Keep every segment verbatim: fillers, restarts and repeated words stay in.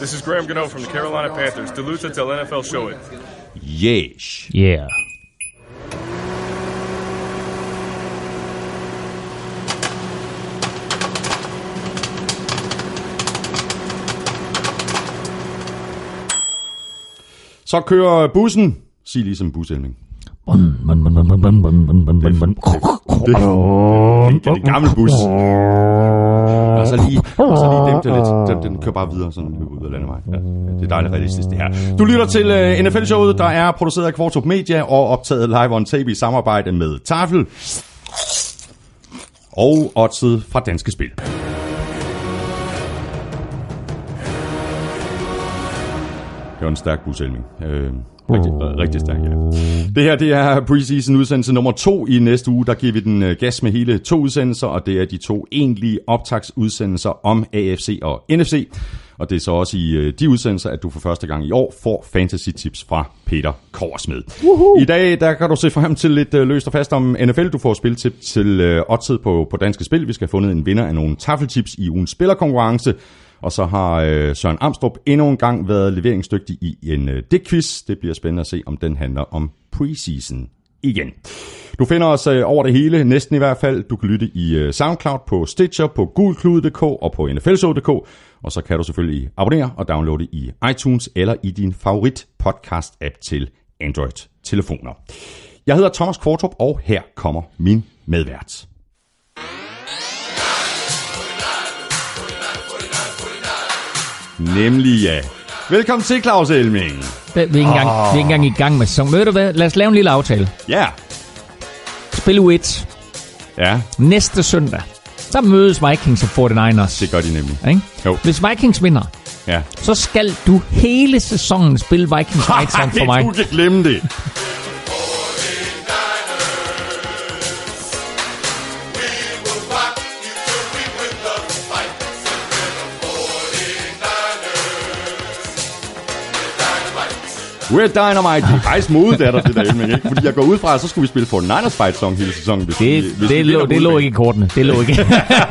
This is Graham Gano from the Carolina Panthers. Duluth until N F L show it. Yes. Yeah. Så kører bussen. Sig ligesom buselming. Bun, bun, bun, bun, bun, bun, bun, bun, bun, bun, bun. Det er en gammel bus. Og så lige, og så lige dæmpe det lidt. Den, den kører bare videre, sådan løber ud af landevejen. Ja, det er dejligt realistisk, det her. Du lytter til uh, N F L-showet, der er produceret af Kvartrup Media og optaget live on tape i samarbejde med Tafel og oddset fra Danske Spil. Det var en stærk buselming. Øh, rigtig, rigtig stærk, ja. Det her, det er preseason udsendelse nummer to. I næste uge, der giver vi den uh, gas med hele to udsendelser, og det er de to egentlige optagsudsendelser om A F C og N F C. Og det er så også i uh, de udsendelser, at du for første gang i år får fantasy tips fra Peter Korsmed. I dag, der kan du se frem til lidt uh, løst og fast om N F L. Du får spiltip til uh, oddset på, på Danske Spil. Vi skal have fundet en vinder af nogle taffeltips i ugens spillerkonkurrence. Og så har øh, Søren Amstrup endnu en gang været leveringsdygtig i en øh, digtquiz. Det bliver spændende at se, om den handler om preseason igen. Du finder os øh, over det hele, næsten i hvert fald. Du kan lytte i øh, SoundCloud, på Stitcher, på gulklud punktum d k og på N F L show punktum d k. Og så kan du selvfølgelig abonnere og downloade i iTunes eller i din favorit podcast-app til Android-telefoner. Jeg hedder Thomas Kvartrup, og her kommer min medvært. Nemlig ja. Velkommen til, Claus Elming. Vi er ikke engang, oh. vi er ikke engang i gang med sæson. Ved du hvad? Lad os lave en lille aftale. Ja. Yeah. Spil u et. Ja. Næste søndag. Så mødes Vikings og forty-niners. Det gør de nemlig. Ikke? Jo. Hvis Vikings vinder, ja. så skal du hele sæsonen spille Vikings White Sox for mig. Du kan glemme det. We're Dynamite. Det er faktisk modet, der er der til der, Elming, ikke? Fordi jeg går ud fra, at så skulle vi spille forty-niners fight song hele sæsonen. Hvis det, vi, hvis det, vi lå, det lå ikke i kortene. Det lå ikke.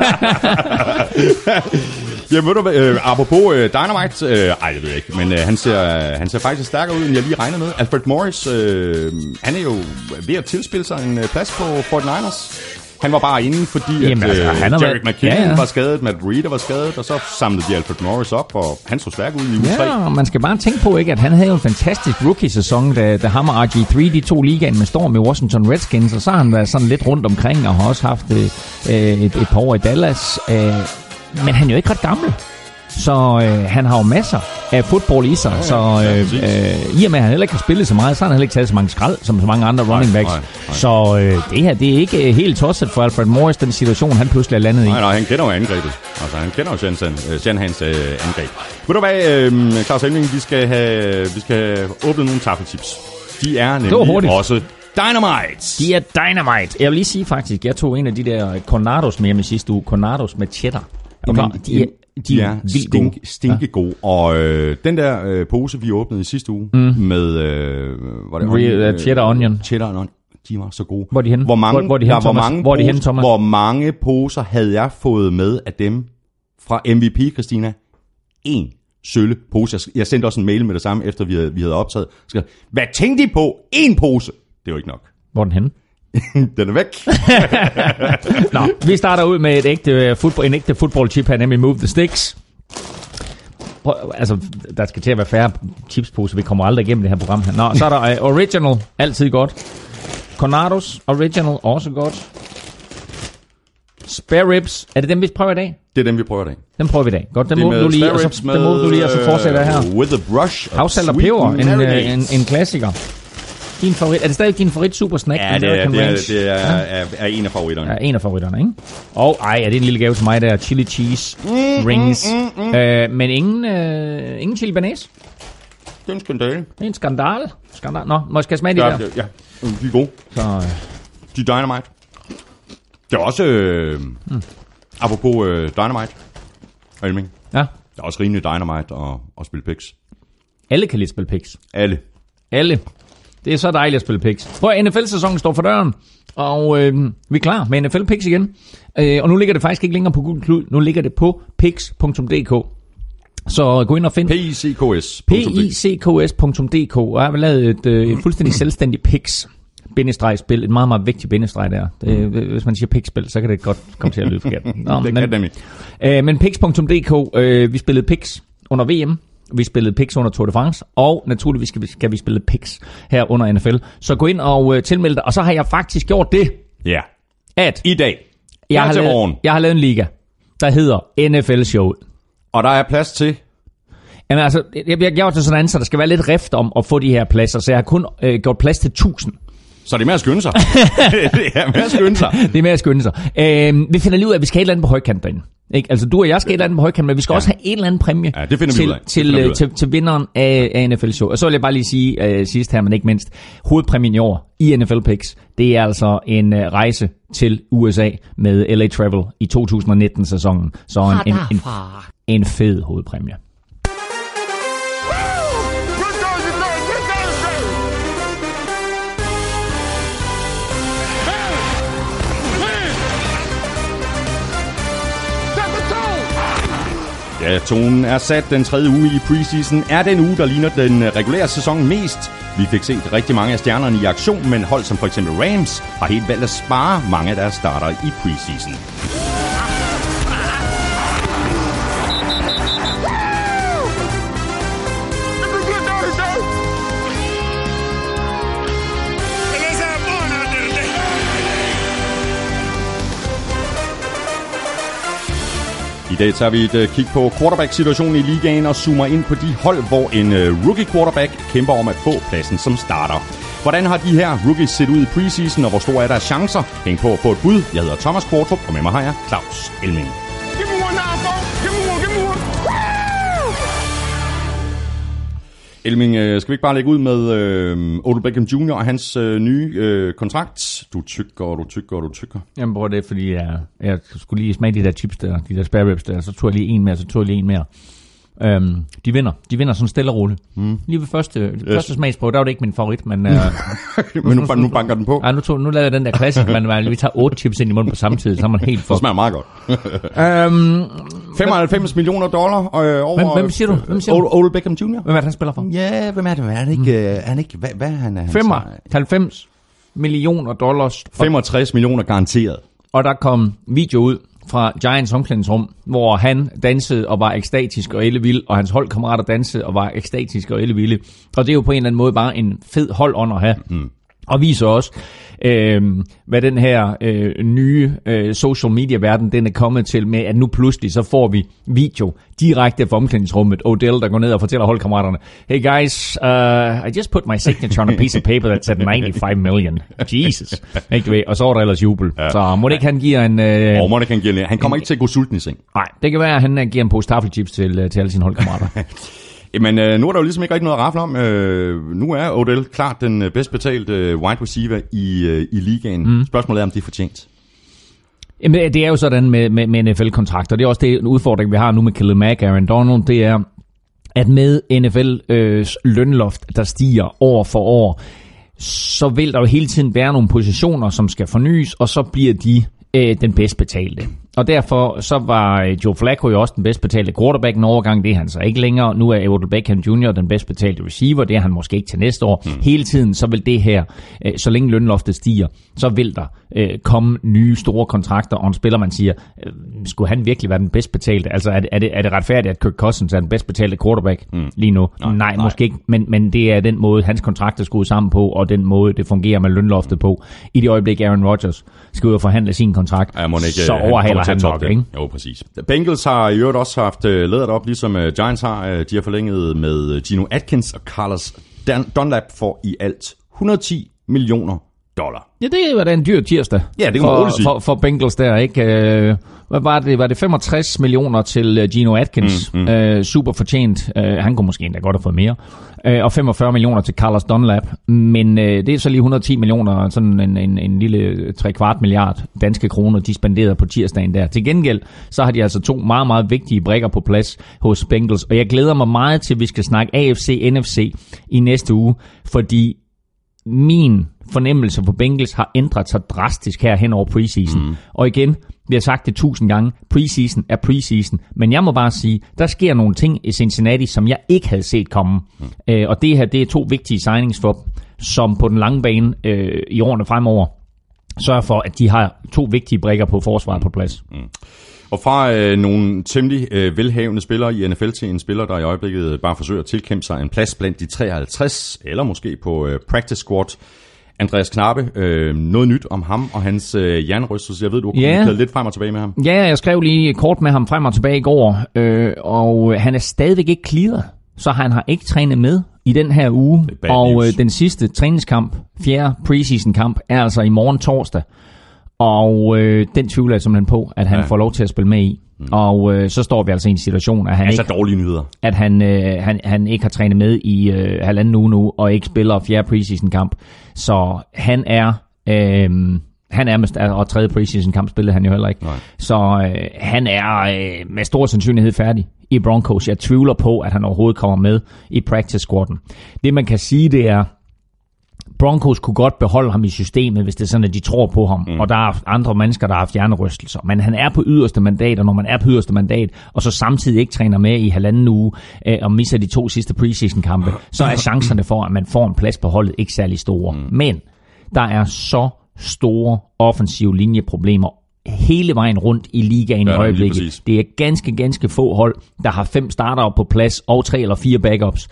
Jamen ved du hvad, øh, apropos øh, Dynamite, øh, ej det ved jeg ikke, men øh, han, ser, han ser faktisk stærkere ud, end jeg lige regnede med. Alfred Morris, øh, han er jo ved at tilspille sig en øh, plads på forty-niners. Han var bare inde, fordi Jamen, at altså, øh, Jerick McKinnon ja, ja. var skadet, Matt Breida var skadet, og så samlede de Alfred Morris op, og han så stærk ud i uge tre. Ja, man skal bare tænke på, ikke, at han havde jo en fantastisk rookie-sæson, da, da ham og R G tre, de to ligaen med storm med Washington Redskins, og så har han været sådan lidt rundt omkring, og har også haft øh, et, et par år i Dallas. Øh, men han er jo ikke ret gammel. Så øh, han har jo masser af fodbold i sig, ja, ja, så øh, ja, øh, i og med at han heller ikke har spillet så meget, så har han heller ikke taget så mange skrald som så mange andre running backs. Nej, nej, nej. Så øh, det her, det er ikke helt tosset for Alfred Morris, den situation han pludselig er landet i. Nej, nej, han kender jo angrebet. Altså han kender jo Shanahans øh, angreb. Ved du hvad, øh, Claus Elming, vi skal have, vi skal have åbnet nogle taffeltips. De er nemlig også Dynamite. De er Dynamite. Jeg vil lige sige faktisk, jeg tog en af de der Cornados med hjemme sidste uge. Cornados med cheddar. Jamen, de er De er stink, stinke gode. Ja. Og øh, den der øh, pose, vi åbnede i sidste uge, mm. med øh, var det, Re- uh, cheddar onion. Cheddar onion. De var så gode. Hvor er de henne? Hvor mange, hvor, hvor er de henne, hvor mange, hvor, poser, henne, hvor mange poser havde jeg fået med af dem fra M V P, Christina? En sølle pose. Jeg sendte også en mail med det samme, efter vi havde, vi havde optaget. Skrev, hvad tænkte de på? En pose. Det er jo ikke nok. Hvor er den henne? Den er væk. Nå, vi starter ud med et ægte fodbold, en ægte fodboldchip her, nemlig Move the Sticks. Prøv, altså, der skal til at være færre chipsposer. Vi kommer aldrig igennem det her program her. Nå, så er der uh, Original. Altid godt. Cornados Original. Også godt. Spare Ribs. Er det dem, vi prøver i dag? Det er dem, vi prøver i dag. Dem prøver vi i dag. Godt, den må du lige, og så, med, den må du lige, og så fortsætter her. With a brush Havsalt og peber. En, en, en klassiker. Din favorit. Er det stadig din favorit super snack? Ja, det er, det er, det er, er, er en af favoritterne. Ja, en af favoritterne, ikke? Og ej, er det en lille gave til mig der? Chili cheese mm, rings. Mm, mm, mm. Øh, men ingen, øh, ingen chili banæs? Det er en skandale. Det er en skandale. Skandal. Nå, må jeg skal smage de ja, der? Ja, de er gode. Så, øh. De er Dynamite. Det er også, øh, mm. apropos øh, Dynamite, Elming. Ja. Det er også rimelig Dynamite at, at spille picks. Alle kan lige spille picks. Alle. Alle. Det er så dejligt at spille picks. Prøv, N F L-sæsonen står for døren, og øh, vi er klar med N F L-picks igen. Øh, og nu ligger det faktisk ikke længere på Google Klud, nu ligger det på picks punktum d k. Så gå ind og find P I C K S. P I C K S punktum d k, og jeg har lavet et, et fuldstændig selvstændigt pix bindestrejspil, et meget, meget vigtigt bindestreg der. Det, hvis man siger pix-spil, så kan det godt komme til at lyde forkert. Nå, det men, kan nemlig. Øh, men pix punktum d k, øh, vi spillede pix under V M, vi spillede pix under Tour de France, og naturligvis skal vi, skal vi spille pix her under N F L. Så gå ind og øh, tilmelde dig, og så har jeg faktisk gjort det, Ja. at I dag. jeg har, lavet, jeg har lavet en liga, der hedder N F L-showet. Og der er plads til... Jamen altså, jeg bliver gjort til sådan, så der skal være lidt rift om at få de her pladser, så jeg har kun øh, gjort plads til tusind. Så det er med at skynde sig. det er med at skynde sig. Det er med at skynde sig. Øh, vi finder lige ud af, at vi skal have et eller andet på højkanten derinde. Ikke? Altså du og jeg skal have et eller andet på højkanten, men vi skal ja. også have en eller anden præmie ja, det finder til, vi ud af. til, finder vi ud til, af. til, til vinderen af, af N F L-show. Og så vil jeg bare lige sige uh, sidst her, men ikke mindst, hovedpræmien i år i N F L-picks, det er altså en uh, rejse til U S A med L A Travel i to tusind nitten-sæsonen. Så en, en, en, en fed hovedpræmie. Ja, tonen er sat. Den tredje uge i preseason er den uge, der ligner den regulære sæson mest. Vi fik set rigtig mange af stjernerne i aktion, men hold som for eksempel Rams har helt valgt at spare mange af deres starter i preseason. I dag tager vi et kig på quarterback-situationen i ligaen og zoomer ind på de hold, hvor en rookie quarterback kæmper om at få pladsen som starter. Hvordan har de her rookies set ud i preseason, og hvor store er deres chancer? Hæng på at få et bud. Jeg hedder Thomas Kvartrup, og med mig har jeg Claus Elming. Elming, skal vi ikke bare lægge ud med øh, Odell Beckham junior og hans øh, nye øh, kontrakt? Du tykker, og du tykker, og du tykker. Jamen, bror, det er fordi, jeg, jeg skulle lige smage de der chips der, de der spare ribs der, så tog jeg lige en mere, så tog jeg lige en mere. Øhm, de vinder. De vinder sådan stille og roligt. Mm. Lige ved første, yes. første smagsprøve, der var det ikke min favorit, men... Øh, men nu, nu banker den på. Ja, nu, tog, nu lavede jeg den der klassik, man, man vi tager otte chips ind i munden på samme tid, så er man helt for... Det smager meget godt. øhm, femoghalvfems millioner dollar øh, over... Hvem, hvem siger du? Hvem siger du? Odell Beckham junior Hvem er det, han spiller for? Ja, hvem er det? Hvad er det ikke? Mm. Er han ikke hvad, hvad er han? femoghalvfems millioner dollars. femogtres millioner garanteret. Og der kom video ud fra Giants omklædningsrum, hvor han dansede og var ekstatisk og ellevild, og hans holdkammerater dansede og var ekstatisk og ellevilde. Og det er jo på en eller anden måde bare en fed holdånd at have. Mm. Og viser også, øh, hvad den her øh, nye øh, social media-verden, den er kommet til med, at nu pludselig så får vi video direkte fra omklædningsrummet. Odell, der går ned og fortæller holdkammeraterne, hey guys, uh, I just put my signature on a piece of paper that said ninety-five million. Jesus. Ikke, og så var der ellers jubel. Ja. Så må det ikke han giver en... Øh, oh, må det ikke han giver en... Han kommer en, ikke til at gå sulten i seng. Nej, det kan være, at han giver en pose taffelchips til, til alle sine holdkammerater. Men øh, nu er der jo ligesom ikke rigtig noget at rafle om. Øh, nu er Odell klart den bedst betalte øh, wide receiver i, øh, i ligaen. Mm. Spørgsmålet er, om det er fortjent. Jamen, det er jo sådan med, med, med N F L-kontrakter. Det er også det en udfordring, vi har nu med Khalil Mack og Aaron Donald. Det er, at med N F L's øh, lønloft, der stiger år for år, så vil der jo hele tiden være nogle positioner, som skal fornyes, og så bliver de øh, den bedst betalte. Og derfor så var Joe Flacco jo også den bedst betalte quarterback en overgang. Det er han så ikke længere. Nu er Odell Beckham junior den bedst betalte receiver. Det er han måske ikke til næste år. Mm. Hele tiden så vil det her, øh, så længe lønloftet stiger, så vil der øh, komme nye store kontrakter. Og en spiller, man siger, øh, skulle han virkelig være den bedst betalte? Altså er det, er det, er det retfærdigt, at Kirk Cousins er den bedst betalte quarterback mm. lige nu? Nej, nej, nej, måske ikke. Men, men det er den måde, hans kontrakt er skruet sammen på, og den måde, det fungerer med lønloftet på. I det øjeblik, Aaron Rodgers skal ud og forhandle sin kontrakt, ja, ikke, så overhaler han nok, ikke? Jo, præcis. Bengals har i øvrigt også haft uh, ladet op, ligesom uh, Giants har. Uh, de har forlænget med Geno Atkins og Carlos Dunlap for i alt et hundrede og ti millioner dollar. Ja, det var da en dyr tirsdag. Ja, det kan for, man roligt sige. For, for Bengals der, ikke? Uh, hvad var det? Var det femogtres millioner til Geno Atkins? Mm, mm. Uh, super fortjent. Uh, han kunne måske endda godt have fået mere. Uh, og femogfyrre millioner til Carlos Dunlap. Men uh, det er så lige et hundrede og ti millioner, sådan en, en, en lille tre kvart milliard danske kroner, de spenderede på tirsdagen der. Til gengæld, så har de altså to meget, meget vigtige brikker på plads hos Bengals. Og jeg glæder mig meget til, at vi skal snakke A F C, N F C i næste uge, fordi min fornemmelse for Bengals har ændret sig drastisk her hen over preseason. Mm. Og igen, Vi har sagt det tusind gange. Preseason er preseason. Men jeg må bare sige, der sker nogle ting i Cincinnati, som jeg ikke havde set komme. Mm. Øh, og det her, det er to vigtige signings for, som på den lange bane øh, i årene fremover sørger for, at de har to vigtige brikker på forsvaret mm. på plads. Mm. Og fra øh, nogle temmelig øh, velhavende spillere i N F L til en spiller, der i øjeblikket bare forsøger at tilkæmpe sig en plads blandt de treoghalvtreds, eller måske på øh, practice squad. Andreas Knappe, øh, noget nyt om ham og hans øh, jernrystelse. Jeg ved, du har yeah. kommunikeret lidt frem og tilbage med ham. Ja, jeg skrev lige kort med ham frem og tilbage i går, øh, og han er stadigvæk ikke clearet, så han har ikke trænet med i den her uge. Og øh, den sidste træningskamp, fjerde preseason kamp, er altså i morgen torsdag. Og øh, den tvivler jeg simpelthen på, at han ja. får lov til at spille med i. Mm. Og øh, så står vi altså i en situation, at han altså ikke, dårlige nyheder. At han, øh, han, han ikke har trænet med i øh, halvanden uge nu, og ikke spiller fjerde preseason kamp. Så han er, øh, han er med, og tredje preseason kamp spillede han jo heller ikke. Nej. Så øh, han er øh, med stor sandsynlighed færdig i Broncos. Jeg tvivler på, at han overhovedet kommer med i practice squaden. Det man kan sige, det er, Broncos kunne godt beholde ham i systemet, hvis det er sådan, at de tror på ham. Mm. Og der er andre mennesker, der har haft hjernerystelser. Men han er på yderste mandat, og når man er på yderste mandat, og så samtidig ikke træner med i halvanden uge, øh, og misser de to sidste preseason-kampe, så er chancerne for, at man får en plads på holdet, ikke særlig store. Mm. Men der er så store offensive linjeproblemer hele vejen rundt i ligaen ja, i øjeblikket. Det er ganske, ganske få hold, der har fem startere på plads, og tre eller fire backups.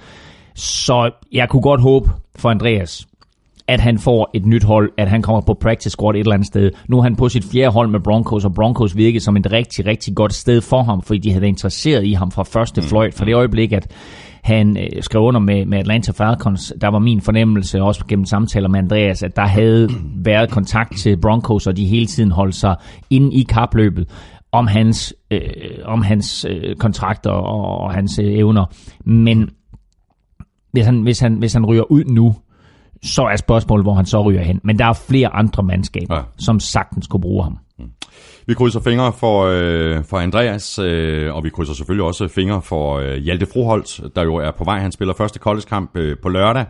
Så jeg kunne godt håbe for Andreas, at han får et nyt hold, at han kommer på practice squad et eller andet sted. Nu er han på sit fjerde hold med Broncos, og Broncos virkede som et rigtig, rigtig godt sted for ham, fordi de havde været interesseret i ham fra første fløjt. For det øjeblik, at han øh, skrev under med, med Atlanta Falcons, der var min fornemmelse, også gennem samtaler med Andreas, at der havde været kontakt til Broncos, og de hele tiden holdt sig inde i kapløbet om hans, øh, om hans øh, kontrakter og, og hans øh, evner. Men hvis han, hvis, han, hvis han ryger ud nu, så er spørgsmålet, hvor han så ryger hen. Men der er flere andre mandskaber, ja. som sagtens kunne bruge ham. Vi krydser fingre for, øh, for Andreas, øh, og vi krydser selvfølgelig også fingre for øh, Hjalte Froholt, der jo er på vej. Han spiller første college-kamp øh, på lørdag.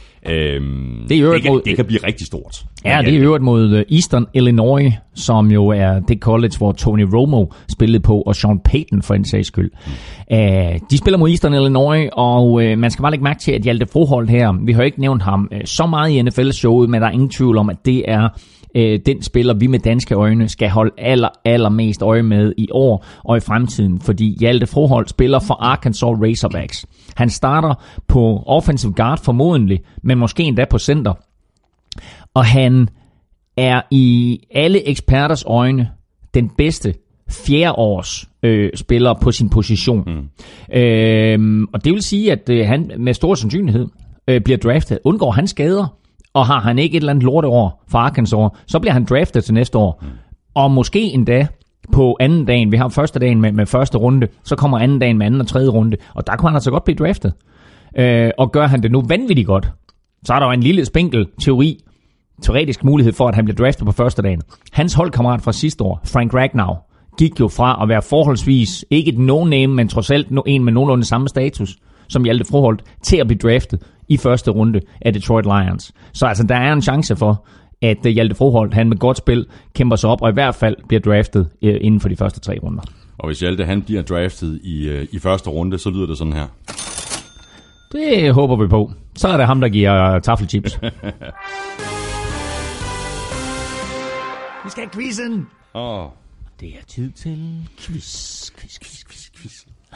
Øhm, det, det, kan, mod, det kan blive rigtig stort. Ja, det er i øvrigt mod Eastern Illinois, som jo er det college, hvor Tony Romo spillede på, og Sean Payton for en sags skyld. Mm. Uh, de spiller mod Eastern Illinois, og uh, man skal bare lægge mærke til, at Hjalte Froholt her, vi har ikke nævnt ham uh, så meget i N F L-showet, men der er ingen tvivl om, at det er uh, den spiller, vi med danske øjne skal holde aller, aller mest øje med i år og i fremtiden, fordi Hjalte Froholt spiller for Arkansas Razorbacks. Han starter på offensive guard formodentlig, men måske endda på center. Og han er i alle eksperters øjne den bedste fjerdeårs øh, spiller på sin position. Mm. Øhm, og det vil sige, at øh, han med stor sandsynlighed øh, bliver draftet. Undgår han skader, og har han ikke et eller andet lorteår for Arkansas, så bliver han draftet til næste år. Mm. Og måske endda på anden dagen, vi har første dagen med, med første runde, så kommer anden dagen med anden og tredje runde, og der kunne han altså godt blive draftet. Øh, og gør han det nu vanvittigt godt, så er der jo en lille spinkel teori, teoretisk mulighed for, at han bliver draftet på første dagen. Hans holdkammerat fra sidste år, Frank Ragnow, gik jo fra at være forholdsvis, ikke et no-name, men trods alt en med nogenlunde samme status, som Hjalte Froholt, til at blive draftet i første runde af Detroit Lions. Så altså, der er en chance for, at Hjalte Froholt, han med godt spil, kæmper sig op, og i hvert fald bliver draftet øh, inden for de første tre runder. Og hvis Hjalte, han bliver draftet i, øh, i første runde, så lyder det sådan her. Det håber vi på. Så er det ham, der giver taffelchips. Vi skal have quizzen. Oh. Det er tid til quiz, quiz, quiz, quiz, quiz.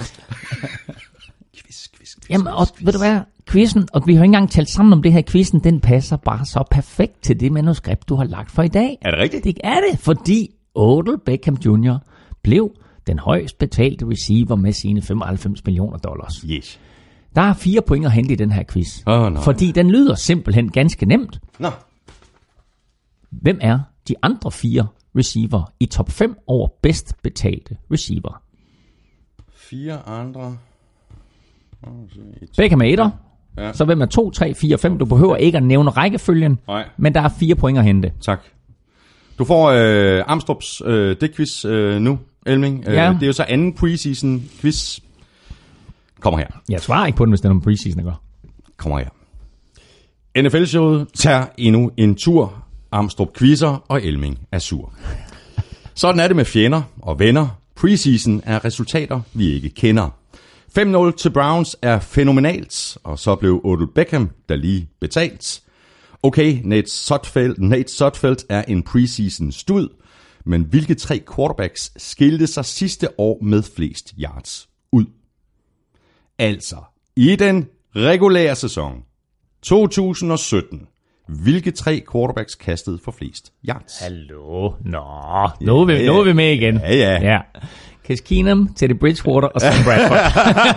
quiz, quiz, quiz. Jamen, og ved du hvad? Quizzen, og vi har ikke engang talt sammen om det her, quizzen, den passer bare så perfekt til det manuskript, du har lagt for i dag. Er det rigtigt? Det er det, fordi Odell Beckham junior blev den højst betalte receiver med sine femoghalvfems millioner dollars. Yes. Der er fire point at hente i den her quiz. Oh, no. Fordi den lyder simpelthen ganske nemt. Nå. No. Hvem er de andre fire receiver i top fem over bedst betalte receiver? Fire andre. Beckham er etter. Ja. Så hvem er to, tre, fire, fem? Du behøver ikke at nævne rækkefølgen. Nej. Men der er fire point at hente. Tak. Du får øh, Amstrups øh, dækquiz øh, nu, Elming. Ja. Øh, det er jo så anden preseason quiz. Kommer her. Jeg svarer ikke på den, hvis det er en preseason, gør. Kommer her. N F L-showet tager endnu en tur. Amstrup quizzer, og Elming er sur. Sådan er det med fjender og venner. Preseason er resultater, vi ikke kender. fem nul til Browns er fænomenalt, og så blev Odell Beckham der lige betalt. Okay, Nate Sudfeld, Nate Sudfeld er en preseason stud, men hvilke tre quarterbacks skilte sig sidste år med flest yards ud? Altså, i den regulære sæson to tusind og sytten, hvilke tre quarterbacks kastede for flest yards? Hallo? Nå, nu er vi, nu er vi med igen. Ja, ja. ja. Case Keenum, Teddy Bridgewater og Sam Bradford.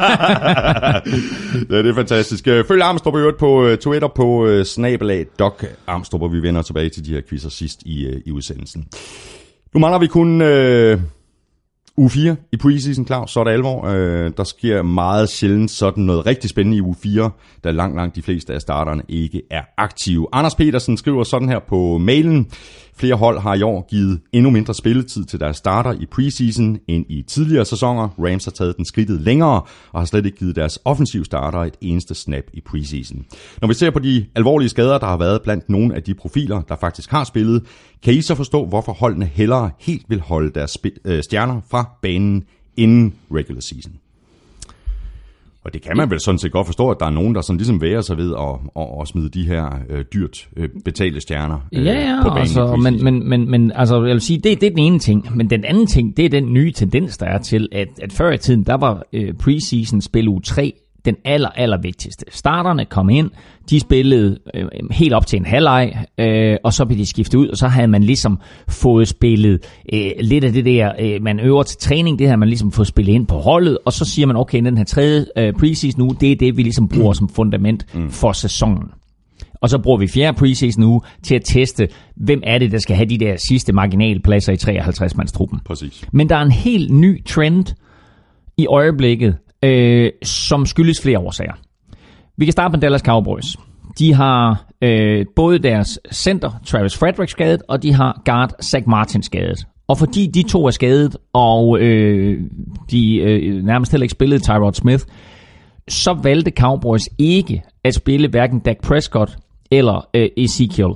Ja, det er fantastisk. Følg Armstrong i øvrigt på Twitter på snabelag Doc Armstrong, hvor vi vender tilbage til de her quizzer sidst i, i udsendelsen. Nu mangler vi kun øh, uge fire i preseason, Claus, så er det alvor. Øh, der sker meget sjældent sådan noget rigtig spændende i uge fire, da langt, langt de fleste af starterne ikke er aktive. Anders Petersen skriver sådan her på mailen. Flere hold har i år givet endnu mindre spilletid til deres starter i preseason end i tidligere sæsoner. Rams har taget den skridtet længere og har slet ikke givet deres offensive starter et eneste snap i preseason. Når vi ser på de alvorlige skader, der har været blandt nogle af de profiler, der faktisk har spillet, kan I så forstå, hvorfor holdene hellere helt vil holde deres stjerner fra banen inden regular season? Og det kan man vel sådan set godt forstå, at der er nogen, der sådan ligesom værer sig ved at, at, at smide de her øh, dyrt øh, betalte stjerner øh, ja, ja, på banen. Altså, men, men, men, men altså, jeg vil sige, det, det er den ene ting. Men den anden ting, det er den nye tendens, der er til, at, at før i tiden, der var øh, preseason spil uge tre den aller, aller vigtigste. Starterne kom ind, de spillede øh, helt op til en halvleg, øh, og så blev de skiftet ud, og så havde man ligesom fået spillet øh, lidt af det der, øh, man øver til træning, det har man ligesom fået spillet ind på holdet, og så siger man, okay, den her tredje øh, preseason uge, det er det, vi ligesom bruger som fundament mm. for sæsonen. Og så bruger vi fjerde preseason uge til at teste, hvem er det, der skal have de der sidste marginalpladser i treoghalvtreds-mandstruppen. Præcis. Men der er en helt ny trend i øjeblikket, Øh, som skyldes flere årsager. Vi kan starte med Dallas Cowboys. De har øh, både deres center, Travis Frederick, skadet, og de har guard, Zach Martin, skadet. Og fordi de to er skadet, og øh, de øh, nærmest heller ikke spillede Tyrod Smith, så valgte Cowboys ikke at spille hverken Dak Prescott eller øh, Ezekiel.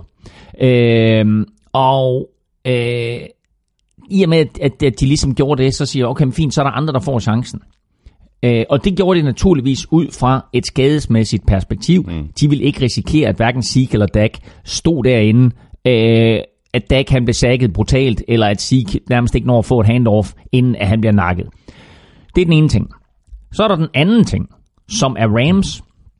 Øh, og øh, i og med, at, at de ligesom gjorde det, så siger jeg, okay, fint, så er der andre, der får chancen. Øh, og det gjorde de naturligvis ud fra et skadesmæssigt perspektiv. Mm. De ville ikke risikere, at hverken Zeke eller Dak stod derinde, øh, at Dak han blev sækket brutalt, eller at Zeke nærmest ikke når at få et handoff, inden at han bliver nakket. Det er den ene ting. Så er der den anden ting, som er Rams,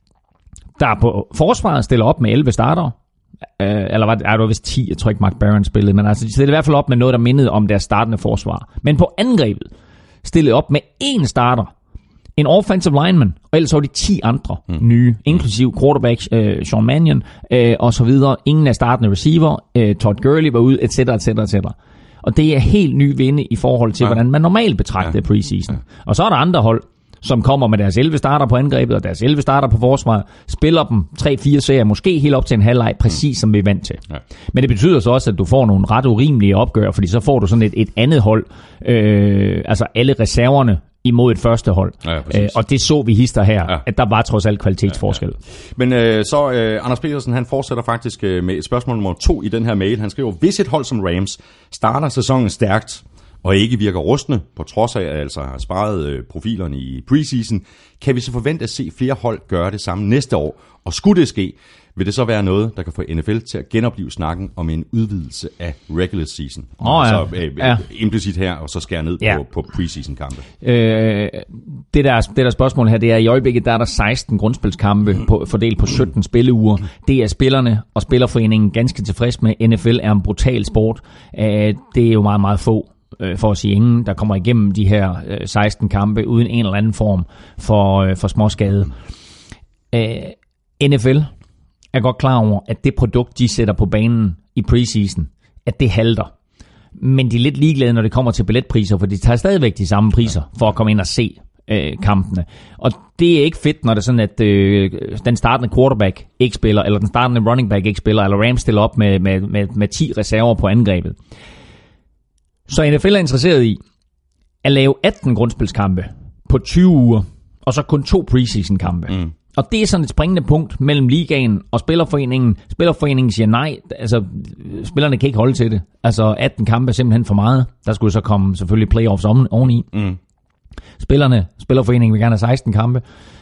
der på forsvaret stiller op med elleve starter. Øh, eller var det, er det vist ti, jeg tror ikke Mark Barron spillede, men altså de stillede i hvert fald op med noget, der mindede om deres startende forsvar. Men på angrebet stillede op med én starter, en offensive lineman, og ellers var de ti andre mm. nye, inklusiv quarterback øh, Sean Mannion øh, og så videre. Ingen af startende receiver, øh, Todd Gurley var ude, et cetera, et cetera, et cetera. Og det er helt ny vinde i forhold til, ja. hvordan man normalt betragter ja. preseason. Ja. Og så er der andre hold, som kommer med deres elleve starter på angrebet og deres elleve starter på forsvaret, spiller dem tre fire serier, måske helt op til en halvleg, præcis som vi er vant til. Ja. Men det betyder så også, at du får nogle ret urimelige opgør, fordi så får du sådan et, et andet hold, øh, altså alle reserverne imod et første hold. Ja, øh, og det så vi hister her, ja. at der var trods alt kvalitetsforskel. Ja, ja. Men øh, så øh, Anders Petersen, han fortsætter faktisk øh, med et spørgsmål nummer to i den her mail. Han skriver, hvis et hold som Rams starter sæsonen stærkt, og ikke virker rustne, på trods af at altså har sparet øh, profilerne i preseason, kan vi så forvente at se flere hold gøre det samme næste år. Og skulle det ske, vil det så være noget, der kan få N F L til at genopleve snakken om en udvidelse af regular season. Oh, ja. Så øh, ja. implicit her, og så skære ned ja. på, på preseason-kampe. Øh, det, der, det der spørgsmål her, det er, i øjeblikket der er der seksten grundspilskampe mm. på, fordelt på sytten spilleuger. Det er spillerne og spillerforeningen ganske tilfreds med. N F L er en brutal sport. Øh, det er jo meget, meget få, for at sige ingen, der kommer igennem de her seksten kampe uden en eller anden form for, for småskade. Øh, N F L er godt klar over, at det produkt, de sætter på banen i preseason, at det halter. Men de er lidt ligeglade, når det kommer til billetpriser, for de tager stadigvæk de samme priser for at komme ind og se øh, kampene. Og det er ikke fedt, når det er sådan, at øh, den startende quarterback ikke spiller, eller den startende running back ikke spiller, eller Rams stiller op med, med, med, med ti reserver på angrebet. Så N F L er interesseret i at lave atten grundspilskampe på tyve uger, og så kun to preseason-kampe. Mm. og det er sådan et springende punkt mellem ligaen og spillerforeningen. Spillerforeningen siger nej, altså spillerne kan ikke holde til det. Altså atten kampe er simpelthen for meget. Der skulle så komme selvfølgelig playoffs oveni. Mm. Spillerne, spillerforeningen vil gerne have seksten kampe.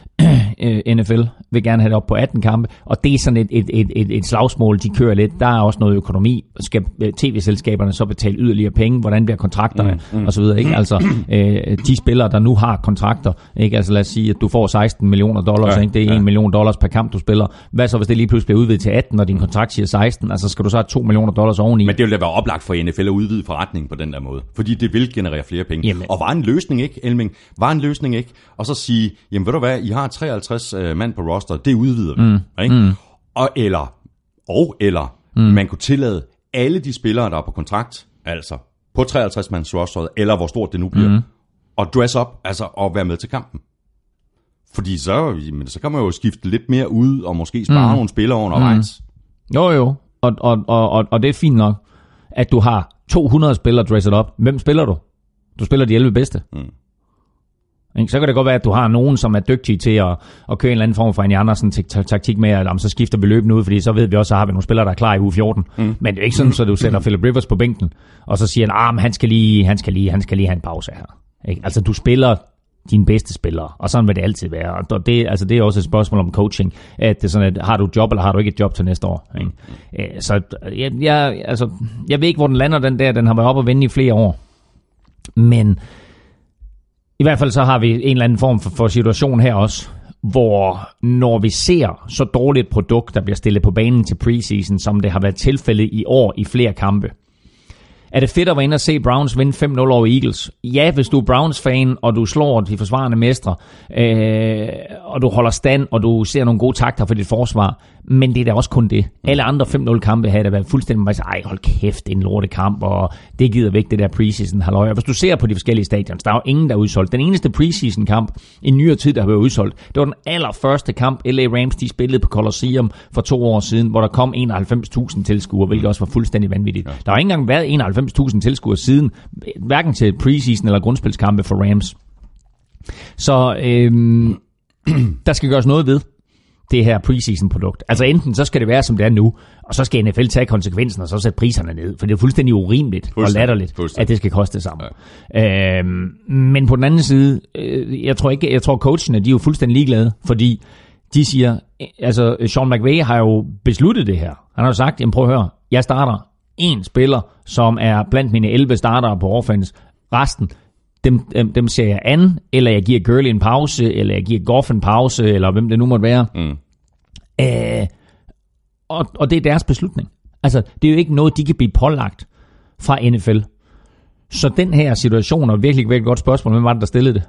N F L vil gerne have det op på atten kampe, og det er sådan et, et, et, et, et slagsmål, de kører lidt. Der er også noget økonomi. Skal tv-selskaberne så betale yderligere penge? Hvordan bliver kontrakterne? Mm, mm. Og så videre, ikke? Altså, øh, de spillere, der nu har kontrakter, ikke? Altså lad os sige, at du får seksten millioner dollars, ja, ikke? Det er ja. en million dollars per kamp, du spiller. Hvad så, hvis det lige pludselig bliver udvidet til atten, og din kontrakt siger seksten? Altså, skal du så have to millioner dollars oveni? Men det vil da være oplagt for N F L at udvide forretningen på den der måde, fordi det vil generere flere penge. Jamen. Og var en løsning ikke, Elming? Var en løsning ikke? Og så sige, jamen ved du hvad, I har treoghalvtreds øh, mand på roster, det udvider vi. Mm. Ikke? Mm. Og eller, og eller mm. man kunne tillade alle de spillere, der er på kontrakt, altså på treoghalvtreds mands roster, eller hvor stort det nu bliver, mm. og dress up, altså og være med til kampen. Fordi så, jamen, så kan man jo skifte lidt mere ud, og måske spare mm. nogle spillere undervejs. Mm. Jo jo, og, og, og, og det er fint nok, at du har to hundrede spillere dresset op. Hvem spiller du? Du spiller de elleve bedste. Mm. Så kan det godt være, at du har nogen, som er dygtige til at, at køre en eller anden form for en Andersen taktik med, at så skifter vi løbende ud, fordi så ved vi også, at har vi nogle spillere, der er klar i uge fjorten. Mm. Men det er ikke sådan, så du sætter Philip Rivers på bænken, og så siger han, ah, han skal lige, han skal lige, han skal lige have en pause her. Ikke? Altså, du spiller dine bedste spillere, og sådan vil det altid være. Og det, altså, det er også et spørgsmål om coaching, at det er sådan, at har du et job, eller har du ikke et job til næste år? Ikke? Så jeg, jeg, altså, jeg ved ikke, hvor den lander, den der. Den har været op og vende i flere år. Men i hvert fald så har vi en eller anden form for, for situation her også, hvor når vi ser så dårligt et produkt, der bliver stillet på banen til preseason, som det har været tilfældet i år i flere kampe. Er det fedt at være inde og se Browns vinde fem nul over Eagles? Ja, hvis du er Browns-fan, og du slår de forsvarende mestre, øh, og du holder stand, og du ser nogle gode takter for dit forsvar. Men det er da også kun det. Alle andre fem nul kampe havde der været fuldstændig bare ej, hold kæft, det er en lortekamp, og det gider væk det der preseason halløj. Og hvis du ser på de forskellige stadions, der er jo ingen, der er udsolgt. Den eneste preseason kamp i nyere tid, der har været udsolgt, det var den allerførste kamp, L A Rams, de spillede på Colosseum for to år siden, hvor der kom enoghalvfems tusind tilskuere, hvilket også var fuldstændig vanvittigt. Ja. Der har ikke engang været enoghalvfems tusind tilskuere siden, hverken til preseason eller grundspilskampe for Rams. Så øhm, der skal gøres noget ved det her preseason-produkt. Altså enten så skal det være, som det er nu, og så skal N F L tage konsekvensen, og så sætte priserne ned, for det er fuldstændig urimeligt og latterligt, at det skal koste det samme. Ja. Øhm, men på den anden side, øh, jeg tror ikke, jeg tror coachene, de er jo fuldstændig ligeglade, fordi de siger, altså Sean McVay har jo besluttet det her. Han har jo sagt, jamen prøv at høre, jeg starter en spiller, som er blandt mine elleve startere på offense, resten, Dem, dem, dem ser jeg an, eller jeg giver Gurley en pause, eller jeg giver Goff en pause, eller hvem det nu måtte være. Mm. Æh, og, og det er deres beslutning. Altså, det er jo ikke noget, de kan blive pålagt fra N F L. Så den her situation er virkelig, virkelig godt spørgsmål. Hvem var det, der stillede det?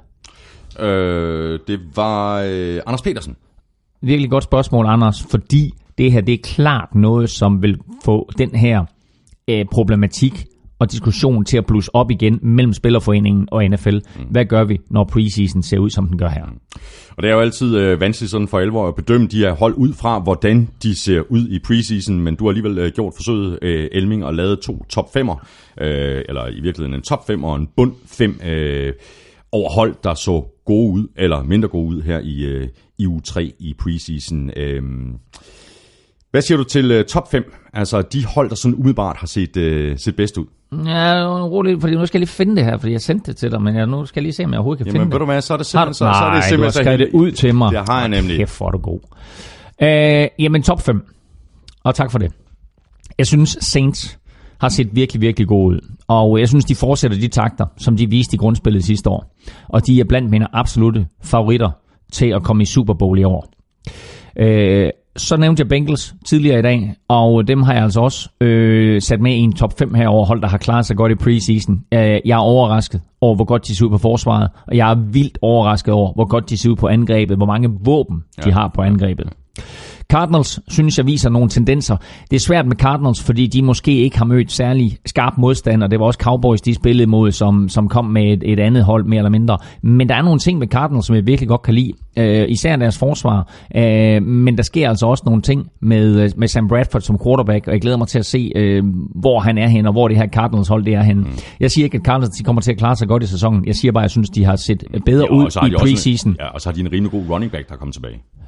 Øh, det var øh, Anders Petersen. Virkelig godt spørgsmål, Anders, fordi det her, det er klart noget, som vil få den her øh, problematik og diskussion til at blusse op igen mellem Spillerforeningen og N F L. Mm. Hvad gør vi, når preseason ser ud, som den gør her? Mm. Og det er jo altid øh, vanskeligt sådan for alvor at bedømme de her hold ud fra, hvordan de ser ud i preseason, men du har alligevel øh, gjort forsøget, øh, Elming, og lavet to top femmer, øh, eller i virkeligheden en top fem og en bund fem øh, over hold, der så gode ud, eller mindre gode ud her i, øh, i uge tre i preseason. Øh, Hvad siger du til uh, top fem? Altså de hold, der sådan umiddelbart har set, uh, set bedst ud. Ja, roligt, fordi nu skal jeg lige finde det her, fordi jeg sendte det til dig, men jeg, nu skal jeg lige se, om jeg overhovedet kan Jamen, finde det. Jamen ved du hvad, så er det simpelthen så, nej, så er det simpelthen så skal det ud til mig. Det har jeg nemlig. Kæft, hvor er du god. Uh, jamen top fem, og tak for det. Jeg synes Saints har set virkelig, virkelig gode ud, og jeg synes, de fortsætter de takter, som de viste i grundspillet sidste år, og de er blandt mine absolutte favoritter til at komme i Super Bowl i år. Uh, Så nævnte jeg Bengals tidligere i dag, og dem har jeg altså også øh, sat med i en top fem her over hold, der har klaret sig godt i preseason. Jeg er overrasket over, hvor godt de ser ud på forsvaret, og jeg er vildt overrasket over, hvor godt de ser ud på angrebet, hvor mange våben de ja. har på angrebet. Cardinals, synes jeg, viser nogle tendenser. Det er svært med Cardinals, fordi de måske ikke har mødt særlig skarp modstand, og det var også Cowboys, de spillede mod, som, som kom med et, et andet hold, mere eller mindre. Men der er nogle ting med Cardinals, som jeg virkelig godt kan lide. Øh, især deres forsvar. Øh, men der sker altså også nogle ting med, med Sam Bradford som quarterback, og jeg glæder mig til at se, øh, hvor han er hen, og hvor det her Cardinals hold det er hen. Mm. Jeg siger ikke, at Cardinals de kommer til at klare sig godt i sæsonen. Jeg siger bare, at jeg synes, de har set bedre ja, ud i preseason. Ja, og så har de en rimelig god running back, der er kommet tilbage.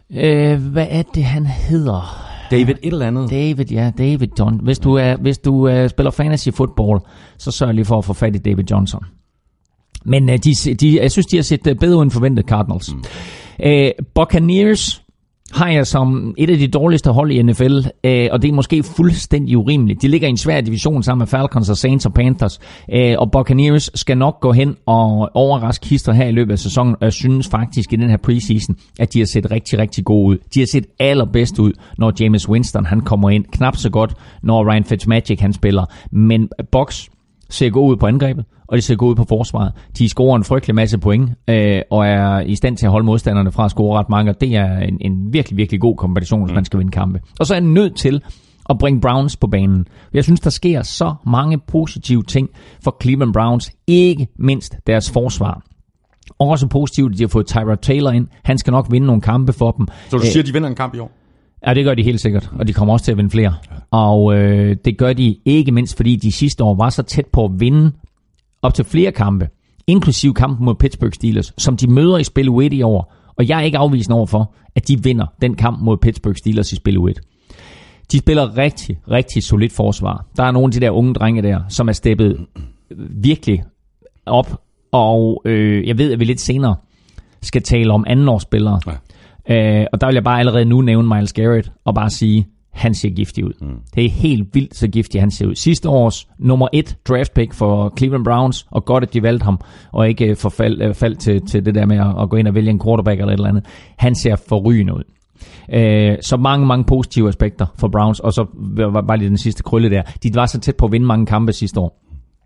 Øh, hvad er det, han hedder? David et eller andet. David, ja, David John. Hvis du, er, hvis du uh, spiller fantasy football, så sørg lige for at få fat i David Johnson. Men uh, de, de, jeg synes, de har set uh, bedre end forventet Cardinals. Mm. Uh, Buccaneers har jeg som et af de dårligste hold i N F L, uh, og det er måske fuldstændig urimeligt. De ligger i en svær division sammen med Falcons og Saints og Panthers, uh, og Buccaneers skal nok gå hen og overraske hister her i løbet af sæsonen, og jeg synes faktisk i den her preseason, at de har set rigtig, rigtig gode ud. De har set allerbedst ud, når Jameis Winston han kommer ind. Knap så godt, når Ryan Fitzmagic han spiller. Men Bucs ser god ud på angrebet, og de ser god ud på forsvaret. De scorer en frygtelig masse point, øh, og er i stand til at holde modstanderne fra at score ret mange, og det er en, en virkelig, virkelig god kombination, hvis mm. man skal vinde kampe. Og så er den nødt til at bringe Browns på banen. Jeg synes, der sker så mange positive ting for Cleveland Browns, ikke mindst deres forsvar. Også positivt, at de har fået Tyrod Taylor ind. Han skal nok vinde nogle kampe for dem. Så du siger, at de vinder en kamp i år? Ja, det gør de helt sikkert, og de kommer også til at vinde flere. Og øh, det gør de ikke mindst, fordi de sidste år var så tæt på at vinde op til flere kampe, inklusive kampen mod Pittsburgh Steelers, som de møder i spil U et i år. Og jeg er ikke afvisende over for, at de vinder den kamp mod Pittsburgh Steelers i spil U et. De spiller rigtig, rigtig solidt forsvar. Der er nogle af de der unge drenge der, som er steppet virkelig op, og øh, jeg ved, at vi lidt senere skal tale om andenårsspillere. Ja. Uh, og der vil jeg bare allerede nu nævne Myles Garrett og bare sige, han ser giftig ud. Mm. Det er helt vildt så giftig han ser ud. Sidste års nummer et draft pick for Cleveland Browns, og godt at de valgte ham, og ikke forfald, faldt til, til det der med at, at gå ind og vælge en quarterback eller et eller andet. Han ser forrygende ud. Uh, så mange, mange positive aspekter for Browns, og så var bare lige den sidste krølle der. De var så tæt på at vinde mange kampe sidste år.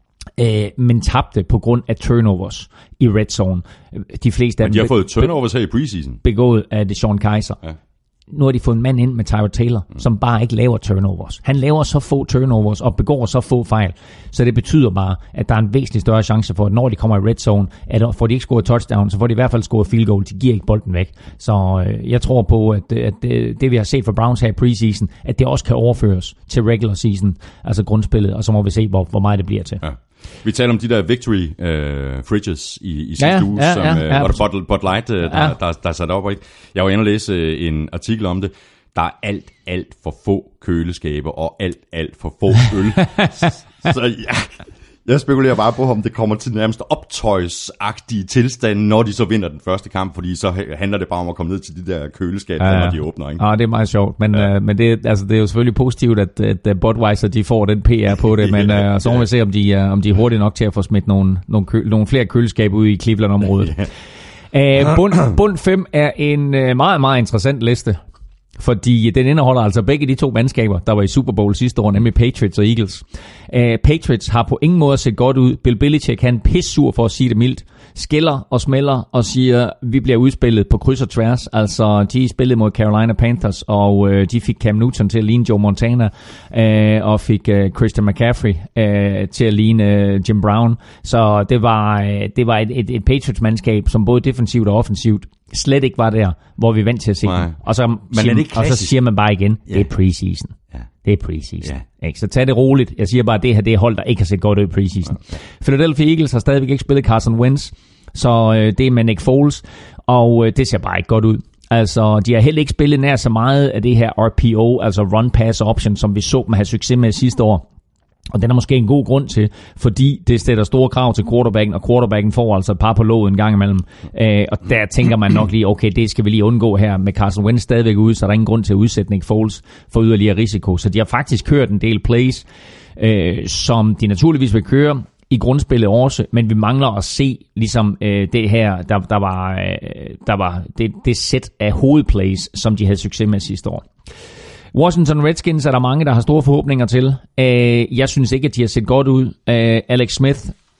Øh, men tabte på grund af turnovers i red zone. De fleste af men de dem har fået turnovers her i preseason. Begået af DeShone Kizer. Ja. Nu har de fået en mand ind med Tyrod Taylor, mm. som bare ikke laver turnovers. Han laver så få turnovers og begår så få fejl. Så det betyder bare, at der er en væsentlig større chance for, at når de kommer i red zone, at får de ikke scoret touchdown, så får de i hvert fald scoret field goal. De giver ikke bolden væk. Så øh, jeg tror på, at, at det, det vi har set fra Browns her i preseason, at det også kan overføres til regular season, altså grundspillet, og så må vi se, hvor, hvor meget det bliver til. Ja. Vi taler om de der victory uh, fridges i, i sidste ja, uge, ja, som ja, ja. var det Bud, Bud Light, uh, der, ja. der, der, der er sat op. Ikke? Jeg var inde og læse en artikel om det. Der er alt, alt for få køleskaber og alt, alt for få øl. Så ja, jeg spekulerer bare på, om det kommer til nærmest optøjsagtige tilstande, når de så vinder den første kamp, fordi så handler det bare om at komme ned til de der køleskaber, ja, ja. Når de åbner. Ikke? Ja, det er meget sjovt, men, ja. øh, men det, altså, det er jo selvfølgelig positivt, at, at Budweiser de får den P R på det, men øh, så må vi se, om de, øh, om de er hurtigt nok til at få smidt nogle, nogle, kø, nogle flere køleskaber ud i Cleveland-området. Ja. Æh, bund, bund fem er en øh, meget, meget interessant liste. Fordi den indeholder altså begge de to mandskaber, der var i Super Bowl sidste år, nemlig Patriots og Eagles. Uh, Patriots har på ingen måde set godt ud. Bill Belichick, han er pissur for at sige det mildt. Skælder og smelter og siger, vi bliver udspillet på kryds og tværs. Altså, de spillede mod Carolina Panthers, og uh, de fik Cam Newton til at ligne Joe Montana, uh, og fik uh, Christian McCaffrey uh, til at ligne uh, Jim Brown. Så det var, uh, det var et, et, et Patriots-mandskab, som både defensivt og offensivt slet ikke var der, hvor vi er vant til at se dem. Og så, siger, og så siger man bare igen, yeah. det er preseason. Yeah. Det er preseason. Yeah. Ikke? Så tag det roligt. Jeg siger bare, at det her det er hold, der ikke har set godt ud i preseason. Okay. Philadelphia Eagles har stadigvæk ikke spillet Carson Wentz, så øh, det er med Nick Foles, og øh, det ser bare ikke godt ud. Altså, de har heller ikke spillet nær så meget af det her R P O, altså Run Pass Option, som vi så dem have succes med sidste år. Og den er måske en god grund til, fordi det stiller store krav til quarterbacken, og quarterbacken får altså et par på låget en gang imellem. Øh, og der tænker man nok lige, okay, det skal vi lige undgå her med Carson Wentz stadigvæk ude, så der er ingen grund til at udsætte Nick Foles for yderligere risiko. Så de har faktisk kørt en del plays, øh, som de naturligvis vil køre i grundspillet også, men vi mangler at se ligesom øh, det her, der, der var, øh, der var det, det sæt af hovedplays, som de havde succes med sidste år. Washington Redskins er der mange, der har store forhåbninger til. Uh, jeg synes ikke, at de har set godt ud. Uh, Alex Smith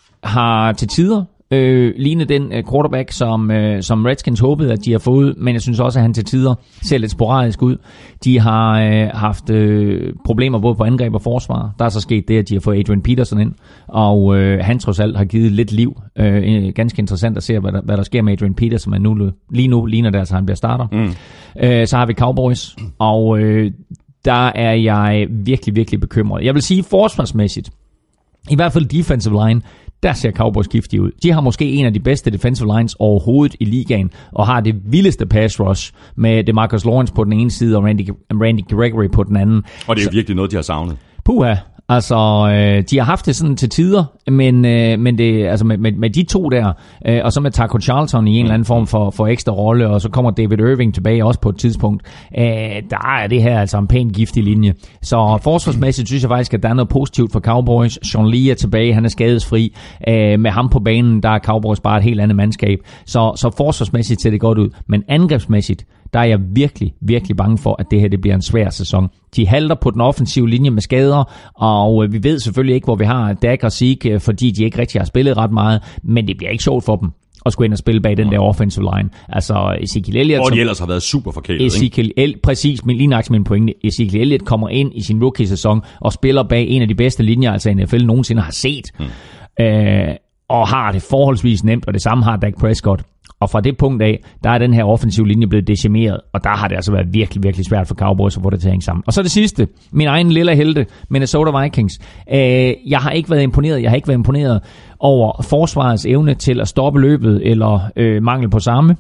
har til tider uh, lignet den uh, quarterback, som, uh, som Redskins håbede, at de har fået, men jeg synes også, at han til tider ser lidt sporadisk ud. De har uh, haft uh, problemer både på angreb og forsvar. Der er så sket det, at de har fået Adrian Peterson ind, og uh, han trods alt har givet lidt liv. Uh, ganske interessant at se, hvad der, hvad der sker med Adrian Peterson, men nu, lige nu ligner det, altså han bliver starter. Mm. Uh, så har vi Cowboys, og uh, der er jeg virkelig, virkelig bekymret. Jeg vil sige forsvarsmæssigt, i hvert fald defensive line, der ser Cowboys giftige ud. De har måske en af de bedste defensive lines overhovedet i ligaen, og har det vildeste pass rush med DeMarcus Lawrence på den ene side, og Randy, Randy Gregory på den anden. Og det er jo virkelig noget, de har savnet. Puha. Altså, øh, de har haft det sådan til tider, men, øh, men det, altså med, med, med de to der, øh, og så med Taco Charlton i en eller anden form for, for ekstra rolle, og så kommer David Irving tilbage også på et tidspunkt, øh, der er det her altså en pæn giftig linje. Så forsvarsmæssigt synes jeg faktisk, at der er noget positivt for Cowboys. Sean Lee er tilbage, han er skadesfri. Øh, med ham på banen, der er Cowboys bare et helt andet mandskab. Så, så forsvarsmæssigt ser det godt ud, men angrebsmæssigt, der er jeg virkelig, virkelig bange for, at det her det bliver en svær sæson. De halter på den offensive linje med skader, og vi ved selvfølgelig ikke, hvor vi har Dak og Zeke, fordi de ikke rigtig har spillet ret meget, men det bliver ikke sjovt for dem at skulle ind og spille bag den der offensive line. Altså Ezekiel Elliott... Og de ellers har været super forkælet, Ezekiel El- præcis, min lige nøjagtigt min pointe. Ezekiel Elliott kommer ind i sin rookie-sæson og spiller bag en af de bedste linjer, altså N F L nogensinde har set. Hmm. Øh, og har det forholdsvis nemt, og det samme har Dak Prescott. Og fra det punkt af, der er den her offensive linje blevet decimeret, og der har det altså været virkelig, virkelig svært for Cowboys at få det til at hænge sammen. Og så det sidste, min egen lille helte, Minnesota Vikings. Øh, jeg har ikke været imponeret, jeg har ikke været imponeret over forsvarets evne til at stoppe løbet, eller øh, mangel på samme.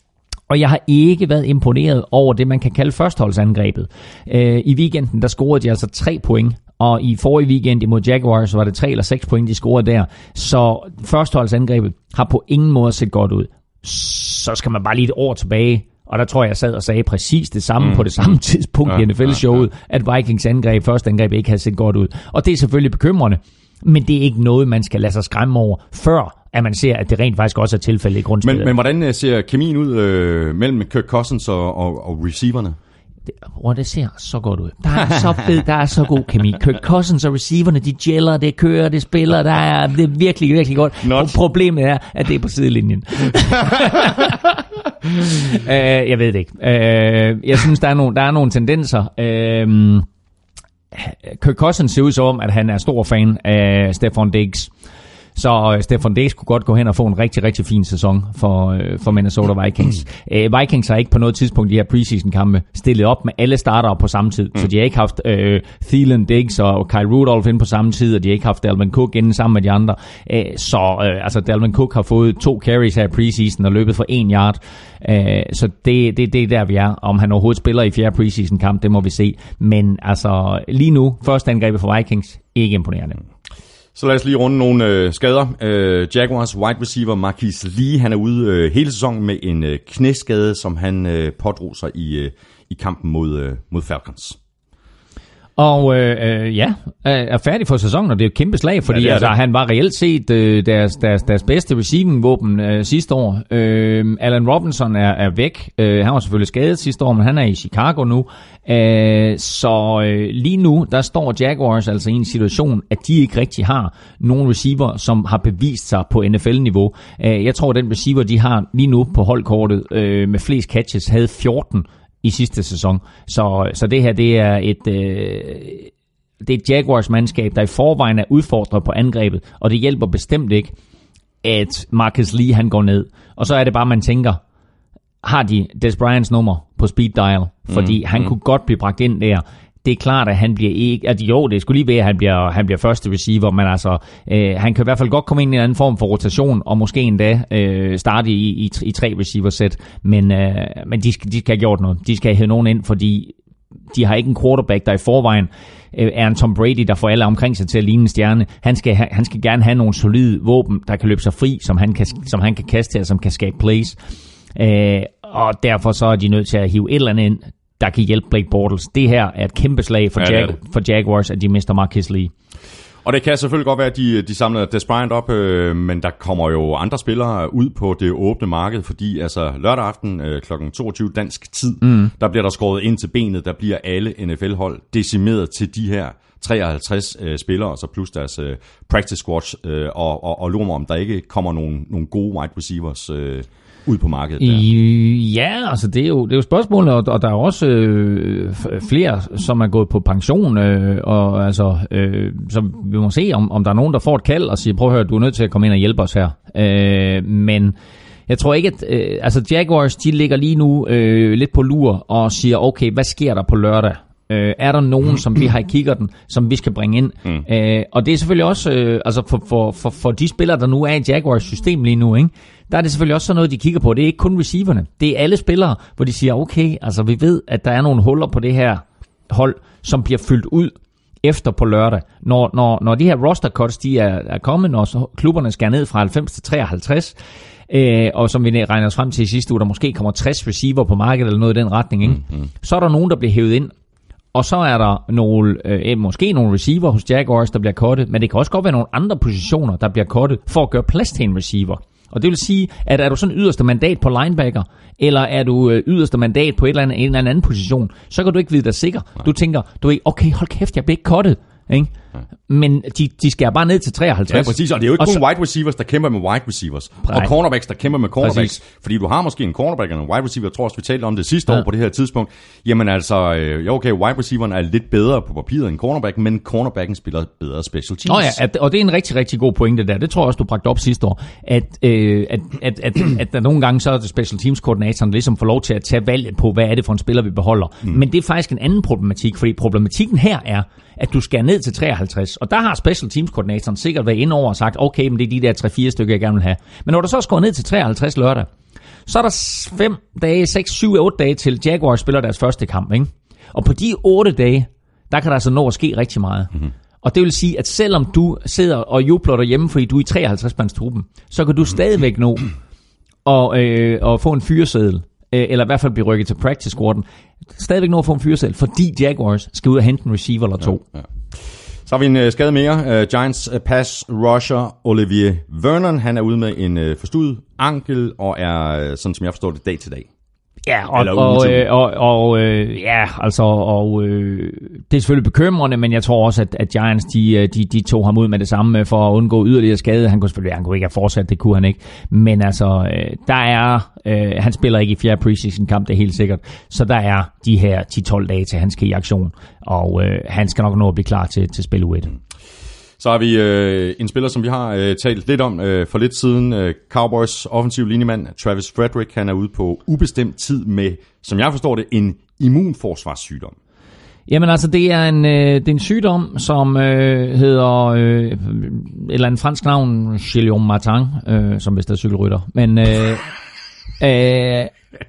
Og jeg har ikke været imponeret over det, man kan kalde førsteholdsangrebet. Øh, I weekenden, der scorede de altså tre point, og i forrige weekend imod Jaguars var det tre eller seks point, de scorede der. Så førsteholdsangrebet har på ingen måde set godt ud. Så skal man bare lige et år tilbage, og der tror jeg, jeg sad og sagde præcis det samme mm. på det samme tidspunkt ja, i N F L-showet, ja, ja. at Vikings angreb, første angreb ikke havde set godt ud. Og det er selvfølgelig bekymrende, men det er ikke noget, man skal lade sig skræmme over, før at man ser, at det rent faktisk også er tilfældet i grundspillet. Men, men hvordan ser kemien ud øh, mellem Kirk Cousins og, og, og receiverne? Det, oh, det ser så godt ud. Der er så fed, der er så god kemi. Kirk Cousins og receiverne, de gælder, det kører, det spiller, der er, det er virkelig, virkelig godt. Og problemet er, at det er på sidelinjen. uh, jeg ved det ikke. Uh, jeg synes, der er nogle, der er nogle tendenser. Uh, Kirk Cousins ser ud som, at han er stor fan af Stefon Diggs. Så Stefon Diggs kunne godt gå hen og få en rigtig, rigtig fin sæson for, for Minnesota Vikings. Uh, Vikings har ikke på noget tidspunkt i de her preseason-kampe stillet op med alle startere på samme tid. Mm. Så de har ikke haft uh, Thielen, Diggs og Kyle Rudolph inde på samme tid, og de har ikke haft Dalvin Cook inde sammen med de andre. Uh, så uh, altså Dalvin Cook har fået to carries her i preseason og løbet for en yard. Uh, så det, det, det er der, vi er. Om han overhovedet spiller i fjerde preseason-kamp, det må vi se. Men altså lige nu, første angrebet for Vikings, ikke imponerende. Så lad os lige runde nogle øh, skader. Øh, Jaguars wide receiver Marquise Lee, han er ude øh, hele sæsonen med en øh, knæskade, som han øh, pådrog sig i, øh, i kampen mod, øh, mod Falcons. Og øh, ja, er færdig for sæsonen, og det er et kæmpe slag, fordi ja, altså, han var reelt set øh, deres, deres, deres bedste receiving-våben øh, sidste år. Øh, Allen Robinson er, er væk. Øh, han var selvfølgelig skadet sidste år, men han er i Chicago nu. Øh, så øh, lige nu, der står Jaguars altså i en situation, at de ikke rigtig har nogen receiver, som har bevist sig på N F L-niveau. Øh, jeg tror, at den receiver, de har lige nu på holdkortet øh, med flest catches, havde fjorten i sidste sæson. Så, så det her, det er et, øh, det er et Jaguars-mandskab, der i forvejen er udfordret på angrebet, og det hjælper bestemt ikke, at Marcus Lee, han går ned. Og så er det bare, man tænker, har de Dez Bryants nummer på speed dial? Fordi mm, han mm. kunne godt blive bragt ind der. Det er klart, at han bliver ikke... At jo, det skulle lige være, at han bliver, han bliver første receiver, men altså, øh, han kan i hvert fald godt komme ind i en anden form for rotation, og måske endda øh, starte i, i, i tre receiver-sæt. Men, øh, men de, skal, de skal have gjort noget. De skal have nogen ind, fordi de har ikke en quarterback, der i forvejen øh, er en Tom Brady, der får alle omkring sig til at ligne en stjerne. Han skal, ha, han skal gerne have nogle solide våben, der kan løbe sig fri, som han kan, som han kan kaste til, som kan skabe plays. Øh, og derfor så er de nødt til at hive et eller andet ind, der kan hjælpe Blake Bortles. Det her er et kæmpe slag for, ja, Jag- for Jaguars, at de mister Marcus Lee. Og det kan selvfølgelig godt være, at de, de samler Dez Bryant op, øh, men der kommer jo andre spillere ud på det åbne marked, fordi altså lørdag aften øh, klokken toogtyve dansk tid, mm. der bliver der skåret ind til benet, der bliver alle N F L-hold decimeret til de her treoghalvtreds øh, spillere, og så plus deres øh, practice squads, øh, og, og, og lurer mig, om der ikke kommer nogle, nogle gode wide receivers øh, ud på markedet der. Ja, altså det er jo, det er jo spørgsmålet, og, og der er også øh, flere, som er gået på pension, øh, og altså, øh, så vi må se, om, om der er nogen, der får et kald og siger, prøv at høre, du er nødt til at komme ind og hjælpe os her. Øh, men jeg tror ikke, at øh, altså Jaguars, de ligger lige nu øh, lidt på lur og siger, okay, hvad sker der på lørdag? Øh, er der nogen, som vi har i kikkerten, som vi skal bringe ind? Mm. Øh, og det er selvfølgelig også, øh, altså for, for, for, for de spillere, der nu er i Jaguars system lige nu, ikke? Der er det selvfølgelig også sådan noget, de kigger på. Det er ikke kun receiverne. Det er alle spillere, hvor de siger, okay, altså vi ved, at der er nogle huller på det her hold, som bliver fyldt ud efter på lørdag. Når, når, når de her roster cuts, de er, er kommet, når klubberne skal ned fra halvfems til treoghalvtreds, øh, og som vi regner os frem til i sidste uge, der måske kommer tres receiver på markedet, eller noget i den retning, ikke? Mm-hmm. Så er der nogen, der bliver hævet ind. Og så er der nogle, øh, måske nogle receiver hos Jaguars, der bliver cuttet, men det kan også godt være nogle andre positioner, der bliver cuttet, for at gøre plads til en receiver. Og det vil sige, at er du sådan yderste mandat på linebacker, eller er du øh, yderste mandat på et eller andet, en eller anden position, så kan du ikke vide dig sikker. Du tænker, du er okay, hold kæft, jeg bliver ikke cuttet. Ikke? Men de, de skal bare ned til treoghalvtreds. Ja, præcis, og det er jo ikke kun wide receivers, der kæmper med wide receivers, nej. Og cornerbacks, der kæmper med cornerbacks. Præcis. Fordi du har måske en cornerback og en wide receiver, jeg tror også, vi talte om det sidste ja. år på det her tidspunkt. Jamen altså, ja okay, wide receiveren er lidt bedre på papiret end cornerback, men cornerbacken spiller bedre special teams. Nå ja, at, og det er en rigtig, rigtig god pointe der. Det tror jeg også, du bragte op sidste år. At, øh, at, at, at, at der nogle gange så er det special teams koordinatoren ligesom får lov til at tage valget på, hvad er det for en spiller, vi beholder. Mm. Men det er faktisk en anden problematik, fordi problematikken her er, at du skal ned til treoghalvtreds. Og der har special teams koordinatoren sikkert været inde over og sagt, okay, men det er de der tre fire stykker, jeg gerne vil have. Men når du så skal ned til treoghalvtreds lørdag, så er der fem dage, seks, syv, otte dage til Jaguars spiller deres første kamp, ikke? Og på de otte dage, der kan der altså nå at ske rigtig meget. Mm-hmm. Og det vil sige, at selvom du sidder og jubler derhjemme, fordi du er i treoghalvtreds-bandstruppen, så kan du stadigvæk nå at, øh, at få en fyreseddel, øh, eller i hvert fald blive rykket til practice squaden, stadigvæk nå at få en fyreseddel, fordi Jaguars skal ud og hente en receiver eller to. Ja, ja. Så har vi en uh, skade mere. Uh, Giants uh, pass rusher Olivier Vernon, han er ude med en uh, forstuet ankel, og er, uh, sådan som jeg forstår det, dag til dag. Ja, og, og, øh, og, og øh, ja, altså, og øh, det er selvfølgelig bekymrende, men jeg tror også, at, at Giants, de, de, de tog ham ud med det samme for at undgå yderligere skade. Han kunne selvfølgelig, han kunne ikke have fortsat, det kunne han ikke. Men altså, øh, der er, øh, han spiller ikke i fjerde preseason kamp, det er helt sikkert. Så der er de her ti til tolv dage til, han skal i aktion, og øh, han skal nok nå at blive klar til, til spil U et. Så har vi øh, en spiller, som vi har øh, talt lidt om øh, for lidt siden. Øh, Cowboys offensiv linjemand Travis Frederick, han er ude på ubestemt tid med, som jeg forstår det, en immunforsvarssygdom. Jamen altså, det er en, øh, det er en sygdom, som øh, hedder øh, et eller andet fransk navn, Guillaume Martin, øh, som vist er cykelrytter. Men øh, øh,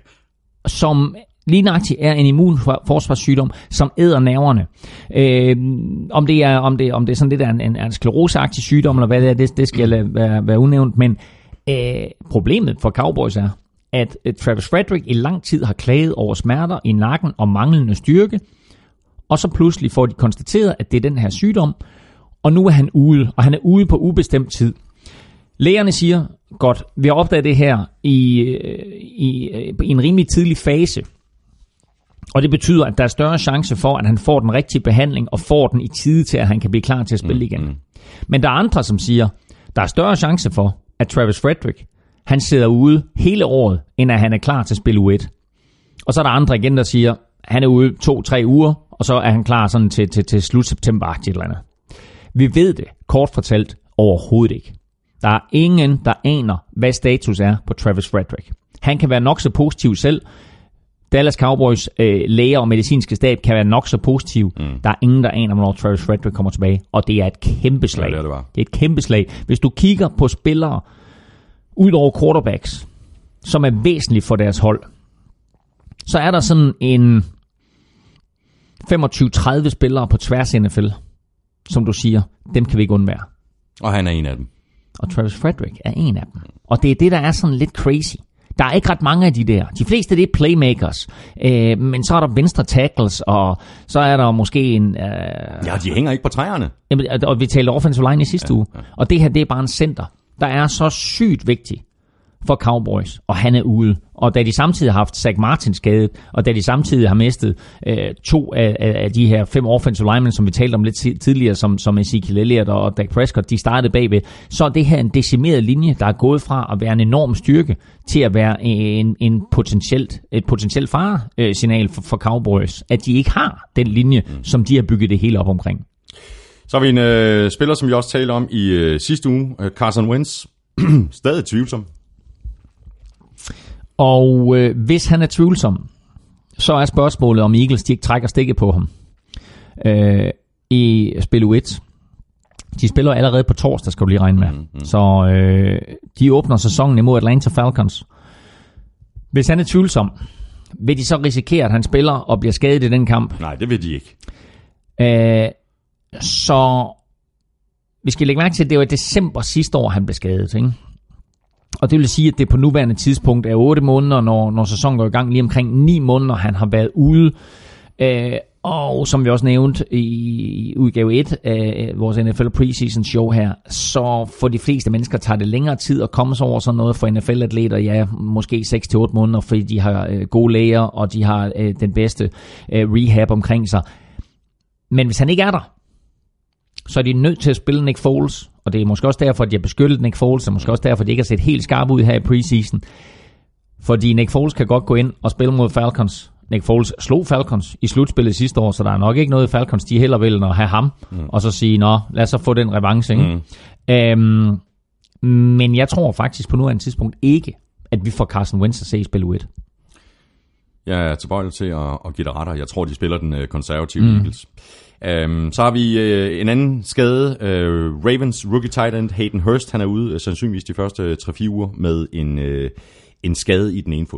som lige nøjagtigt er en immunforsvarssygdom, som æder nerverne. Øh, om det er om det om det er sådan lidt af en, en, en skleroseagtig sygdom eller hvad det er, det, det skal lade være, være unævnt. Men øh, problemet for Cowboys er, at Travis Frederick i lang tid har klaget over smerter i nakken og manglende styrke, og så pludselig får de konstateret, at det er den her sygdom, og nu er han ude, og han er ude på ubestemt tid. Lægerne siger, godt, vi har opdaget det her i, i, i en rimelig tidlig fase, og det betyder, at der er større chance for, at han får den rigtige behandling, og får den i tide til, at han kan blive klar til at spille igen. Mm-hmm. Men der er andre, som siger, der er større chance for, at Travis Frederick, han sidder ude hele året, end at han er klar til at spille U et. Og så er der andre igen, der siger, han er ude to-tre uger, og så er han klar sådan til, til, til slut september eller andet. Vi ved det, kort fortalt, overhovedet ikke. Der er ingen, der aner, hvad status er på Travis Frederick. Han kan være nok så positiv selv. Dallas Cowboys øh, læger og medicinske stab kan være nok så positiv. Mm. Der er ingen, der aner, hvornår Travis Frederick kommer tilbage. Og det er et kæmpe slag. Ja, det, er det, det er et kæmpe slag. Hvis du kigger på spillere ud over quarterbacks, som er væsentlige for deres hold, så er der sådan en femogtyve til tredive spillere på tværs af N F L, som du siger, dem kan vi ikke undvære. Og han er en af dem. Og Travis Frederick er en af dem. Og det er det, der er sådan lidt crazy. Der er ikke ret mange af de der. De fleste, det er playmakers. Øh, men så er der venstre tackles, og så er der måske en... Øh, ja, de hænger ikke på træerne. Og vi talte offensive line i sidste ja, uge. Ja. Og det her, det er bare en center, der er så sygt vigtig for Cowboys, og han er ude. Og da de samtidig har haft Zach Martin skadet, og da de samtidig har mistet øh, to af, af de her fem offensive linemen, som vi talte om lidt tidligere, som, som Ezekiel Elliott og Dak Prescott, de startede bagved, så er det her en decimeret linje, der er gået fra at være en enorm styrke, til at være en, en potentielt, et potentielt faresignal for, for Cowboys, at de ikke har den linje, mm. som de har bygget det hele op omkring. Så har vi en øh, spiller, som vi også talte om i øh, sidste uge, øh, Carson Wentz, stadig tvivlsom. Og øh, hvis han er tvivlsom, så er spørgsmålet, om Eagles de ikke trækker stikket på ham. øh, i spil U et. De spiller allerede på torsdag, skal du lige regne med. Mm-hmm. Så øh, de åbner sæsonen imod Atlanta Falcons. Hvis han er tvivlsom, vil de så risikere, at han spiller og bliver skadet i den kamp? Nej, det vil de ikke. Øh, så vi skal lægge mærke til, at det var i december sidste år, han blev skadet, ikke? Og det vil sige, at det på nuværende tidspunkt er otte måneder, når, når sæsonen går i gang, lige omkring ni måneder, han har været ude. Øh, og som vi også nævnte i udgave et af vores N F L Preseason show her, så for de fleste mennesker tager det længere tid at komme sig over sådan noget. For N F L-atleter, ja, måske seks til otte måneder, fordi de har øh, gode læger, og de har øh, den bedste øh, rehab omkring sig. Men hvis han ikke er der, så er de nødt til at spille Nick Foles, og det er måske også derfor, at de har beskyttet Nick Foles, og måske også derfor, at de ikke har set helt skarpe ud her i preseason. Fordi Nick Foles kan godt gå ind og spille mod Falcons. Nick Foles slog Falcons i slutspillet sidste år, så der er nok ikke noget Falcons, de heller vil at have ham, mm. og så sige, nå, lad os så få den revanche. Mm. Øhm, men jeg tror faktisk på nuværende tidspunkt ikke, at vi får Carson Wentz at se i spil U et. Jeg er tilbøjelig til at, at give dig ret, og jeg tror, de spiller den uh, konservative mm. Eagles. Um, så har vi uh, en anden skade. Uh, Ravens rookie tight end Hayden Hurst, han er ude uh, sandsynligvis de første tre fire uger med en, uh, en skade i den ene fod.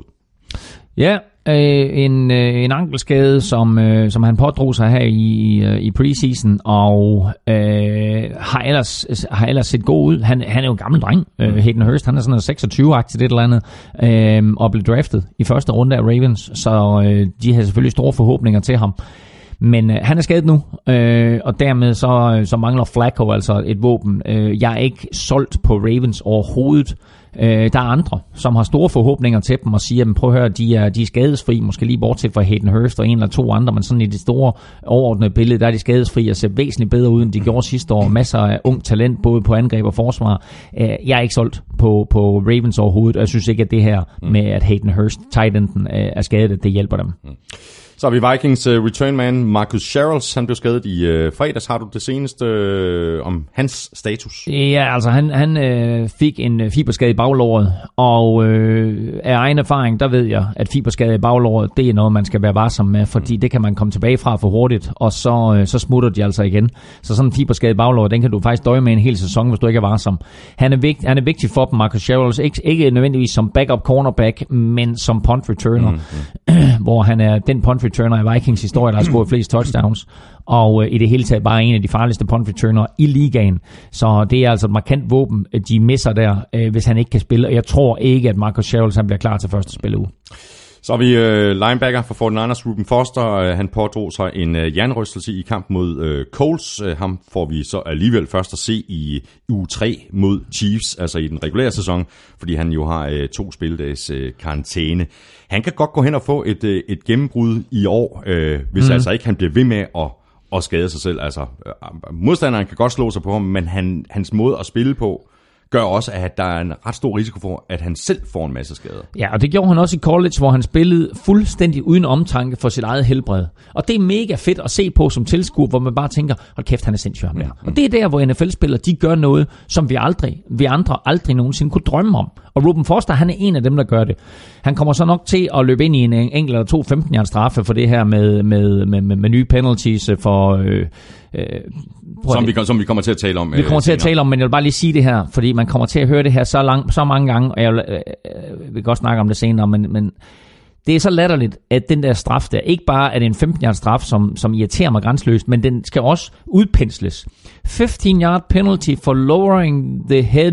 Ja, øh, en, øh, en ankelskade, som, øh, som han pådrog sig her i, øh, i preseason, og øh, har, ellers, har ellers set god ud. Han, han er jo en gammel dreng, øh, Hayden Hurst. Han er sådan noget seksogtyve-agtigt et eller andet, øh, og blev draftet i første runde af Ravens, så øh, de har selvfølgelig store forhåbninger til ham. Men øh, han er skadet nu, øh, og dermed så, så mangler Flacco altså et våben. Øh, jeg er ikke solgt på Ravens overhovedet. Øh, der er andre, som har store forhåbninger til dem og siger, men prøv at høre, de er, de er skadesfri, måske lige bortset fra Hayden Hurst og en eller to andre, men sådan i det store overordnede billede, der er de skadesfri og ser væsentligt bedre ud, end de gjorde sidste år. Masser af ung talent, både på angreb og forsvar. Øh, jeg er ikke solgt på, på Ravens overhovedet, og jeg synes ikke, at det her med, at Hayden Hurst, tight enden, er skadet, det hjælper dem. Mm. Så har vi Vikings uh, return man Marcus Sherrills. Han blev skadet i uh, fredags. Har du det seneste uh, om hans status? Ja, altså han, han øh, fik en fiberskade i baglåret, og øh, af egen erfaring, der ved jeg, at fiberskade i baglåret, det er noget, man skal være varsom med, fordi det kan man komme tilbage fra for hurtigt, og så, øh, så smutter de altså igen. Så sådan en fiberskade i baglåret, den kan du faktisk døje med en hel sæson, hvis du ikke er varsom. Han er, vigt, han er vigtig for dem, Marcus Sherrills, ikke, ikke nødvendigvis som backup cornerback, men som punt returner, mm-hmm. hvor han er den punt returner i Vikings historie, der har scoret flest touchdowns, og øh, i det hele taget bare en af de farligste punt returner i ligaen. Så det er altså et markant våben, de misser der, øh, hvis han ikke kan spille. Og jeg tror ikke, at Marcus Sherrills han bliver klar til første spilleuge. Så har vi øh, linebacker for forty-niners, Reuben Foster. Øh, han pådrog sig en øh, jernrystelse i kamp mod øh, Colts. Øh, ham får vi så alligevel først at se i uge tre mod Chiefs, altså i den regulære sæson, fordi han jo har øh, to spildags øh, karantæne. Han kan godt gå hen og få et, øh, et gennembrud i år, øh, hvis mm. altså ikke han bliver ved med at, at skade sig selv. Altså, øh, modstanderen kan godt slå sig på ham, men han, hans måde at spille på gør også, at der er en ret stor risiko for, at han selv får en masse skader. Ja, og det gjorde han også i college, hvor han spillede fuldstændig uden omtanke for sit eget helbred. Og det er mega fedt at se på som tilskuer, hvor man bare tænker, hold kæft, han er sindssyg ham der. Mm. Og det er der, hvor N F L-spillere, de gør noget, som vi aldrig, vi andre aldrig nogensinde kunne drømme om. Og Reuben Foster, han er en af dem, der gør det. Han kommer så nok til at løbe ind i en enkelt eller to femten-yards straffe for det her med, med, med, med, med nye penalties for... Øh, øh, som, vi, som vi kommer til at tale om. Vi kommer øh, til at tale om, men jeg vil bare lige sige det her, fordi man kommer til at høre det her så, lang, så mange gange, og jeg vil, øh, vil godt snakke om det senere, men, men det er så latterligt, at den der straf der, ikke bare er det en femten-yard straf, som, som irriterer mig grænseløst, men den skal også udpensles. fifteen-yard penalty for lowering the head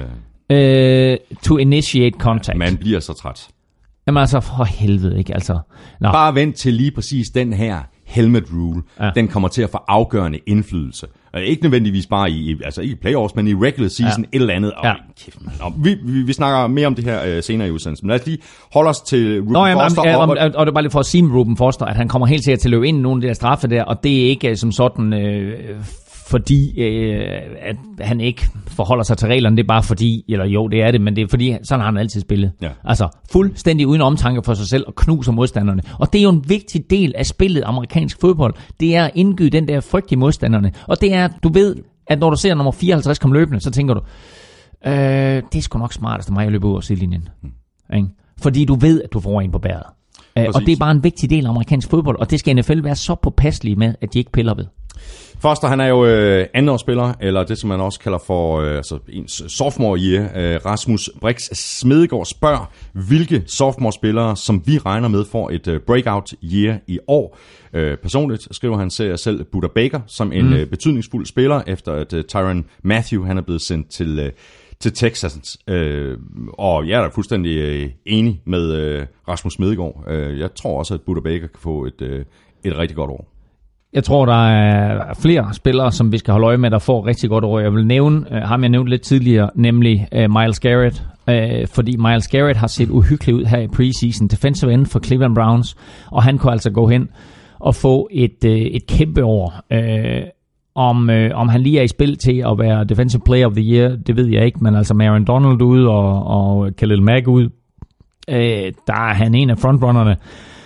yeah. uh, to initiate contact. Ja, man bliver så træt. Jamen altså, for helvede, ikke? Altså, no. Bare vent til lige præcis den her helmet rule. Ja. Den kommer til at få afgørende indflydelse. Ikke nødvendigvis bare i, altså ikke i playoffs, men i regular season, ja. et eller andet. Og, ja. kæft, og vi, vi, vi snakker mere om det her uh, senere i udsendelsen. Men lad os lige holde os til Reuben Nå, jamen, Foster. Jamen, og, og, og det er bare lige for at sige med Reuben Foster, at han kommer helt sikkert til at løbe ind i nogle af de der straffe der, og det er ikke som sådan... Øh, fordi øh, at han ikke forholder sig til reglerne, det er bare fordi, eller jo, det er det, men det er fordi, sådan har han altid spillet. Ja. Altså, fuldstændig uden omtanke for sig selv og knuser modstanderne. Og det er jo en vigtig del af spillet amerikansk fodbold. Det er at indgyde den der frygt i modstanderne. Og det er, du ved, at når du ser nummer fireoghalvtreds komme løbende, så tænker du, øh, det er sgu nok smartest af mig at løbe ud af sidelinjen. Hmm. Fordi du ved, at du får en på bæret. Uh, og det er bare en vigtig del af amerikansk fodbold, og det skal N F L være så påpasselig med, at de ikke piller ved. Foster, han er jo øh, andenårsspiller, eller det som man også kalder for øh, altså ens sophomore year. Øh, Rasmus Brix Smedegaard spørger, hvilke sophomore-spillere, som vi regner med for et øh, breakout year i år. Øh, personligt skriver han ser selv Buda Baker som en mm. øh, betydningsfuld spiller, efter at øh, Tyrann Mathieu han er blevet sendt til, øh, til Texans. Øh, og jeg er da fuldstændig øh, enig med øh, Rasmus Smedegaard. Øh, jeg tror også, at Buda Baker kan få et, øh, et rigtig godt år. Jeg tror, der er flere spillere, som vi skal holde øje med, der får rigtig godt år. Jeg vil nævne uh, ham, jeg nævnte lidt tidligere, nemlig uh, Myles Garrett. Uh, fordi Myles Garrett har set uhyggeligt ud her i preseason. Defensive end for Cleveland Browns. Og han kunne altså gå hen og få et, uh, et kæmpe år. Uh, om, uh, om han lige er i spil til at være Defensive Player of the Year, det ved jeg ikke. Men altså med Aaron Donald ud og, og Khalil Mack ud, uh, der er han en af frontrunnerne.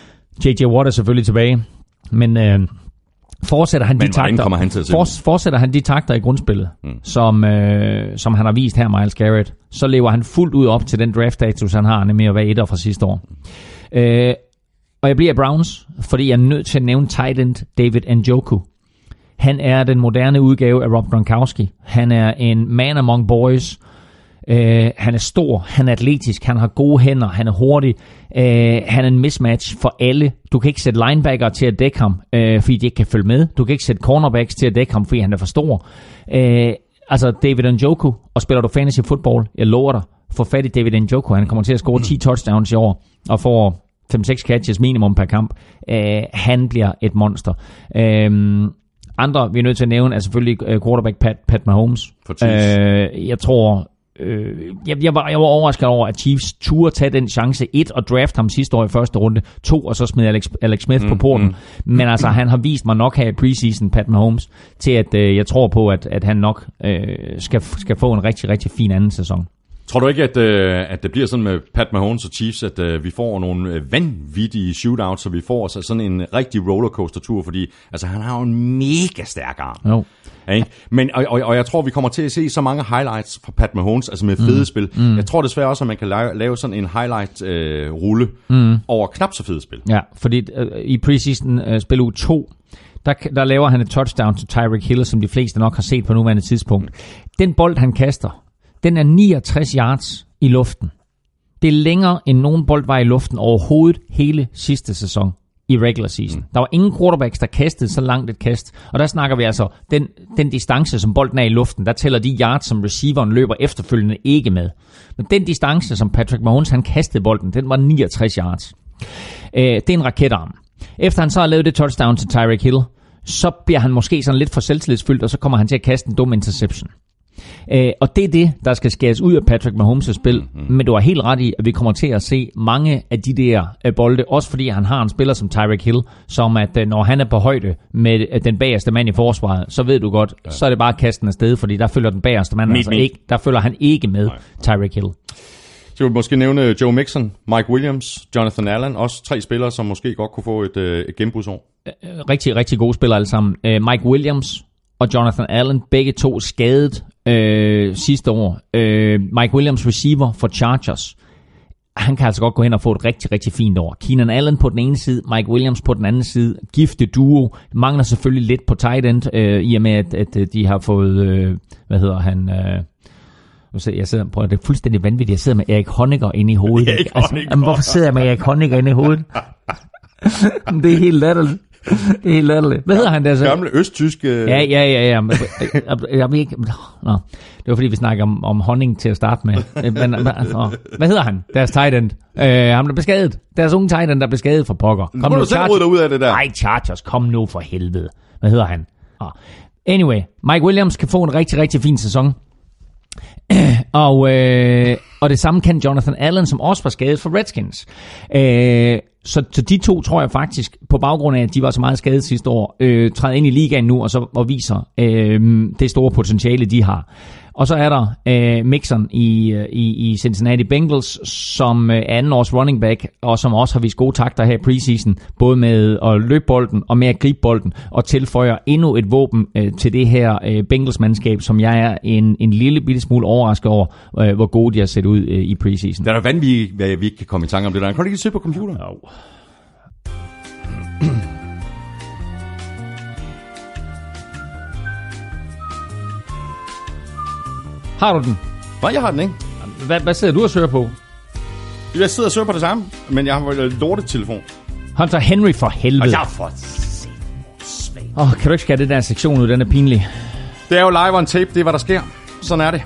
J J Watt er selvfølgelig tilbage. Men... Uh, Fortsætter han, de takter, han, for, fortsætter han de takter i grundspillet, mm. som, øh, som han har vist her, Myles Garrett, så lever han fuldt ud op til den draft-status, han har, nemlig at være etter fra sidste år. Mm. Øh, og jeg bliver Browns, fordi jeg er nødt til at nævne tight end David Njoku. Han er den moderne udgave af Rob Gronkowski. Han er en man among boys. Uh, han er stor, han er atletisk, han har gode hænder, han er hurtig, uh, han er en mismatch for alle. Du kan ikke sætte linebacker til at dække ham, uh, fordi de ikke kan følge med. Du kan ikke sætte cornerbacks til at dække ham, fordi han er for stor. Uh, altså David Njoku, og spiller du fantasy football, jeg lover dig, få fat i David Njoku. Han kommer til at score ti touchdowns i år, og får fem seks catches minimum per kamp. Uh, han bliver et monster. Uh, andre, vi er nødt til at nævne, er selvfølgelig quarterback Pat, Pat Mahomes. Uh, jeg tror... Øh, jeg, jeg, var, jeg var overrasket over, at Chiefs turde tage den chance. Et, og draft ham sidste år i første runde. To, og så smed Alex, Alex Smith mm, på porten. Mm. Men altså, han har vist mig nok her i preseason, Pat Mahomes, til at øh, jeg tror på, at, at han nok øh, skal, skal få en rigtig, rigtig fin anden sæson. Tror du ikke, at, øh, at det bliver sådan med Pat Mahomes og Chiefs, at øh, vi får nogle øh, vanvittige shootouts, så vi får så sådan en rigtig rollercoaster-tur, fordi altså, han har jo en mega stærk arm. Jo. Ja, ikke? Men, og, og, og jeg tror, vi kommer til at se så mange highlights fra Pat Mahomes, altså med fede mm. spil. Mm. Jeg tror desværre også, at man kan lave, lave sådan en highlight-rulle øh, mm. over knap så fede spil. Ja, fordi øh, i preseason øh, spil uge to, der, der laver han et touchdown til Tyreek Hill, som de fleste nok har set på nuværende tidspunkt. Den bold, han kaster, den er niogtres yards i luften. Det er længere, end nogen bold var i luften overhovedet hele sidste sæson i regular season. Mm. Der var ingen quarterbacks, der kastede så langt et kast. Og der snakker vi altså, den, den distance, som bolden er i luften, der tæller de yards, som receiveren løber efterfølgende ikke med. Men den distance, som Patrick Mahomes han kastede bolden, den var niogtres yards. Øh, det er en raketarm. Efter han så har lavet det touchdown til Tyreek Hill, så bliver han måske sådan lidt for selvtillidsfyldt, og så kommer han til at kaste en dum interception. Uh, og det er det, der skal skæres ud af Patrick Mahomes' spil. Mm-hmm. Men du har helt ret i, at vi kommer til at se mange af de der uh, bolde, også fordi han har en spiller som Tyreek Hill, som at uh, når han er på højde med uh, den bagerste mand i forsvaret, så ved du godt, ja. Så er det bare kasten afsted, fordi der følger den bagerste mand, altså ikke, der følger han ikke med. Nej. Tyreek Hill. Så vil måske nævne Joe Mixon, Mike Williams, Jonathan Allen, også tre spillere, som måske godt kunne få et, uh, et gennembrudsår. Uh, rigtig, rigtig gode spillere alle sammen. Uh, Mike Williams og Jonathan Allen, begge to skadet øh, sidste år. Øh, Mike Williams, receiver for Chargers, han kan altså godt gå hen og få et rigtig, rigtig fint år. Keenan Allen på den ene side, Mike Williams på den anden side. Gifte duo. Mangler selvfølgelig lidt på tight end, øh, i og med, at, at de har fået, øh, hvad hedder han... Øh, jeg sidder på, det er fuldstændig vanvittigt. Jeg sidder med Erik Honecker inde i hovedet. Erik altså, jamen, hvorfor sidder jeg med Erik Honecker inde i hovedet? Det er helt latterligt. Det er helt latterligt. Hvad hedder han der så? Gamle østtyske... Ja, ja, ja. ja. Jeg, jeg ved ikke... Nå. Det var fordi, vi snakker om, om honning til at starte med. Men, altså, hvad hedder han? Deres tight end. Øh, han blev beskadet. Deres unge tight end, der blev skadet for pokker. Kom nu, Chargers. Ud af det der. Nej, Chargers. Kom nu for helvede. Hvad hedder han? Oh. Anyway, Mike Williams kan få en rigtig, rigtig fin sæson. og, øh, og det samme kan Jonathan Allen, som også var skadet for Redskins. Øh, så, så de to tror jeg faktisk, på baggrund af, at de var så meget skadet sidste år, øh, træder ind i ligaen nu og, så, og viser øh, det store potentiale, de har. Og så er der øh, Mixon i, i, i Cincinnati Bengals, som øh, anden års running back, og som også har vist gode takter her i preseason, både med at løbe bolden og med at gribe bolden, og tilføjer endnu et våben øh, til det her øh, Bengals-mandskab, som jeg er en, en lille bitte smule overrasket over, øh, hvor gode de har set ud øh, i preseason. Det er da vanvittigt, hvad vi ikke kan komme i tanke om det der. Kan du ikke se på computeren? Jo. Har du den? Nej, jeg har den ikke. Hvad, hvad sidder du og søger på? Jeg sidder og søger på det samme, men jeg har en lortetelefon. Hunter Henry for helvede. Og jeg for... Åh, oh, kan du ikke skære det der sektion ud? Den er pinlig. Det er jo live on tape, det er hvad der sker. Sådan er det.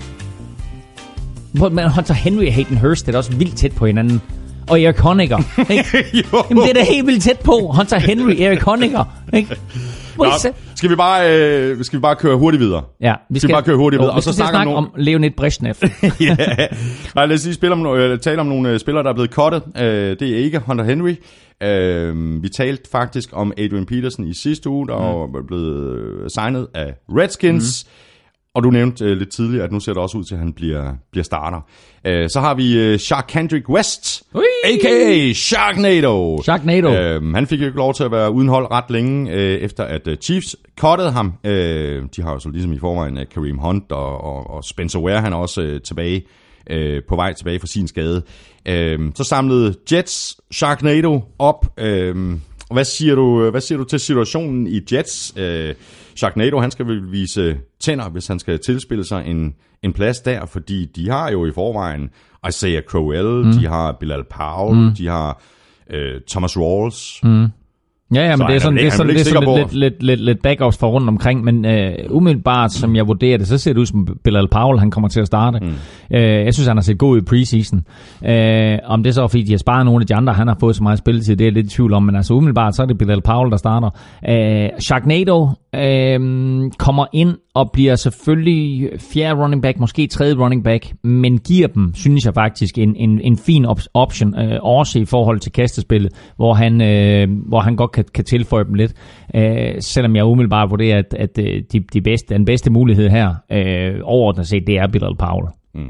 Men Hunter Henry og Hayden Hurst er også vildt tæt på hinanden. Og Eric Honecker, ikke? Jamen, det er da helt vildt tæt på. Hunter Henry, Eric Honecker, ikke? Nå, skal vi bare øh, skal vi bare køre hurtigt videre? Ja, vi skal, skal vi bare køre hurtigt videre. Jo, og så snakke om, nogle... om Leonid Brezhnev. Ja. Nej, lad os lige spille om, øh, tale om nogle øh, spillere, der er blevet cuttet. Øh, det er ikke Hunter Henry. Øh, vi talte faktisk om Adrian Peterson i sidste uge, der mm. var blevet øh, signet af Redskins. Mm. Og du nævnte øh, lidt tidligere, at nu ser det også ud til, at han bliver, bliver starter. Øh, så har vi øh, Charcandrick West, Ui! a k a. Sharknado. Sharknado. Øh, han fik jo ikke lov til at være uden hold ret længe, øh, efter at uh, Chiefs cuttede ham. Øh, de har jo så ligesom i forvejen uh, Kareem Hunt og, og, og Spencer Ware, han er også øh, tilbage, øh, på vej tilbage fra sin skade. Øh, så samlede Jets Sharknado op. Øh, hvad, siger du, hvad siger du til situationen i Jets? Øh, Sharknado, han skal vel vise tænder, hvis han skal tilspille sig en, en plads der, fordi de har jo i forvejen Isaiah Crowell, mm. de har Bilal Powell, mm. de har øh, Thomas Rawls. Mm. Ja, ja, men det er sådan, det er sådan, det er sådan lidt, lidt, lidt, lidt backups for rundt omkring, men øh, umiddelbart, som jeg vurderer det, så ser det ud som Bilal Powell, han kommer til at starte. Mm. Øh, jeg synes, han har set god ud i preseason. Øh, om det så er, fordi de har sparet nogle af de andre, han har fået så meget spilletid, det er jeg lidt i tvivl om, men altså umiddelbart, så er det Bilal Powell, der starter. Øh, Sharknado øh, kommer ind og bliver selvfølgelig fjerde running back, måske tredje running back, men giver dem, synes jeg faktisk, en, en, en fin op- option, øh, også i forhold til kastespillet, hvor han, øh, hvor han godt kan, kan tilføje dem lidt. Øh, selvom jeg umiddelbart vurderer, at, at de, de bedste, den bedste mulighed her, øh, overordnet set, det er Bilal Powell. Mm.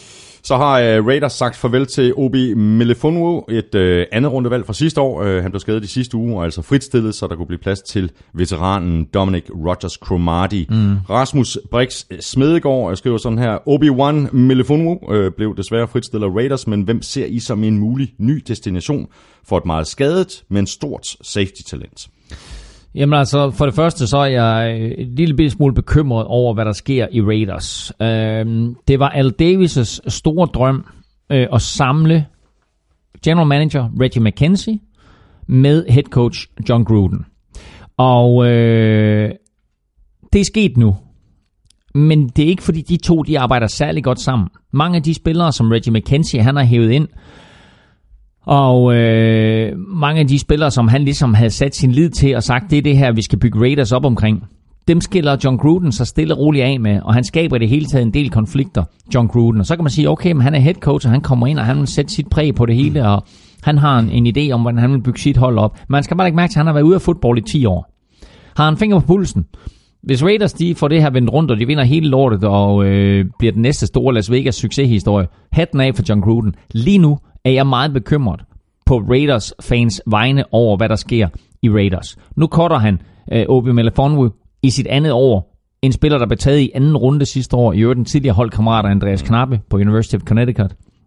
Så har uh, Raiders sagt farvel til Obi Melifonwu, et uh, andet rundevalg fra sidste år. Uh, han blev skadet i sidste uge, og altså fritstillet, så der kunne blive plads til veteranen Dominic Rodgers-Cromartie. Mm. Rasmus Brix Smedegaard skriver sådan her: Obi-Wan Melifonwu uh, blev desværre fritstillet af Raiders, men hvem ser I som en mulig ny destination for et meget skadet, men stort safety-talent? Jamen altså, for det første så er jeg en lille smule bekymret over, hvad der sker i Raiders. Øhm, det var Al Davis' store drøm øh, at samle general manager Reggie McKenzie med head coach John Gruden. Og øh, det er sket nu. Men det er ikke fordi de to de arbejder særlig godt sammen. Mange af de spillere, som Reggie McKenzie han har hævet ind, og øh, mange af de spillere, som han ligesom havde sat sin lid til og sagt, det er det her, vi skal bygge Raiders op omkring, dem skiller John Gruden så stille og roligt af med, og han skaber i det hele taget en del konflikter, John Gruden. Og så kan man sige, okay, men han er head coach, og han kommer ind, og han vil sætte sit præg på det hele, og han har en, en idé om, hvordan han vil bygge sit hold op. Men man skal bare ikke mærke til, at han har været ude af fodbold i ti år. Har han finger på pulsen? Hvis Raiders de får det her vendt rundt, og de vinder hele lortet, og øh, bliver den næste store Las Vegas succeshistorie, hatten af for John Gruden. Lige nu er jeg meget bekymret på Raiders fans vegne over, hvad der sker i Raiders. Nu cutter han øh, Obi Melifonwu i sit andet år. En spiller, der blev taget i anden runde sidste år. I øvrigt den tidligere holdkammerat Andreas Knappe på University of Connecticut.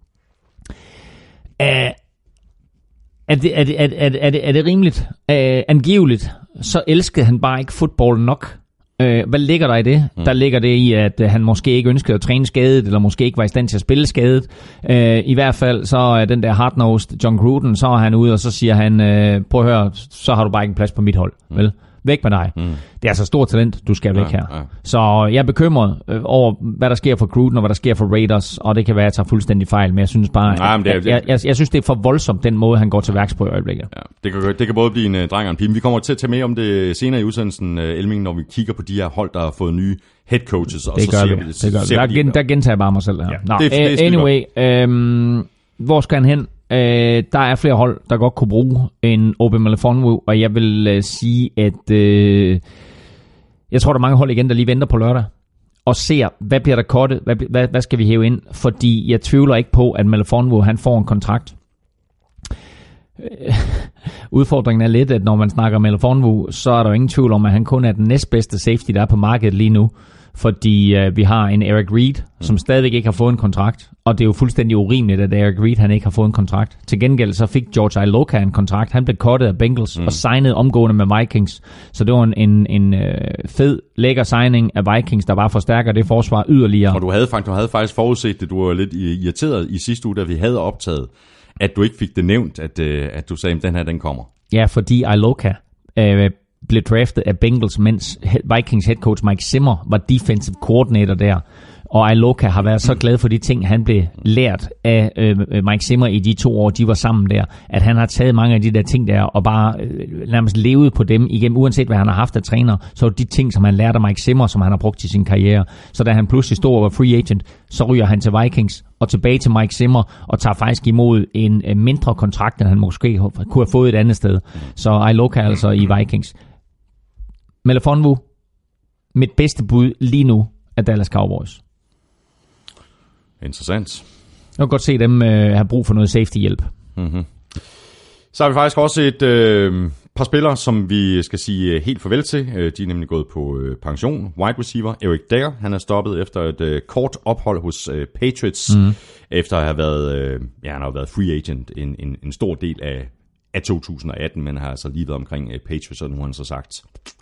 Uh, er, det, er, det, er, det, er, det, er det rimeligt? Uh, angiveligt, så elskede han bare ikke fodbold nok. Uh, hvad ligger der i det? Mm. Der ligger det i, at uh, han måske ikke ønskede at træne skadet, eller måske ikke var i stand til at spille skadet. Uh, I hvert fald så er den der hardnosed John Gruden, så er han ude, og så siger han, uh, prøv at høre, så har du bare ikke en plads på mit hold. Mm. Vel? Væk med dig. Mm. Det er altså stort talent, du skal væk ja, her. Ja. Så jeg er bekymret øh, over, hvad der sker for Gruden, og hvad der sker for Raiders, og det kan være, at jeg tager fuldstændig fejl, men jeg synes bare, ja, det er, jeg, jeg, jeg, jeg synes, det er for voldsomt, den måde, han går til værks på i øjeblikket. Ja, det, kan, det kan både blive en uh, dreng og en pige. Vi kommer til at tage med om det senere i udsendelsen, uh, Elming, når vi kigger på de her hold, der har fået nye head coaches. Og det så gør ser vi. vi. Det gør vi. Der, gen, der gentager jeg bare mig selv her. Ja, Nå, det, det anyway, øhm, hvor skal han hen? Øh, der er flere hold, der godt kunne bruge en Obi Melifonwu, og jeg vil øh, sige, at øh, jeg tror, der er mange hold igen, der lige venter på lørdag og ser, hvad bliver der cuttet, hvad, hvad, hvad skal vi hæve ind, fordi jeg tvivler ikke på, at Melifonwu, han får en kontrakt. Øh, udfordringen er lidt, at når man snakker Melifonwu, så er der jo ingen tvivl om, at han kun er den næstbedste safety, der er på markedet lige nu. fordi øh, vi har en Eric Reid, som mm. stadigvæk ikke har fået en kontrakt, og det er jo fuldstændig urimeligt, at Eric Reid han ikke har fået en kontrakt. Til gengæld så fik George Iloka en kontrakt. Han blev cuttet af Bengals mm. og signede omgående med Vikings. Så det var en, en, en øh, fed, lækker signing af Vikings, der bare forstærker det forsvar yderligere. Og du havde, du havde faktisk forudset det. Du var lidt irriteret i sidste uge, da vi havde optaget, at du ikke fik det nævnt, at, øh, at du sagde, at den her, den kommer. Ja, fordi Iloka øh, blev draftet af Bengals, mens Vikings head coach Mike Zimmer var defensive coordinator der. Og Iloka har været så glad for de ting, han blev lært af øh, Mike Zimmer i de to år, de var sammen der, at han har taget mange af de der ting der, og bare øh, nærmest levet på dem igennem, uanset hvad han har haft af træner, så er de ting, som han lærte af Mike Zimmer, som han har brugt i sin karriere. Så da han pludselig stod og var free agent, så ryger han til Vikings og tilbage til Mike Zimmer, og tager faktisk imod en øh, mindre kontrakt, end han måske kunne have fået et andet sted. Så Iloka altså i Vikings. Melifonwu, mit bedste bud lige nu er Dallas Cowboys. Interessant. Jeg kan godt se dem øh, have brug for noget safety-hjælp. Mm-hmm. Så har vi faktisk også et øh, par spillere, som vi skal sige helt farvel til. De er nemlig gået på øh, pension. Wide receiver Eric Decker, han er stoppet efter et øh, kort ophold hos øh, Patriots, mm. efter at have været, øh, ja, han har været free agent en, en, en stor del af, af to tusind atten, men har altså lige været omkring øh, Patriots, og nu har han så sagt,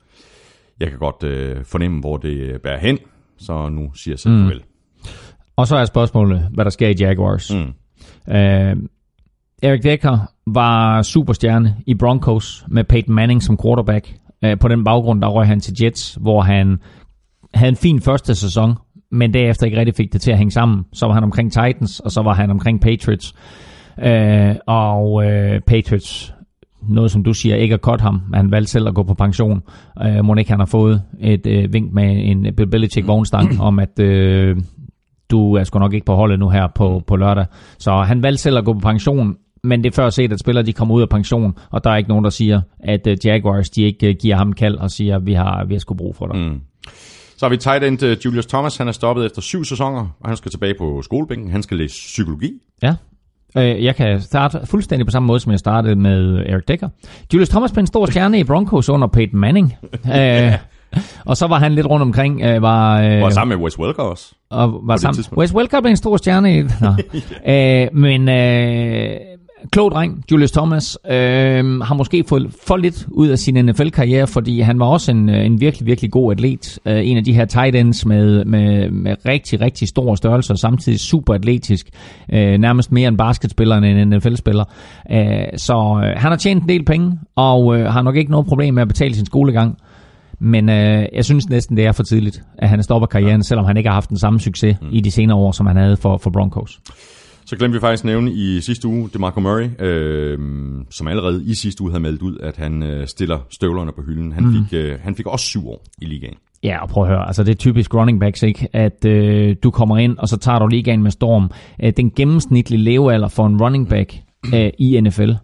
jeg kan godt øh, fornemme, hvor det bærer hen, så nu siger jeg selv mm. farvel. Og så er spørgsmålet, hvad der sker i Jaguars. Mm. Uh, Eric Decker var superstjerne i Broncos med Peyton Manning som quarterback. Uh, på den baggrund, der røg han til Jets, hvor han havde en fin første sæson, men derefter ikke rigtig fik det til at hænge sammen. Så var han omkring Titans, og så var han omkring Patriots. Uh, og uh, Patriots, noget som du siger, ikke at cut ham. Han valgte selv at gå på pension. Uh, må ikke han har fået et uh, vink med en Bill Belichick vognstang om, at... Uh, du er sgu nok ikke på holdet nu her på, på lørdag. Så han valgte selv at gå på pension, men det er før set, at spillere de kommer ud af pension, og der er ikke nogen, der siger, at uh, Jaguars de ikke uh, giver ham kald og siger, at vi har, vi har sgu brug for dig. Mm. Så har vi tight end uh, Julius Thomas. Han er stoppet efter syv sæsoner, og han skal tilbage på skolebænken. Han skal læse psykologi. Ja. Jeg kan starte fuldstændig på samme måde, som jeg startede med Eric Decker. Julius Thomas blev en stor stjerne i Broncos under Peyton Manning. uh, Og så var han lidt rundt omkring. Øh, var, øh, var sammen med Wes Welker også. Og var sammen. Wes Welker blev en stor stjerne i det. øh, men øh, klog dreng, Julius Thomas, øh, har måske fået for lidt ud af sin N F L-karriere, fordi han var også en, en virkelig, virkelig god atlet. Øh, en af de her tight ends med, med, med rigtig, rigtig stor størrelse, og samtidig super atletisk. Øh, nærmest mere en basketspiller end en N F L-spiller. Øh, så øh, han har tjent en del penge, og øh, har nok ikke noget problem med at betale sin skolegang. Men øh, jeg synes næsten, det er for tidligt, at han stopper karrieren, ja. Selvom han ikke har haft den samme succes mm. i de senere år, som han havde for, for Broncos. Så glemte vi faktisk nævne i sidste uge, DeMarco Murray, øh, som allerede i sidste uge havde meldt ud, at han øh, stiller støvlerne på hylden. Han, mm. fik, øh, han fik også syv år i ligaen. Ja, og prøv at høre, altså det er typisk running backs, ikke? At øh, du kommer ind, og så tager du ligaen med storm. Øh, den gennemsnitlige levealder for en running back øh, i N F L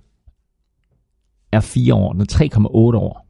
er fire år, den er tre komma otte år.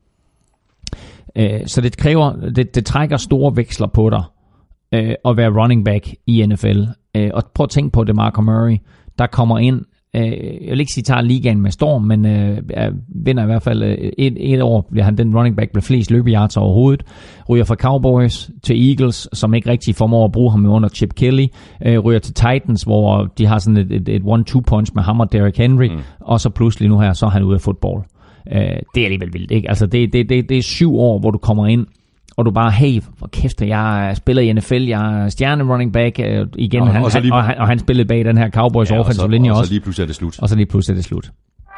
Så det kræver, det, det trækker store veksler på dig øh, at være running back i N F L. Øh, og prøv at tænke på DeMarco Murray, der kommer ind, øh, jeg vil ikke sige, tager ligaen med storm, men øh, vinder i hvert fald et, et år, bliver han den running back med flest løbeyards overhovedet. Ryger fra Cowboys til Eagles, som ikke rigtig formår at bruge ham under Chip Kelly. Øh, ryger til Titans, hvor de har sådan et, et, et one-two punch med ham og Derrick Henry, mm. og så pludselig nu her, så er han ude af fodbold. Uh, det er alligevel vildt, ikke? Altså, det, det, det, det er syv år, hvor du kommer ind, og du bare, hey, hvor kæft, jeg spiller i N F L, jeg er stjerne running back, uh, igen, og, han, og, lige, og, han, og han spillede bag den her Cowboys ja, offensive linje også. Og så lige pludselig er det slut. Og så lige pludselig er det slut.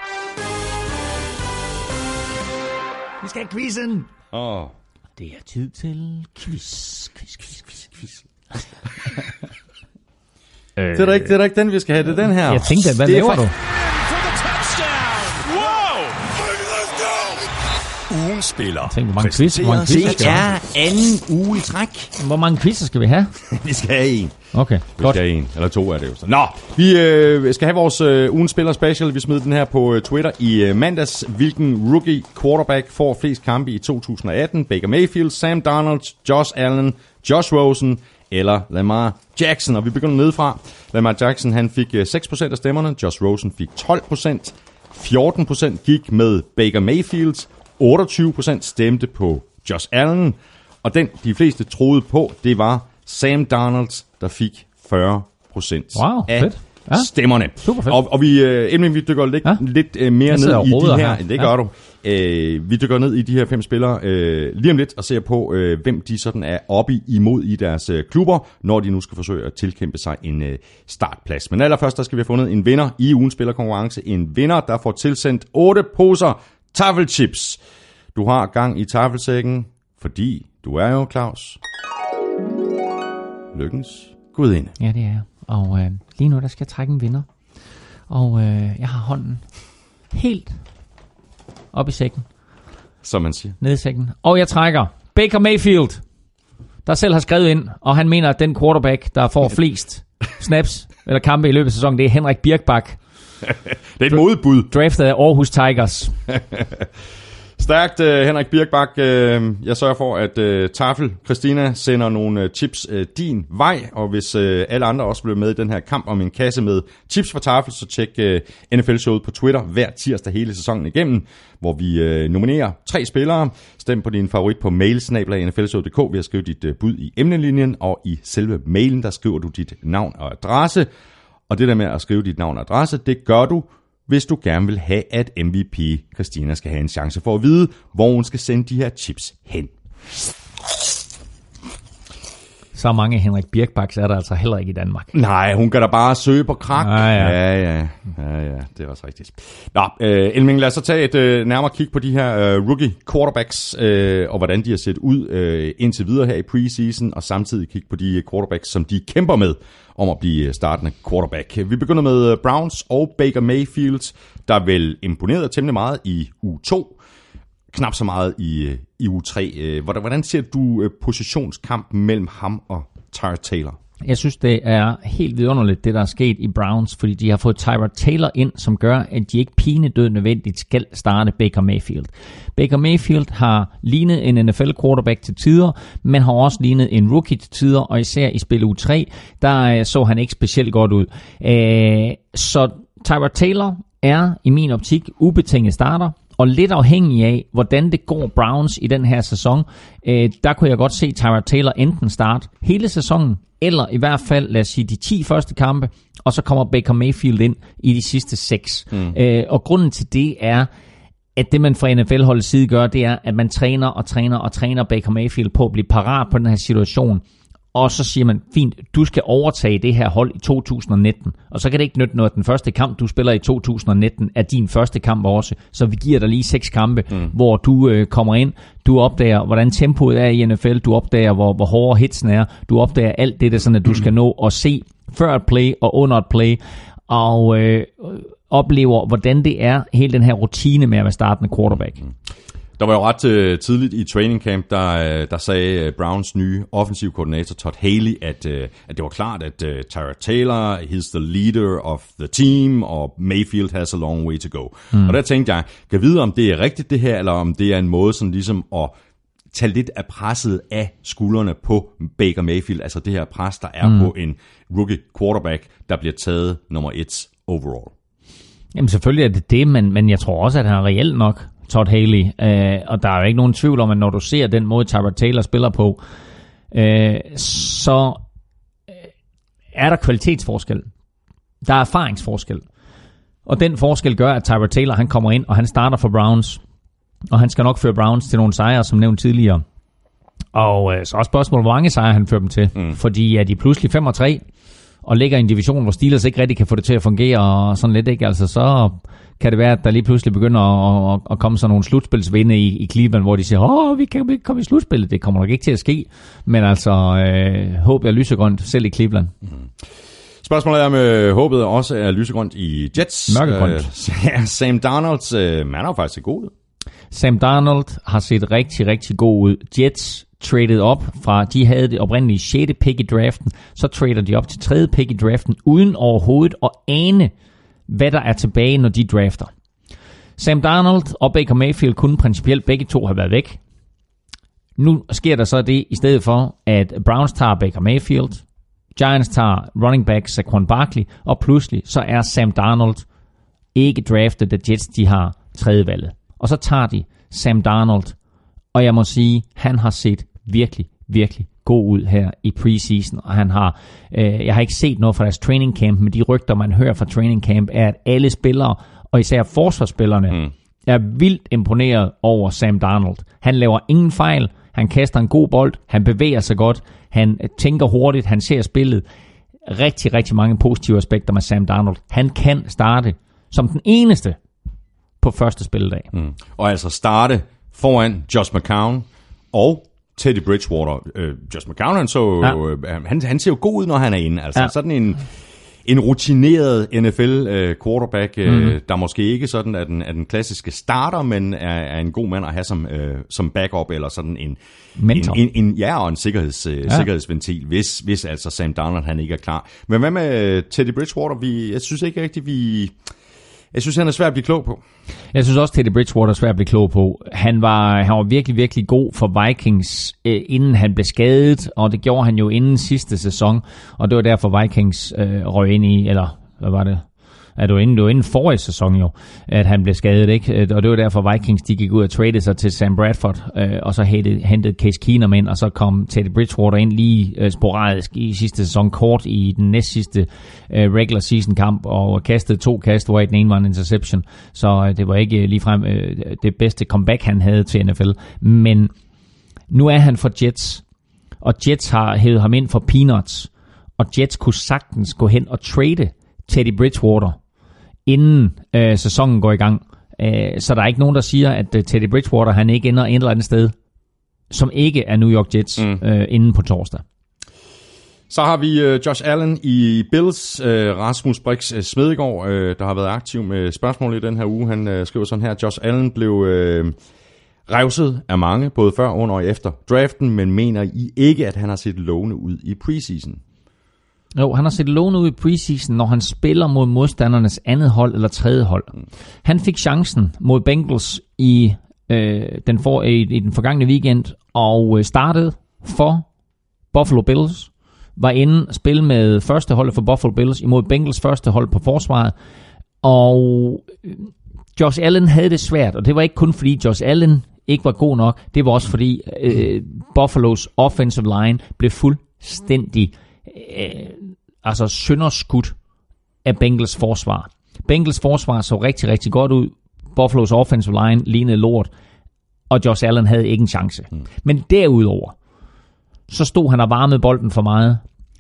Vi skal have quizzen! Oh. Det er tid til quiz, quiz, quiz, quiz, quiz. øh, det, er da ikke, det er da ikke den, vi skal have, det er den her. Jeg tænkte, hvad laver du? Ugen spiller. Tænk, hvor mange quizzer, hvor mange quizzer det er anden uge i træk. Hvor mange quizzer skal vi have? Vi skal have en. Okay, vi godt. Vi skal have en, eller to er det jo så. Nå, vi øh, skal have vores øh, ugen spiller special. Vi smed den her på øh, Twitter i øh, mandags. Hvilken rookie quarterback får flest kampe i to tusind atten? Baker Mayfield, Sam Darnold, Josh Allen, Josh Rosen eller Lamar Jackson? Og vi begynder nedefra. Lamar Jackson, han fik øh, seks procent af stemmerne. Josh Rosen fik tolv procent. fjorten procent gik med Baker Mayfield. otteogtyve procent stemte på Josh Allen, Og den, de fleste troede på, det var Sam Darnold, der fik fyrre procent wow, af fedt. Ja. stemmerne. Super fedt. Og, og vi, øh, inden vi dykker lidt, ja. lidt øh, mere ned i de her, her. det gør ja. du, øh, vi dykker ned i de her fem spillere øh, lige om lidt og ser på, øh, hvem de sådan er oppe imod i deres øh, klubber, når de nu skal forsøge at tilkæmpe sig en øh, startplads. Men allerførst, der skal vi have fundet en vinder i ugens spillerkonkurrence. En vinder, der får tilsendt otte poser taffelchips. Du har gang i taffelsækken, fordi du er jo Claus. Lykkens gudinde. Ja, det er jeg. Og øh, lige nu, der skal jeg trække en vinder. Og øh, jeg har hånden helt op i sækken. Som man siger. Nede i sækken. Og jeg trækker Baker Mayfield, der selv har skrevet ind, og han mener, at den quarterback, der får flest snaps eller kampe i løbet af sæsonen, det er Henrik Birkbach. Det er et modbud. Draftet af Aarhus Tigers. Stærkt, uh, Henrik Birkbach. Uh, jeg sørger for, at uh, Tafel Christina sender nogle uh, chips uh, din vej, og hvis uh, alle andre også bliver med i den her kamp om en kasse med chips fra Tafel, så tjek uh, N F L-showet på Twitter hver tirsdag hele sæsonen igennem, hvor vi uh, nominerer tre spillere. Stem på din favorit på mail snabel-a n f l show punktum d k ved at skrive dit uh, bud i emnelinjen, og i selve mailen, der skriver du dit navn og adresse. Og det der med at skrive dit navn og adresse, det gør du, hvis du gerne vil have, at M V P Christina skal have en chance for at vide, hvor hun skal sende de her chips hen. Så mange Henrik Birkbachs er der altså heller ikke i Danmark. Nej, hun kan da bare søge på krak. Ja, ja. Ja, ja, ja, ja, det er også rigtigt. Nå, øh, Elming, lad os så tage et øh, nærmere kig på de her øh, rookie quarterbacks, øh, og hvordan de har set ud øh, indtil videre her i preseason, og samtidig kigge på de quarterbacks, som de kæmper med om at blive startende quarterback. Vi begynder med Browns og Baker Mayfield, der vel imponerede temmelig meget i uge to. Knap så meget i, i uge tre. Hvordan ser du positionskampen mellem ham og Tyrod Taylor? Jeg synes, det er helt vidunderligt, det der er sket i Browns, fordi de har fået Tyrod Taylor ind, som gør, at de ikke pinedød nødvendigt skal starte Baker Mayfield. Baker Mayfield har lignet en N F L-quarterback til tider, men har også lignet en rookie til tider, og især i spil uge tre, der så han ikke specielt godt ud. Så Tyrod Taylor er i min optik ubetinget starter, og lidt afhængig af, hvordan det går Browns i den her sæson, øh, der kunne jeg godt se Tyrod Taylor enten starte hele sæsonen, eller i hvert fald, lad os sige, de ti første kampe, og så kommer Baker Mayfield ind i de sidste seks. Mm. Øh, og grunden til det er, at det man fra N F L-holdets side gør, det er, at man træner og træner og træner Baker Mayfield på at blive parat på den her situation. Og så siger man, fint, du skal overtage det her hold i to tusind nitten. Og så kan det ikke nytte noget, at den første kamp, du spiller i to tusind nitten, er din første kamp også. Så vi giver dig lige seks kampe, mm. hvor du øh, kommer ind. Du opdager, hvordan tempoet er i N F L. Du opdager, hvor, hvor hårde hitsen er. Du opdager alt det, der sådan, at du skal nå at se før et play og under et play. Og øh, oplever, hvordan det er, hele den her rutine med at være startende quarterback. Mm. Der var jo ret uh, tidligt i training camp, der, uh, der sagde uh, Browns nye offensiv koordinator Todd Haley, at, uh, at det var klart, at uh, Tyrod Taylor, he's the leader of the team, og Mayfield has a long way to go. Mm. Og der tænkte jeg, kan jeg vide, om det er rigtigt det her, eller om det er en måde sådan ligesom at tage lidt af presset af skuldrene på Baker Mayfield, altså det her pres, der er mm. på en rookie quarterback, der bliver taget nummer et overall. Jamen selvfølgelig er det det, men, men jeg tror også, at han er reelt nok, Todd Haley, øh, og der er jo ikke nogen tvivl om, at når du ser den måde, Tyrod Taylor spiller på, øh, så øh, er der kvalitetsforskel. Der er erfaringsforskel. Og den forskel gør, at Tyrod Taylor, han kommer ind, og han starter for Browns, og han skal nok føre Browns til nogle sejre, som nævnt tidligere. Og øh, så er spørgsmålet, hvor mange sejre han fører dem til. Mm. Fordi er de pludselig fem og tre, og ligger i en division, hvor Steelers ikke rigtig kan få det til at fungere, og sådan lidt, ikke? Altså, så kan det være, at der lige pludselig begynder at, at, at komme sådan nogle slutspilsvinde i, i Cleveland, hvor de siger, åh, vi kan ikke komme i slutspillet. Det kommer nok ikke til at ske. Men altså, øh, håb er lysegrønt, selv i Cleveland. Mm. Spørgsmålet er, om øh, håbet også er lysegrønt i Jets. Mørkegrønt. Øh, Sam Darnold, øh, man er jo faktisk god ud. Sam Darnold har set rigtig, rigtig god ud. Jets traded op fra, de havde det oprindelige sjette pick i draften, så trader de op til tredje pick i draften, uden overhovedet at ane, hvad der er tilbage, når de drafter. Sam Darnold og Baker Mayfield kunne principielt begge to have været væk. Nu sker der så det, i stedet for, at Browns tager Baker Mayfield, Giants tager running back Saquon Barkley, og pludselig så er Sam Darnold ikke draftet, da Jets de har tredje valget. Og så tager de Sam Darnold, og jeg må sige, han har set virkelig, virkelig god ud her i preseason, og han har, øh, jeg har ikke set noget fra deres training camp, men de rygter, man hører fra training camp, er, at alle spillere, og især forsvarsspillerne, mm. er vildt imponeret over Sam Darnold. Han laver ingen fejl, han kaster en god bold, han bevæger sig godt, han tænker hurtigt, han ser spillet. Rigtig, rigtig mange positive aspekter med Sam Darnold. Han kan starte som den eneste på første spilledag. Mm. Og altså starte foran Josh McCown og Teddy Bridgewater. Uh, Josh McCown, han, så, ja. uh, han, han ser jo god ud, når han er inde. Altså ja. sådan en, en rutineret N F L uh, quarterback, uh, mm. der måske ikke sådan er den, er den klassiske starter, men er, er en god mand at have som, uh, som backup, eller sådan en mentor. En, en, en, ja, og en sikkerheds, uh, ja. sikkerhedsventil, hvis, hvis altså Sam Darnold han ikke er klar. Men hvad med Teddy Bridgewater? Vi, jeg synes ikke rigtigt, vi... Jeg synes, han er svær at blive klog på. Jeg synes også, Teddy Bridgewater er svær at blive klog på. Han var, han var virkelig, virkelig god for Vikings, øh, inden han blev skadet, og det gjorde han jo inden sidste sæson, og det var derfor Vikings øh, røg ind i, eller hvad var det? Ja, det var inden, det var inden forrige sæson jo, at han blev skadet, ikke? Og det var derfor Vikings, de gik ud og tradede sig til Sam Bradford, øh, og så hentede, hentede Case Keenum ind, og så kom Teddy Bridgewater ind lige øh, sporadisk i sidste sæson, kort i den næst sidste øh, regular season kamp, og kastede to kast, hvor den ene var en interception, så øh, det var ikke ligefrem øh, det bedste comeback, han havde til N F L. Men nu er han for Jets, og Jets har hævet ham ind for peanuts, og Jets kunne sagtens gå hen og trade Teddy Bridgewater, inden øh, sæsonen går i gang. Æh, så der er ikke nogen, der siger, at uh, Teddy Bridgewater, han ikke ender et eller andet sted, som ikke er New York Jets, mm. øh, inden på torsdag. Så har vi øh, Josh Allen i Bills. Øh, Rasmus Brix øh, Smedegaard, øh, der har været aktiv med spørgsmål i den her uge. Han øh, skriver sådan her: Josh Allen blev øh, revset af mange, både før, under og efter draften, men mener I ikke, at han har set lovende ud i preseason? Jo, han har set lovende ud i preseason, når han spiller mod modstandernes andet hold eller tredje hold. Han fik chancen mod Bengals i, øh, den, for, i, i den forgangne weekend, og øh, startede for Buffalo Bills. Var inde og spille med første holdet for Buffalo Bills imod Bengals første hold på forsvaret. Og øh, Josh Allen havde det svært, og det var ikke kun fordi Josh Allen ikke var god nok. Det var også fordi øh, Buffalos offensive line blev fuldstændig Øh, altså sønderskudt af Bengals forsvar. Bengals forsvar så rigtig, rigtig godt ud. Buffalos offensive line lignede lort, og Josh Allen havde ikke en chance. Mm. Men derudover, så stod han og varmede bolden for meget,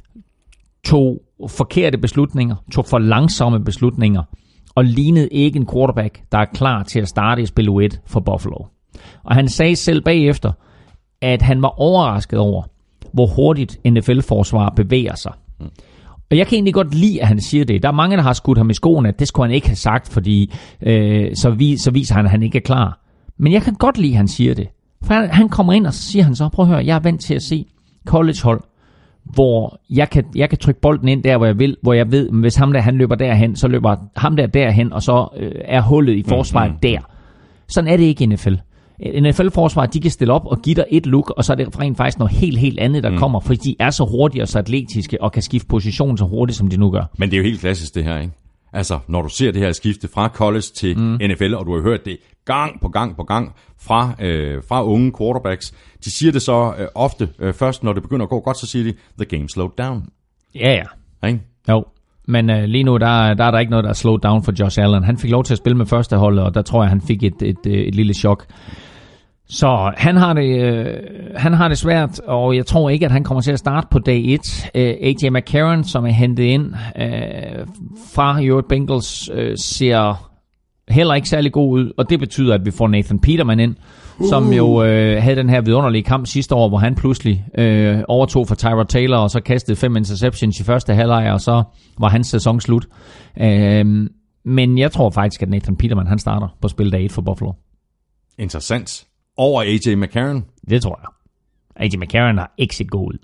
tog forkerte beslutninger, tog for langsomme beslutninger, og lignede ikke en quarterback, der er klar til at starte i spil U et for Buffalo. Og han sagde selv bagefter, at han var overrasket over, hvor hurtigt N F L-forsvar bevæger sig. Mm. Og jeg kan egentlig godt lide, at han siger det. Der er mange, der har skudt ham i skoene, at det skulle han ikke have sagt, fordi øh, så, vi, så viser han, at han ikke er klar. Men jeg kan godt lide, at han siger det. For han, han kommer ind, og så siger han så, prøv at høre, jeg er vant til at se collegehold, hvor jeg kan, jeg kan trykke bolden ind der, hvor jeg vil, hvor jeg ved, hvis ham der, han løber derhen, så løber ham der derhen, og så øh, er hullet i forsvaret mm-hmm. der. Sådan er det ikke i N F L. N F L-forsvar, de kan stille op og give dig et look, og så er det rent faktisk noget helt, helt andet, der mm. kommer, fordi de er så hurtige og så atletiske, og kan skifte position så hurtigt, som de nu gør. Men det er jo helt klassisk det her, ikke? Altså, når du ser det her skifte fra college til mm. N F L, og du har hørt det gang på gang på gang fra, øh, fra unge quarterbacks, de siger det så øh, ofte øh, først, når det begynder at gå godt, så siger de, the game slowed down. Ja, ja. Ikke? Jo. Men øh, lige nu, der, der er der ikke noget, der er slowed down for Josh Allen. Han fik lov til at spille med første holdet, og der tror jeg, han fik et, et, et, et lille chok. Så han har, det, øh, han har det svært, og jeg tror ikke, at han kommer til at starte på dag et. Øh, A J McCarron, som er hentet ind øh, fra New York Bengals, øh, ser heller ikke særlig god ud, og det betyder, at vi får Nathan Peterman ind, uh. som jo øh, havde den her vidunderlige kamp sidste år, hvor han pludselig øh, overtog for Tyrod Taylor, og så kastede fem interceptions i første halvleg, og så var hans sæson slut. Øh, men jeg tror faktisk, at Nathan Peterman, han starter på spil dag et for Buffalo. Interessant. Over A J McCarron? Det tror jeg. A J McCarron har ikke set god ud.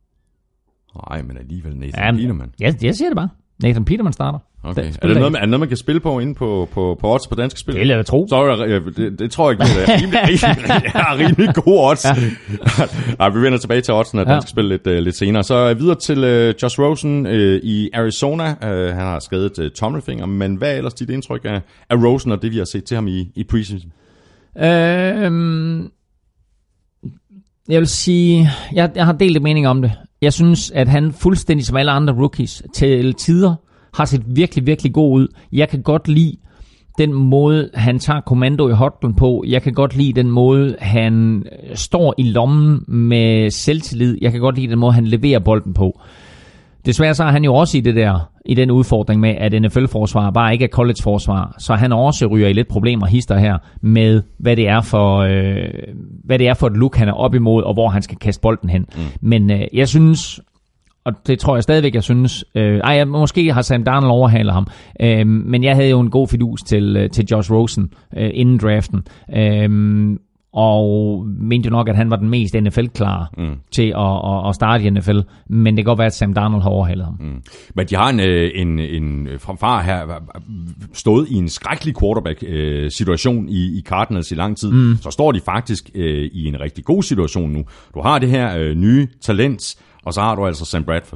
Nej, men alligevel Nathan ja, Peterman. Ja, jeg siger det bare. Nathan Peterman starter. Okay. Er det noget, er det noget, man kan spille på inde på, på, på odds på danske spil? Det vil jeg tro. Så, det, det, det tror jeg ikke, det er rimelig, rimelig, rimelig, rimelig gode odds. Ja. Ej, vi vender tilbage til oddsen af danske ja. spil lidt, uh, lidt senere. Så videre til uh, Josh Rosen uh, i Arizona. Uh, han har skadet uh, tommelfinger, men hvad er ellers dit indtryk af, af Rosen og det, vi har set til ham i, i preseason? Øhm, Jeg vil sige, jeg, jeg har delt en mening om det. Jeg synes, at han fuldstændig som alle andre rookies til tider har set virkelig, virkelig god ud. Jeg kan godt lide den måde, han tager kommando i hotlen på. Jeg kan godt lide den måde, han står i lommen med selvtillid. Jeg kan godt lide den måde, han leverer bolden på. Desværre så er han jo også i det der, i den udfordring med, at N F L-forsvar bare ikke er college-forsvar, så han også ryger i lidt problemer hister her med, hvad det er for, øh, hvad det er for et look, han er op imod, og hvor han skal kaste bolden hen. Mm. Men øh, jeg synes, og det tror jeg stadigvæk, jeg synes, øh, ej, jeg, måske har Sam Darnold overhalet ham, øh, men jeg havde jo en god fidus til, til Josh Rosen øh, inden draften, øh, og mente jo nok, at han var den mest N F L-klare mm. til at, at, at starte i N F L, men det kan godt være, at Sam Darnold har overhalet ham. Mm. Men de har en, en, en far her stået i en skrækkelig quarterback-situation i, i Cardinals i lang tid, mm. så står de faktisk øh, i en rigtig god situation nu. Du har det her øh, nye talent, og så har du altså Sam Bradford.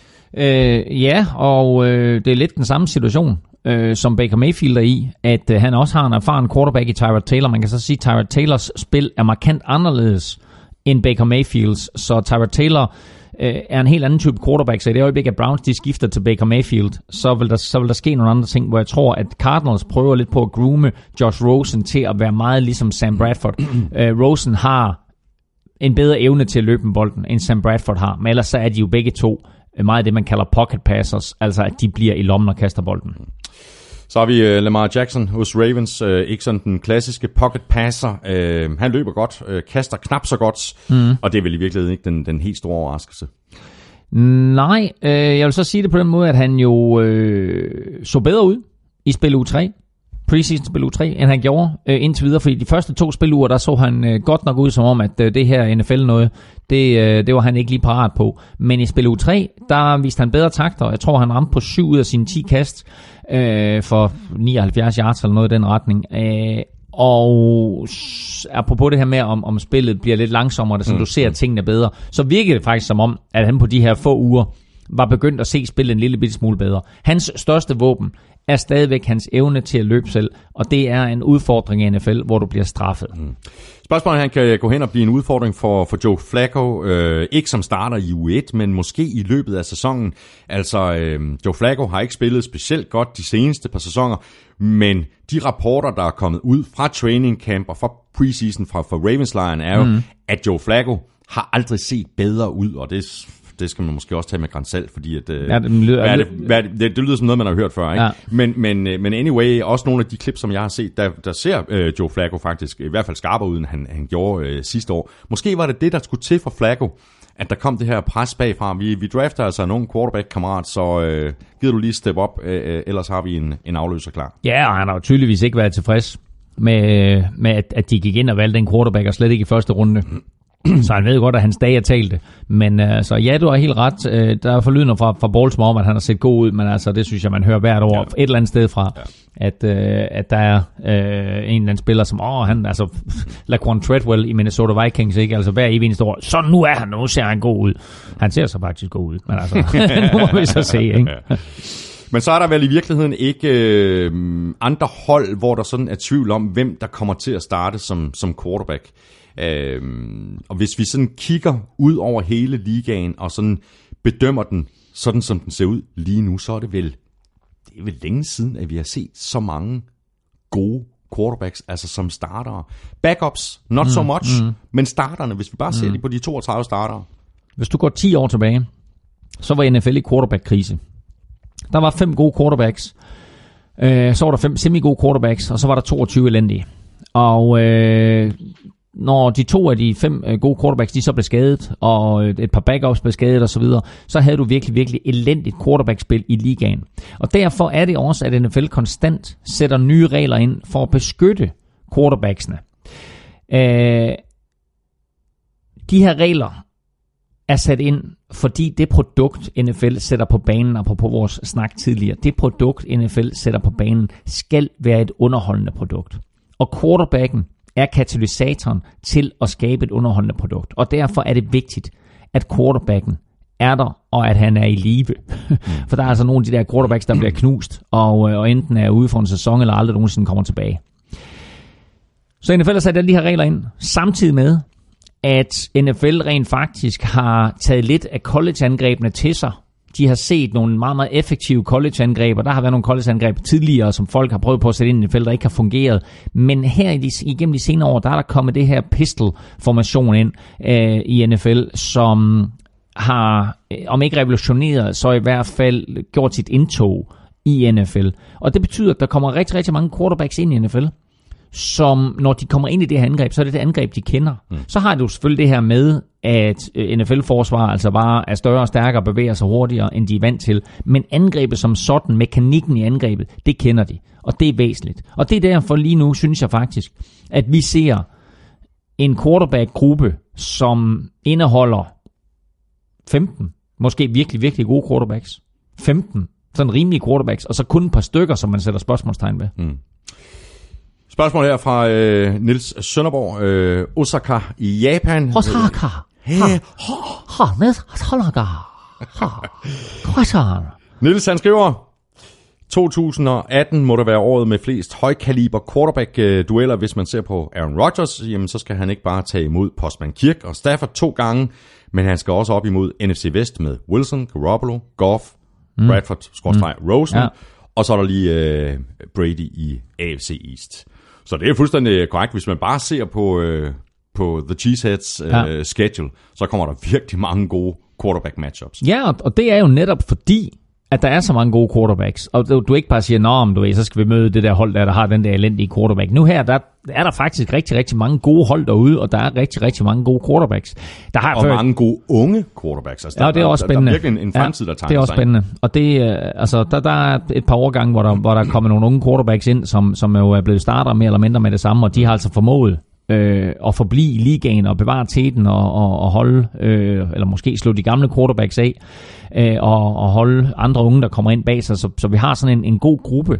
Øh, ja, og øh, det er lidt den samme situation, øh, som Baker Mayfield er i, at øh, han også har en erfaren quarterback i Tyrod Taylor. Man kan så sige, at Tyrod Taylors spil er markant anderledes end Baker Mayfields, så Tyrod Taylor øh, er en helt anden type quarterback, så i det øjeblik, at Browns de skifter til Baker Mayfield, så vil, der, så vil der ske nogle andre ting, hvor jeg tror, at Cardinals prøver lidt på at groome Josh Rosen til at være meget ligesom Sam Bradford. øh, Rosen har en bedre evne til at løbe med bolden, end Sam Bradford har, men ellers så er de jo begge to meget det, man kalder pocket passers, altså at de bliver i lommen og kaster bolden. Så har vi uh, Lamar Jackson hos Ravens, uh, ikke sådan den klassiske pocket passer. Uh, han løber godt, uh, kaster knap så godt, mm. og det er vel i virkeligheden ikke den, den helt store overraskelse. Nej, øh, jeg vil så sige det på den måde, at han jo øh, så bedre ud i spil uge tre, preseason spil uge tre, end han gjorde øh, indtil videre, fordi de første to spiluger, der så han øh, godt nok ud som om, at øh, det her N F L noget, det, øh, det var han ikke lige parat på. Men i spil uge tre, der viste han bedre takter. Jeg tror, han ramte på syv ud af sine ti kast øh, for nioghalvfjerds yards eller noget i den retning. Øh, og apropos det her med, om, om spillet bliver lidt langsommere, så mm. du ser tingene bedre, så virker det faktisk som om, at han på de her få uger var begyndt at se spillet en lille bitte smule bedre. Hans største våben er stadigvæk hans evne til at løbe selv, og det er en udfordring i N F L, hvor du bliver straffet. Mm. Spørgsmålet, han kan gå hen og blive en udfordring for, for Joe Flacco, øh, ikke som starter i uge et, men måske i løbet af sæsonen. Altså, øh, Joe Flacco har ikke spillet specielt godt de seneste par sæsoner, men de rapporter, der er kommet ud fra training camp og fra preseason fra, fra Ravens-lejren, er jo, mm. at Joe Flacco har aldrig set bedre ud, og det det skal man måske også tage med gran salt, fordi at, ja, det, lyder, hvad er det, hvad er det, det, det lyder som noget, man har hørt før. Ikke? Ja. Men, men, men anyway, også nogle af de klip, som jeg har set, der, der ser uh, Joe Flacco faktisk i hvert fald skarpere ud, end han, han gjorde uh, sidste år. Måske var det det, der skulle til for Flacco, at der kom det her pres bagfra. Vi, vi drafter altså en ung quarterback-kammerat, så uh, gider du lige step op, uh, ellers har vi en, en afløser klar. Ja, og han har jo tydeligvis ikke været tilfreds med, med at, at de gik ind og valgte en quarterback, og slet ikke i første runde. Så han ved godt, at hans dag er talte. Men altså, ja, du har helt ret. Der er forlydende fra, fra Baltimore om, at han har set god ud, men altså, det synes jeg, man hører hvert år ja. et eller andet sted fra, ja. at, øh, at der er øh, en eller anden spiller, som, åh, han, altså, Laquan Treadwell i Minnesota Vikings, ikke? Altså, hver evig eneste år, så nu er han, nu ser han god ud. Han ser så faktisk god ud, men altså, nu må vi så se, ikke? Men så er der vel i virkeligheden ikke øh, andre hold, hvor der sådan er tvivl om, hvem der kommer til at starte som, som quarterback. Øhm, og hvis vi sådan kigger ud over hele ligaen og sådan bedømmer den sådan som den ser ud lige nu, så er det vel det er vel længe siden, at vi har set så mange gode quarterbacks, altså som startere. Backups, not mm, so much, mm. men starterne, hvis vi bare ser mm. de på de toogtredive startere. Hvis du går ti år tilbage, så var N F L i quarterback-krise. Der var fem gode quarterbacks, øh, så var der fem semi-gode quarterbacks, og så var der toogtyve elendige. Og øh, når de to af de fem øh, gode quarterbacks, de så blev skadet, og et par backups blev skadet og så videre, så havde du virkelig, virkelig elendigt quarterback-spil i ligaen. Og derfor er det også, at N F L konstant sætter nye regler ind for at beskytte quarterbacksene. Øh, de her regler er sat ind, fordi det produkt, N F L sætter på banen, og på, på vores snak tidligere, det produkt, N F L sætter på banen, skal være et underholdende produkt. Og quarterbacken er katalysatoren til at skabe et underholdende produkt. Og derfor er det vigtigt, at quarterbacken er der, og at han er i live. For der er altså nogle af de der quarterbacks, der bliver knust, og, og enten er ude for en sæson, eller aldrig nogensinde kommer tilbage. Så N F L har sat alle de her regler ind, samtidig med, at N F L rent faktisk har taget lidt af college-angrebene til sig. De har set nogle meget, meget effektive college-angreb, og der har været nogle college-angreb tidligere, som folk har prøvet på at sætte ind i N F L, der ikke har fungeret. Men her i de, igennem de senere år, der er der kommet det her pistol-formation ind øh, i N F L, som har, om ikke revolutioneret, så i hvert fald gjort sit indtog i N F L. Og det betyder, at der kommer rigtig, rigtig mange quarterbacks ind i N F L, som når de kommer ind i det her angreb, så er det det angreb, de kender. Mm. Så har du selvfølgelig det her med, at N F L-forsvar altså bare er større og stærkere og bevæger sig hurtigere, end de er vant til. Men angrebet som sådan, mekanikken i angrebet, det kender de. Og det er væsentligt. Og det er derfor lige nu, synes jeg faktisk, at vi ser en quarterback-gruppe, som indeholder femten, måske virkelig, virkelig gode quarterbacks. femten, sådan rimelige quarterbacks, og så kun et par stykker, som man sætter spørgsmålstegn ved. Mm. Spørgsmål her fra øh, Niels Sønderborg. Øh, Osaka i Japan. Osaka. Niels, han skriver, to tusind atten må det være året med flest højkaliber quarterback-dueller. Hvis man ser på Aaron Rodgers, jamen, så skal han ikke bare tage imod Postman Kirk og Stafford to gange, men han skal også op imod N F C Vest med Wilson, Garoppolo, Goff, mm. Bradford, skorstræk, mm. Rosen, ja. Og så er der lige øh, Brady i A F C East. Så det er fuldstændig korrekt. Hvis man bare ser på, øh, på The Cheeseheads øh, ja. schedule, så kommer der virkelig mange gode quarterback matchups. Ja, og det er jo netop fordi, at der er så mange gode quarterbacks, og du, du ikke bare siger, nå, men du ved, så skal vi møde det der hold, der, der har den der elendige quarterback. Nu her, der er der faktisk rigtig, rigtig mange gode hold derude, og der er rigtig, rigtig mange gode quarterbacks. Der har og før... mange gode unge quarterbacks. Altså, ja, det er også spændende. Der, der er virkelig en, en fremtid, der tegner sig. Det er også spændende. Og det, altså, der, der er et par årgange, hvor der, hvor der er kommet nogle unge quarterbacks ind, som, som jo er blevet starter mere eller mindre med det samme, og de har altså formået øh, at forblive i ligaen og bevare teten og, og, og holde, øh, eller måske slå de gamle quarterbacks af, øh, og, og holde andre unge, der kommer ind bag sig. Så, så vi har sådan en, en god gruppe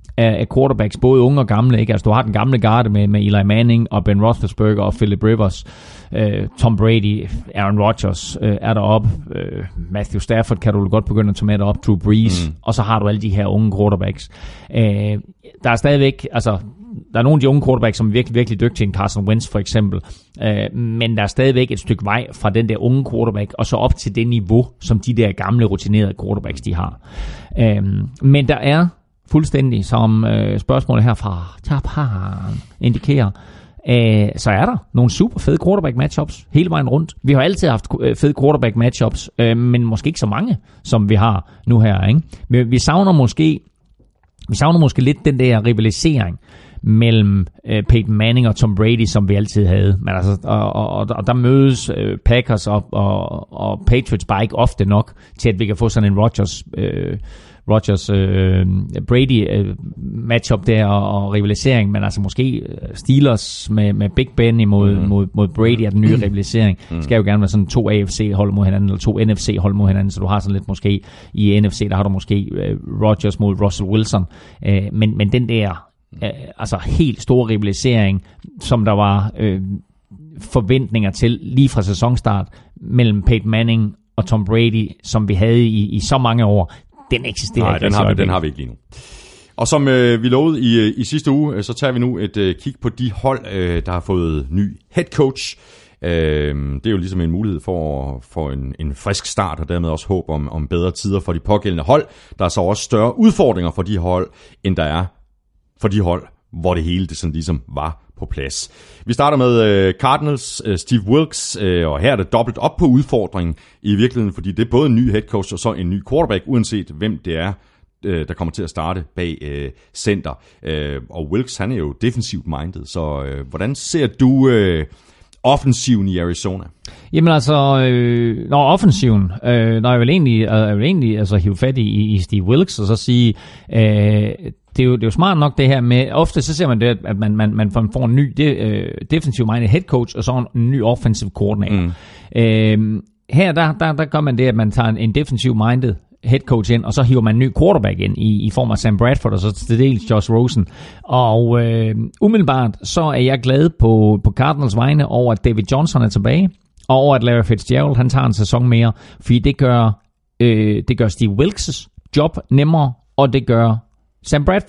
af quarterbacks, både unge og gamle, ikke? Altså, du har den gamle garde med, med Eli Manning og Ben Roethlisberger og Philip Rivers, øh, Tom Brady, Aaron Rodgers øh, er deroppe, øh, Matthew Stafford kan du godt begynde at tage med derop, Drew Brees, mm. og så har du alle de her unge quarterbacks. Øh, der er stadigvæk, altså, der er nogle af de unge quarterbacks, som er virkelig, virkelig dygtige, Carson Wentz for eksempel, øh, men der er stadigvæk et stykke vej fra den der unge quarterback, og så op til det niveau, som de der gamle, rutinerede quarterbacks, de har. Øh, men der er fuldstændig, som øh, spørgsmålet her fra Japan indikerer, øh, så er der nogle super fede quarterback matchups hele vejen rundt. Vi har altid haft fede quarterback matchups, øh, men måske ikke så mange, som vi har nu her, ikke? Vi, vi savner måske vi savner måske lidt den der rivalisering mellem øh, Peyton Manning og Tom Brady, som vi altid havde. Men altså, og, og, og der mødes øh, Packers og, og, og Patriots bare ikke ofte nok til, at vi kan få sådan en Rodgers øh, Rodgers øh, Brady øh, matchup der og, og rivalisering, men altså måske Steelers med, med Big Ben imod mm. mod, mod Brady er den nye rivalisering. Mm. Skal jo gerne være sådan to A F C hold mod hinanden, eller to N F C hold mod hinanden, så du har sådan lidt måske i N F C, der har du måske øh, Rodgers mod Russell Wilson, øh, men, men den der øh, altså helt store rivalisering, som der var øh, forventninger til lige fra sæsonstart mellem Peyton Manning og Tom Brady, som vi havde i, i så mange år, den eksisterer Nej, ikke. Den har, vi, den har vi ikke lige nu. Og som øh, vi lovede i, i sidste uge, øh, så tager vi nu et øh, kig på de hold, øh, der har fået ny head coach. Øh, det er jo ligesom en mulighed for, for en, en frisk start, og dermed også håb om, om bedre tider for de pågældende hold. Der er så også større udfordringer for de hold, end der er for de hold, hvor det hele det sådan ligesom var på plads. Vi starter med øh, Cardinals, øh, Steve Wilks, øh, og her er det dobbelt op på udfordringen i virkeligheden, fordi det er både en ny head coach og så en ny quarterback, uanset hvem det er, øh, der kommer til at starte bag øh, center. Øh, og Wilks, han er jo defensivt minded, så øh, hvordan ser du øh, offensiven i Arizona? Jamen altså, øh, når offensiven, øh, når jeg vil egentlig, øh, jeg vil egentlig altså, hive fat i, i Steve Wilks, og så sige, øh, det er, jo, det er jo smart nok det her med, ofte så ser man det, at man, man, man får en ny de, øh, defensive-minded head coach, og så en ny offensive coordinator. Mm. Øh, her der, der, der gør man det, at man tager en, en defensive-minded head coach ind, og så hiver man en ny quarterback ind i, i form af Sam Bradford, og så til dels Josh Rosen. Og øh, umiddelbart, så er jeg glad på, på Cardinals vegne over, at David Johnson er tilbage, og over at Larry Fitzgerald, han tager en sæson mere, fordi det gør, øh, det gør Steve Wilks' job nemmere, og det gør Sam Bradfords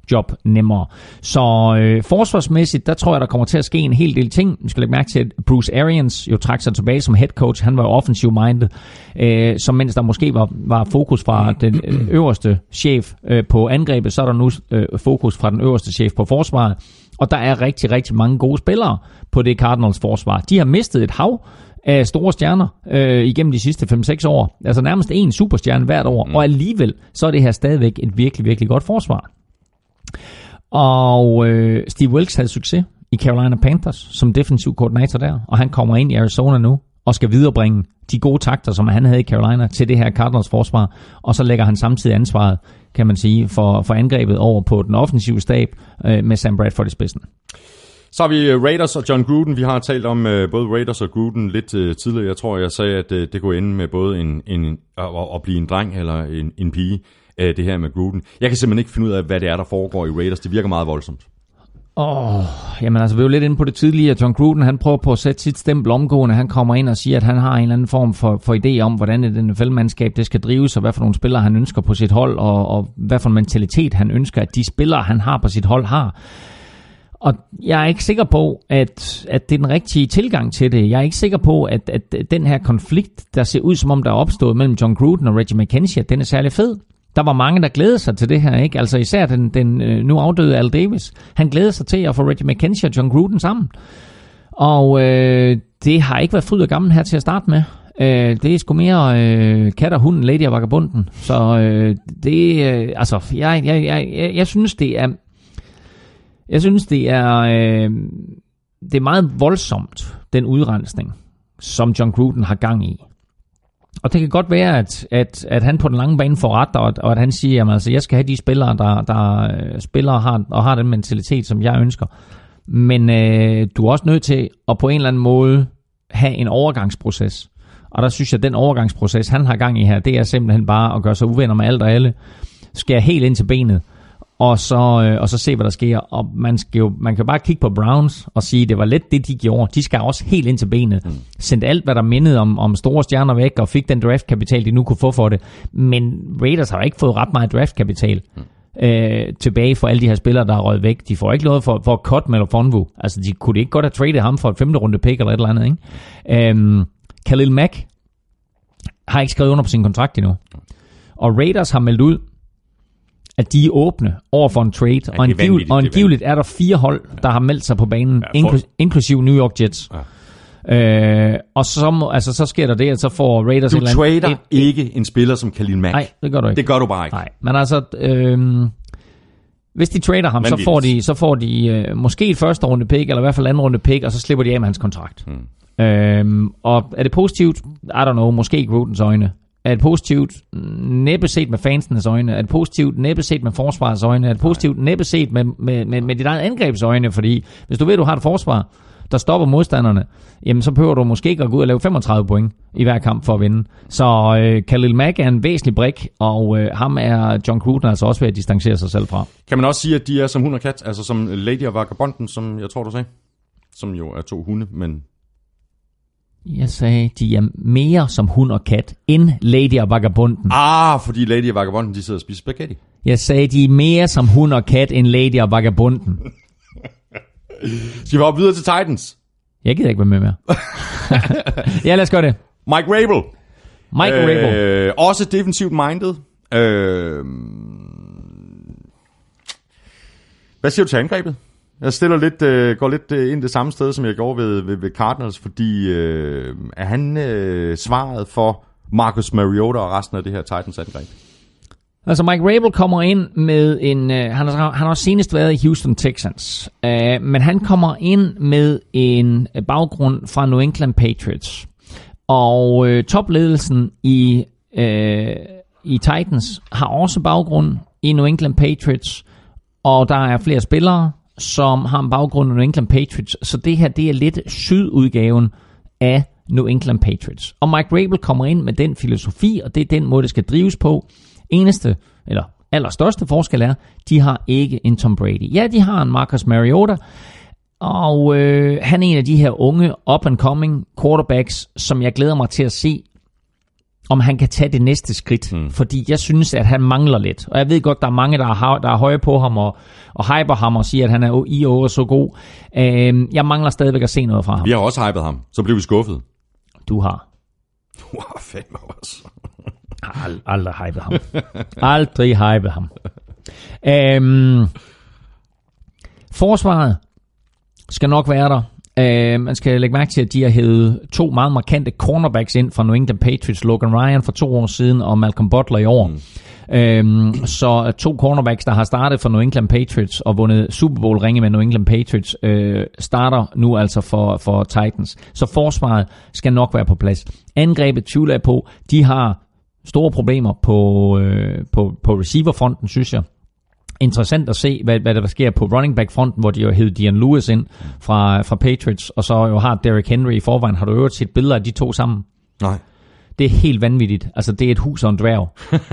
job nemmere. Så øh, forsvarsmæssigt, der tror jeg, der kommer til at ske en hel del ting. Vi skal lægge mærke til, at Bruce Arians jo trak sig tilbage som head coach. Han var jo offensive-minded, øh, så mens der måske var, var fokus fra den øh, øverste chef øh, på angrebet, så er der nu øh, fokus fra den øverste chef på forsvaret. Og der er rigtig, rigtig mange gode spillere på det Cardinals forsvar. De har mistet et hav af store stjerner øh, igennem de sidste fem seks år. Altså nærmest en superstjerne hvert år. Mm. Og alligevel, så er det her stadigvæk et virkelig, virkelig godt forsvar. Og øh, Steve Wilkes havde succes i Carolina Panthers som defensiv koordinator der. Og han kommer ind i Arizona nu og skal viderebringe de gode takter, som han havde i Carolina, til det her Cardinals forsvar. Og så lægger han samtidig ansvaret, kan man sige, for, for angrebet over på den offensive stab øh, med Sam Bradford i spidsen. Så har vi Raiders og John Gruden. Vi har talt om uh, både Raiders og Gruden lidt uh, tidligere. Jeg tror, jeg sagde, at uh, det kunne ende med både en, en, at, at blive en dreng eller en, en pige, uh, det her med Gruden. Jeg kan simpelthen ikke finde ud af, hvad det er, der foregår i Raiders. Det virker meget voldsomt. Åh, oh, jamen altså, vi var lidt inde på det tidligere. John Gruden, han prøver på at sætte sit stempel omgående. Han kommer ind og siger, at han har en eller anden form for, for idé om, hvordan et N F L-mandskab det skal drives, og hvad for nogle spillere han ønsker på sit hold, og, og hvad for en mentalitet han ønsker, at de spillere, han har på sit hold, har. Og jeg er ikke sikker på, at, at det er den rigtige tilgang til det. Jeg er ikke sikker på, at, at den her konflikt, der ser ud som om, der er opstået mellem John Gruden og Reggie McKenzie, den er særlig fed. Der var mange, der glædede sig til det her, ikke? Altså især den, den nu afdøde Al Davis. Han glædede sig til at få Reggie McKenzie og John Gruden sammen. Og øh, det har ikke været fryd og gammel her til at starte med. Øh, det er sgu mere øh, kat og hunden, Lady og Vagabunden. Så øh, det, øh, altså, jeg, jeg, jeg, jeg, jeg synes, det er... Jeg synes, det er, øh, det er meget voldsomt, den udrensning, som John Gruden har gang i. Og det kan godt være, at, at, at han på den lange bane får ret, og, og at han siger, at altså, jeg skal have de spillere, der, der spiller og har, og har den mentalitet, som jeg ønsker. Men øh, du er også nødt til at på en eller anden måde have en overgangsproces. Og der synes jeg, at den overgangsproces, han har gang i her, det er simpelthen bare at gøre sig uvenner med alt og alle. Skære helt ind til benet. Og så, øh, og så se, hvad der sker. Og man, skal jo, man kan bare kigge på Browns og sige, det var lidt det, de gjorde. De skal også helt ind til benet. Mm. Sendte alt, hvad der mindede om, om store stjerner væk, og fik den draftkapital, de nu kunne få for det. Men Raiders har ikke fået ret meget draftkapital mm. øh, tilbage for alle de her spillere, der er røget væk. De får ikke noget for, for at cut Melo Fonvu. Altså, de kunne ikke godt have tradet ham for et femte runde pick eller et eller andet, ikke? Øhm, Khalil Mack har ikke skrevet under på sin kontrakt endnu. Og Raiders har meldt ud, at de er åbne over for en trade, ja, og, angiveligt, og angiveligt er der fire hold, der har meldt sig på banen, ja, for... inkl- inklusive New York Jets. Ja. Øh, og så, altså, så sker der det, at så får Raiders... Du trader et, ikke en spiller som Khalil Mack. Nej, det gør du ikke. Det gør du bare ikke. Nej, men altså... Øh, hvis de trader ham, så får de, så får de øh, måske et første runde pick, eller i hvert fald anden runde pick, og så slipper de af med hans kontrakt. Hmm. Øh, og er det positivt? I don't know, måske i Grudens øjne. Er det positivt? Næppe set med fansenes øjne. Er det positivt? Næppe set med forsvarets øjne. Er det positivt? Næppe set med, med, med, med dit eget angrebsøjne. Fordi hvis du ved, at du har et forsvar, der stopper modstanderne, jamen så behøver du måske ikke at gå ud og lave femogtredive point i hver kamp for at vinde. Så øh, Khalil Mack er en væsentlig brik, og øh, ham er John Gruden altså også ved at distancere sig selv fra. Kan man også sige, at de er som hund og kat? Altså som Lady og Vagabunden, som jeg tror, du sagde? Som jo er to hunde, men... Jeg sagde, de er mere som hund og kat, end Lady og Vagabunden. Ah, fordi Lady og Vagabunden, de sidder og spiser spaghetti. Jeg sagde, de er mere som hund og kat, end Lady og Vagabunden. Skal vi hoppe videre til Titans? Jeg gider ikke være med mere. Ja, lad os gøre det. Mike Vrabel. Mike øh, Vrabel. Også defensivt minded. Øh, hvad siger du til angrebet? Jeg stiller lidt, øh, går lidt øh, ind det samme sted, som jeg gjorde ved, ved, ved Cardinals, fordi øh, er han øh, svaret for Marcus Mariota og resten af det her Titans-angreb? Altså Mike Vrabel kommer ind med en, øh, han, har, han har senest været i Houston Texans, øh, men han kommer ind med en baggrund fra New England Patriots. Og øh, topledelsen i, øh, i Titans har også baggrund i New England Patriots, og der er flere spillere, som har en baggrund i New England Patriots. Så det her, det er lidt sydudgaven af New England Patriots. Og Mike Vrabel kommer ind med den filosofi, og det er den måde, det skal drives på. Eneste, eller allerstørste forskel er, de har ikke en Tom Brady. Ja, de har en Marcus Mariota, og øh, han er en af de her unge, up-and-coming quarterbacks, som jeg glæder mig til at se om han kan tage det næste skridt. Mm. Fordi jeg synes, at han mangler lidt. Og jeg ved godt, der er mange, der er, der er høje på ham og, og hyper ham og siger, at han er i og så god. Øh, jeg mangler stadigvæk at se noget fra ham. Vi har også hypet ham. Så blev vi skuffet. Du har. Du har fandme også. Ald- aldrig hypet ham. Aldrig hypet ham. Øhm, forsvaret skal nok være der. Øh, man skal lægge mærke til, at de har hævet to meget markante cornerbacks ind fra New England Patriots. Logan Ryan for to år siden og Malcolm Butler i år. Mm. Øhm, så to cornerbacks, der har startet for New England Patriots og vundet Super Bowl ringe med New England Patriots, øh, starter nu altså for, for Titans. Så forsvaret skal nok være på plads. Angrebet tvivler jeg på. De har store problemer på, øh, på, på receiverfronten, synes jeg. Interessant at se, hvad, hvad der sker på running back fronten, hvor de jo hed Dion Lewis ind fra, fra Patriots, og så jo har Derrick Henry i forvejen. Har du øvrigt set billeder af de to sammen? Nej. Det er helt vanvittigt. Altså, det er et hus og en dværg.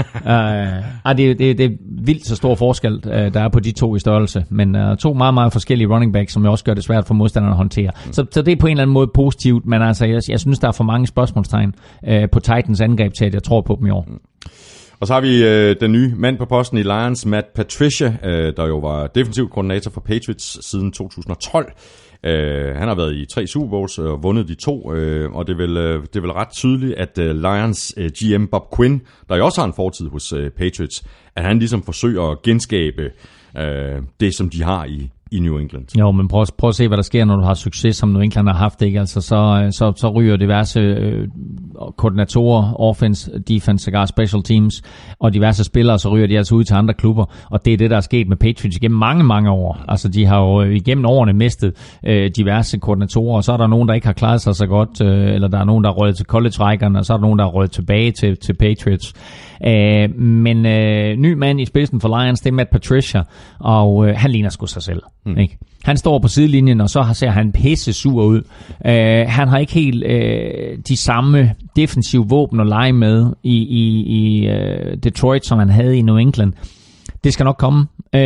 uh, det, det, det er vildt så stor forskel, uh, der er på de to i størrelse. Men uh, to meget, meget forskellige running backs, som jo også gør det svært for modstanderne at håndtere. Mm. Så, så det er på en eller anden måde positivt, men altså, jeg, jeg synes, der er for mange spørgsmålstegn uh, på Titans angreb til, at jeg tror på dem i år. Mm. Og så har vi øh, den nye mand på posten i Lions, Matt Patricia, øh, der jo var defensiv koordinator for Patriots siden to tusind og tolv. Øh, han har været i tre Super Bowls og vundet de to, øh, og det er, vel, øh, det er vel ret tydeligt, at øh, Lions øh, G M Bob Quinn, der jo også har en fortid hos øh, Patriots, at han ligesom forsøger at genskabe øh, det, som de har i i New England. Jo, men prøv, prøv at se, hvad der sker, når du har succes, som New England har haft, ikke? Altså, så, så, så ryger diverse øh, koordinatorer, offense, defense, sågar special teams, og diverse spillere, så ryger de altså ud til andre klubber, og det er det, der er sket med Patriots igennem mange, mange år. Altså, de har jo igennem årene mistet øh, diverse koordinatorer, og så er der nogen, der ikke har klaret sig så godt, øh, eller der er nogen, der er røget til college-rækkerne, og så er der nogen, der er røget tilbage til, til Patriots. Øh, men øh, ny mand i spidsen for Lions, det er Matt Patricia, og øh, han ligner sgu sig selv. Hmm. Ikke? Han står på sidelinjen, og så ser han pisse sur ud. Uh, han har ikke helt uh, de samme defensive våben at lege med i, i, i uh, Detroit, som han havde i New England. Det skal nok komme.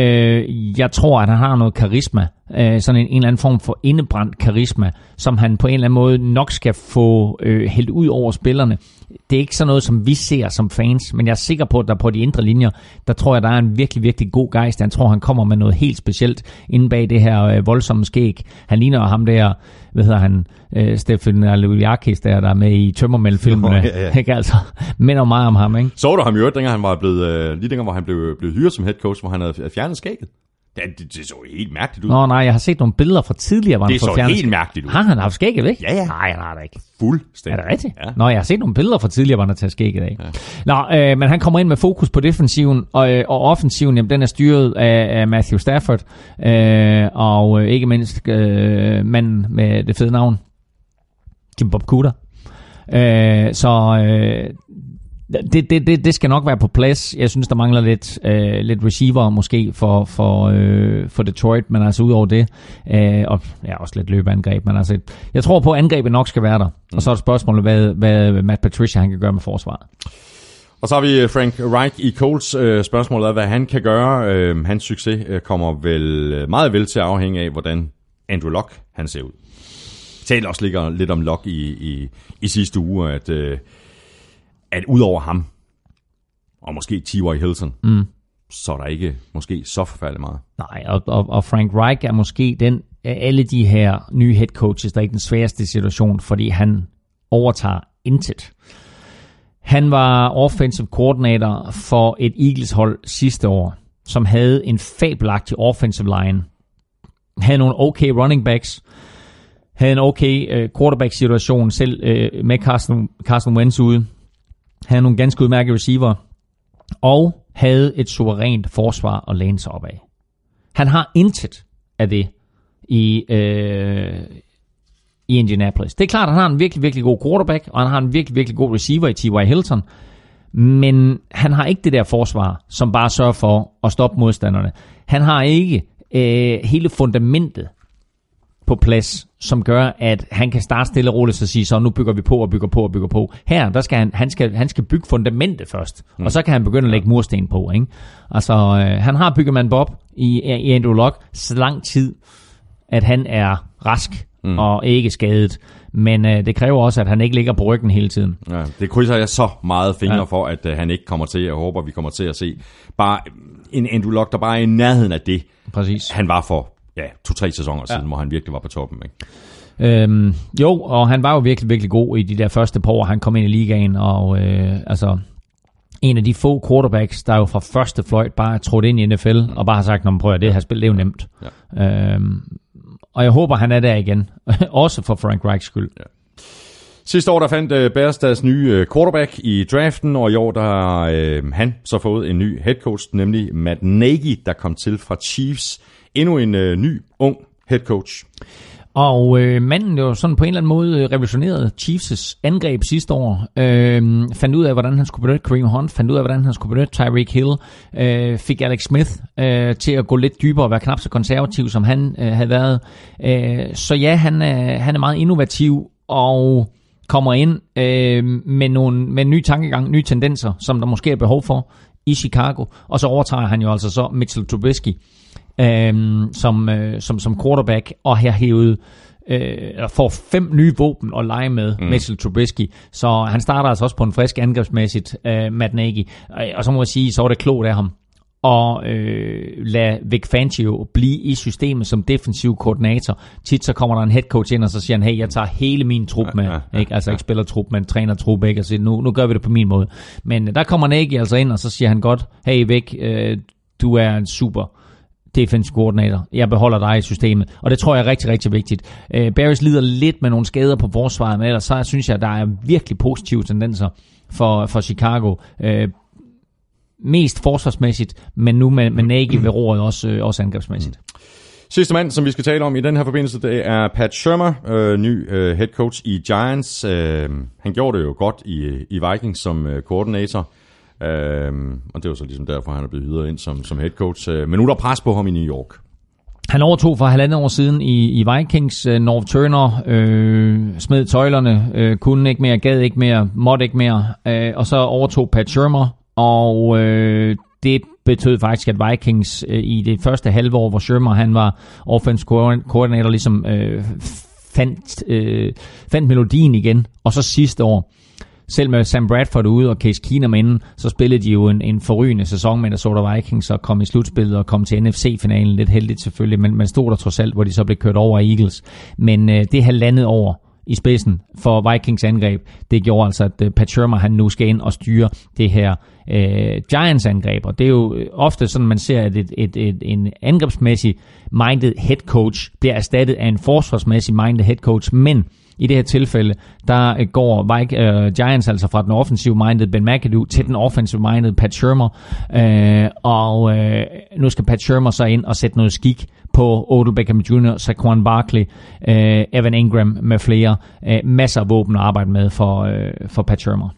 Uh, jeg tror, at han har noget karisma. Uh, sådan en, en eller anden form for indebrændt karisma, som han på en eller anden måde nok skal få uh, hældt ud over spillerne. Det er ikke sådan noget, som vi ser som fans, men jeg er sikker på, at der på de indre linjer, der tror jeg, der er en virkelig, virkelig god gejst. Jeg tror, han kommer med noget helt specielt inde bag det her øh, voldsomme skæg. Han ligner ham der, hvad hedder han, øh, Stefan Louliakis, der, der er med i Tømmermænd-filmene. Ja, ja. Ikke altså, minder meget om ham, ikke? Så du ham i øvrigt, dengang han var blevet, øh, lige dengang, hvor han blev, blev hyret som head coach, hvor han havde fjernet skægget? Ja, det, det så helt mærkeligt ud. Nå nej, jeg har set nogle billeder fra tidligere, hvor han det så fjernet. helt mærkeligt ud. Har han haft skægget væk? Ja, ja. Nej, han har det ikke. Fuldstændig. Er det rigtigt? Ja. Nå, jeg har set nogle billeder fra tidligere, hvor han har taget skægget af. Ja. Nå, øh, men han kommer ind med fokus på defensiven, og, øh, og offensiven, jamen, den er styret af, af Matthew Stafford, øh, og øh, ikke mindst øh, manden med det fede navn, Jim Bob Cooter. Øh, så... Øh, Det, det, det, det skal nok være på plads. Jeg synes, der mangler lidt, øh, lidt receiver måske for, for, øh, for Detroit, men altså ud over det, øh, og ja, også lidt løbeangreb, men altså, jeg tror på, at angrebet nok skal være der. Mm. Og så er det spørgsmålet, hvad, hvad Matt Patricia han kan gøre med forsvaret. Og så har vi Frank Reich i Colts. Øh, spørgsmålet er, hvad han kan gøre. Øh, hans succes øh, kommer vel meget vel til at afhænge af, hvordan Andrew Luck han ser ud. Vi talte også ligger lidt om Luck i, i, i sidste uge, at øh, at ud over ham, og måske T Y. Hilton, mm. så er der ikke måske så forfærdeligt meget. Nej, og, og, og Frank Reich er måske den af alle de her nye head coaches, der er ikke den sværeste situation, fordi han overtager intet. Han var offensive coordinator for et Eagles-hold sidste år, som havde en fabelagtig offensive line. Havde nogle okay running backs, havde en okay uh, quarterback-situation selv uh, med Carson, Carson Wentz ude. Havde nogle ganske udmærkede receiver, og havde et suverænt forsvar at læne sig op af. Han har intet af det i, øh, i Indianapolis. Det er klart, at han har en virkelig, virkelig god quarterback, og han har en virkelig, virkelig god receiver i T Y. Hilton, men han har ikke det der forsvar, som bare sørger for at stoppe modstanderne. Han har ikke øh, hele fundamentet på plads, som gør, at han kan starte stille og roligt og sige, så nu bygger vi på og bygger på og bygger på. Her, der skal han, han, skal, han skal bygge fundamentet først, mm. og så kan han begynde at lægge mursten på. Ikke? Altså, øh, han har bygget man Bob i, i Andrew Luck så lang tid, at han er rask mm. og ikke skadet. Men øh, det kræver også, at han ikke ligger på ryggen hele tiden. Ja, det krydser jeg så meget fingre ja. for, at øh, han ikke kommer til. Jeg håber, vi kommer til at se bare en Andrew Luck, der bare er i nærheden af det. Præcis. Han var for ja, to-tre sæsoner siden, ja. hvor han virkelig var på toppen, ikke? Øhm, jo, og han var jo virkelig, virkelig god i de der første par år, han kom ind i ligaen, og øh, altså en af de få quarterbacks, der jo fra første fløjt bare er trådt ind i N F L, og bare har sagt, når man prøver det her spil, det er jo nemt. Ja. Øhm, og jeg håber, han er der igen, også for Frank Reichs skyld. Ja. Sidste år der fandt uh, Bears deres nye uh, quarterback i draften, og i år der har uh, han så fået en ny head coach, nemlig Matt Nagy, der kom til fra Chiefs. Endnu en uh, ny, ung head coach. Og øh, manden jo sådan på en eller anden måde revolutionerede Chiefs' angreb sidste år. Øh, fandt ud af, hvordan han skulle benytte Kareem Hunt, fandt ud af, hvordan han skulle benytte Tyreek Hill. Øh, fik Alex Smith øh, til at gå lidt dybere og være knap så konservativ, som han øh, havde været. Øh, så ja, han er, han er meget innovativ og kommer ind øh, med, nogle, med en ny tankegang, nye tendenser, som der måske er behov for i Chicago. Og så overtager han jo altså så Mitchell Trubisky Øhm, som, øh, som, som quarterback, og har hævet øh, får fem nye våben at lege med, mm. Mitchell Trubisky. Så han starter altså også på en frisk angrebsmæssigt, øh, Matt Nagy. Og så må jeg sige, så var det klogt af ham og øh, lade Vic Fangio blive i systemet som defensiv koordinator. Tit så kommer der en head coach ind, og så siger han, hey, jeg tager hele min trup med. Ja, ja, ja, ikke? Altså ikke spiller trup, men træner trup, ikke? Og siger, nu, nu gør vi det på min måde. Men der kommer Nagy altså ind, og så siger han godt, hey Vic, øh, du er en super defensive koordinator. Jeg beholder dig i systemet. Og det tror jeg er rigtig, rigtig vigtigt. Uh, Bears lider lidt med nogle skader på forsvaret, men ellers så synes jeg, der er virkelig positive tendenser for, for Chicago. Uh, mest forsvarsmæssigt, men nu med, med Nagy ved roret også, uh, også angrebsmæssigt. Sidste mand, som vi skal tale om i den her forbindelse, det er Pat Shurmur, øh, ny øh, head coach i Giants. Øh, han gjorde det jo godt i, i Vikings som øh, koordinator. Øhm, og det var så ligesom derfor, han er blevet hyret ind som, som head coach. Men nu er der pres på ham i New York. Han overtog for halvandet år siden i, i Vikings. Norv Turner øh, smed tøjlerne, øh, kunne ikke mere, gad ikke mere, måtte ikke mere. Øh, og så overtog Pat Shurmur, og øh, det betød faktisk, at Vikings øh, i det første halve år, hvor Shurmur han var offensive coordinator, ligesom øh, fandt, øh, fandt melodien igen. Og så sidste år, selv med Sam Bradford ude og Case Keenum inden, så spillede de jo en, en forrygende sæson med Minnesota Vikings og kom i slutspillet og kom til N F C-finalen. Lidt heldigt selvfølgelig, men man stod der trods alt, hvor de så blev kørt over af Eagles. Men øh, det halvandet år i spidsen for Vikings angreb, det gjorde altså, at øh, Pat Shurmur han nu skal ind og styre det her øh, Giants angreb. Og det er jo ofte sådan, man ser, at et, et, et, en angrebsmæssig minded head coach bliver erstattet af en forsvarsmæssig minded head coach, men i det her tilfælde, der går uh, Giants altså fra den offensive-minded Ben McAdoo til den offensive-minded Pat Shurmur. Uh, og uh, nu skal Pat Shurmur så ind og sætte noget skik på Odell Beckham junior, Saquon Barkley, uh, Evan Ingram med flere. Uh, masser af våben at arbejde med for, uh, for Pat Shurmur.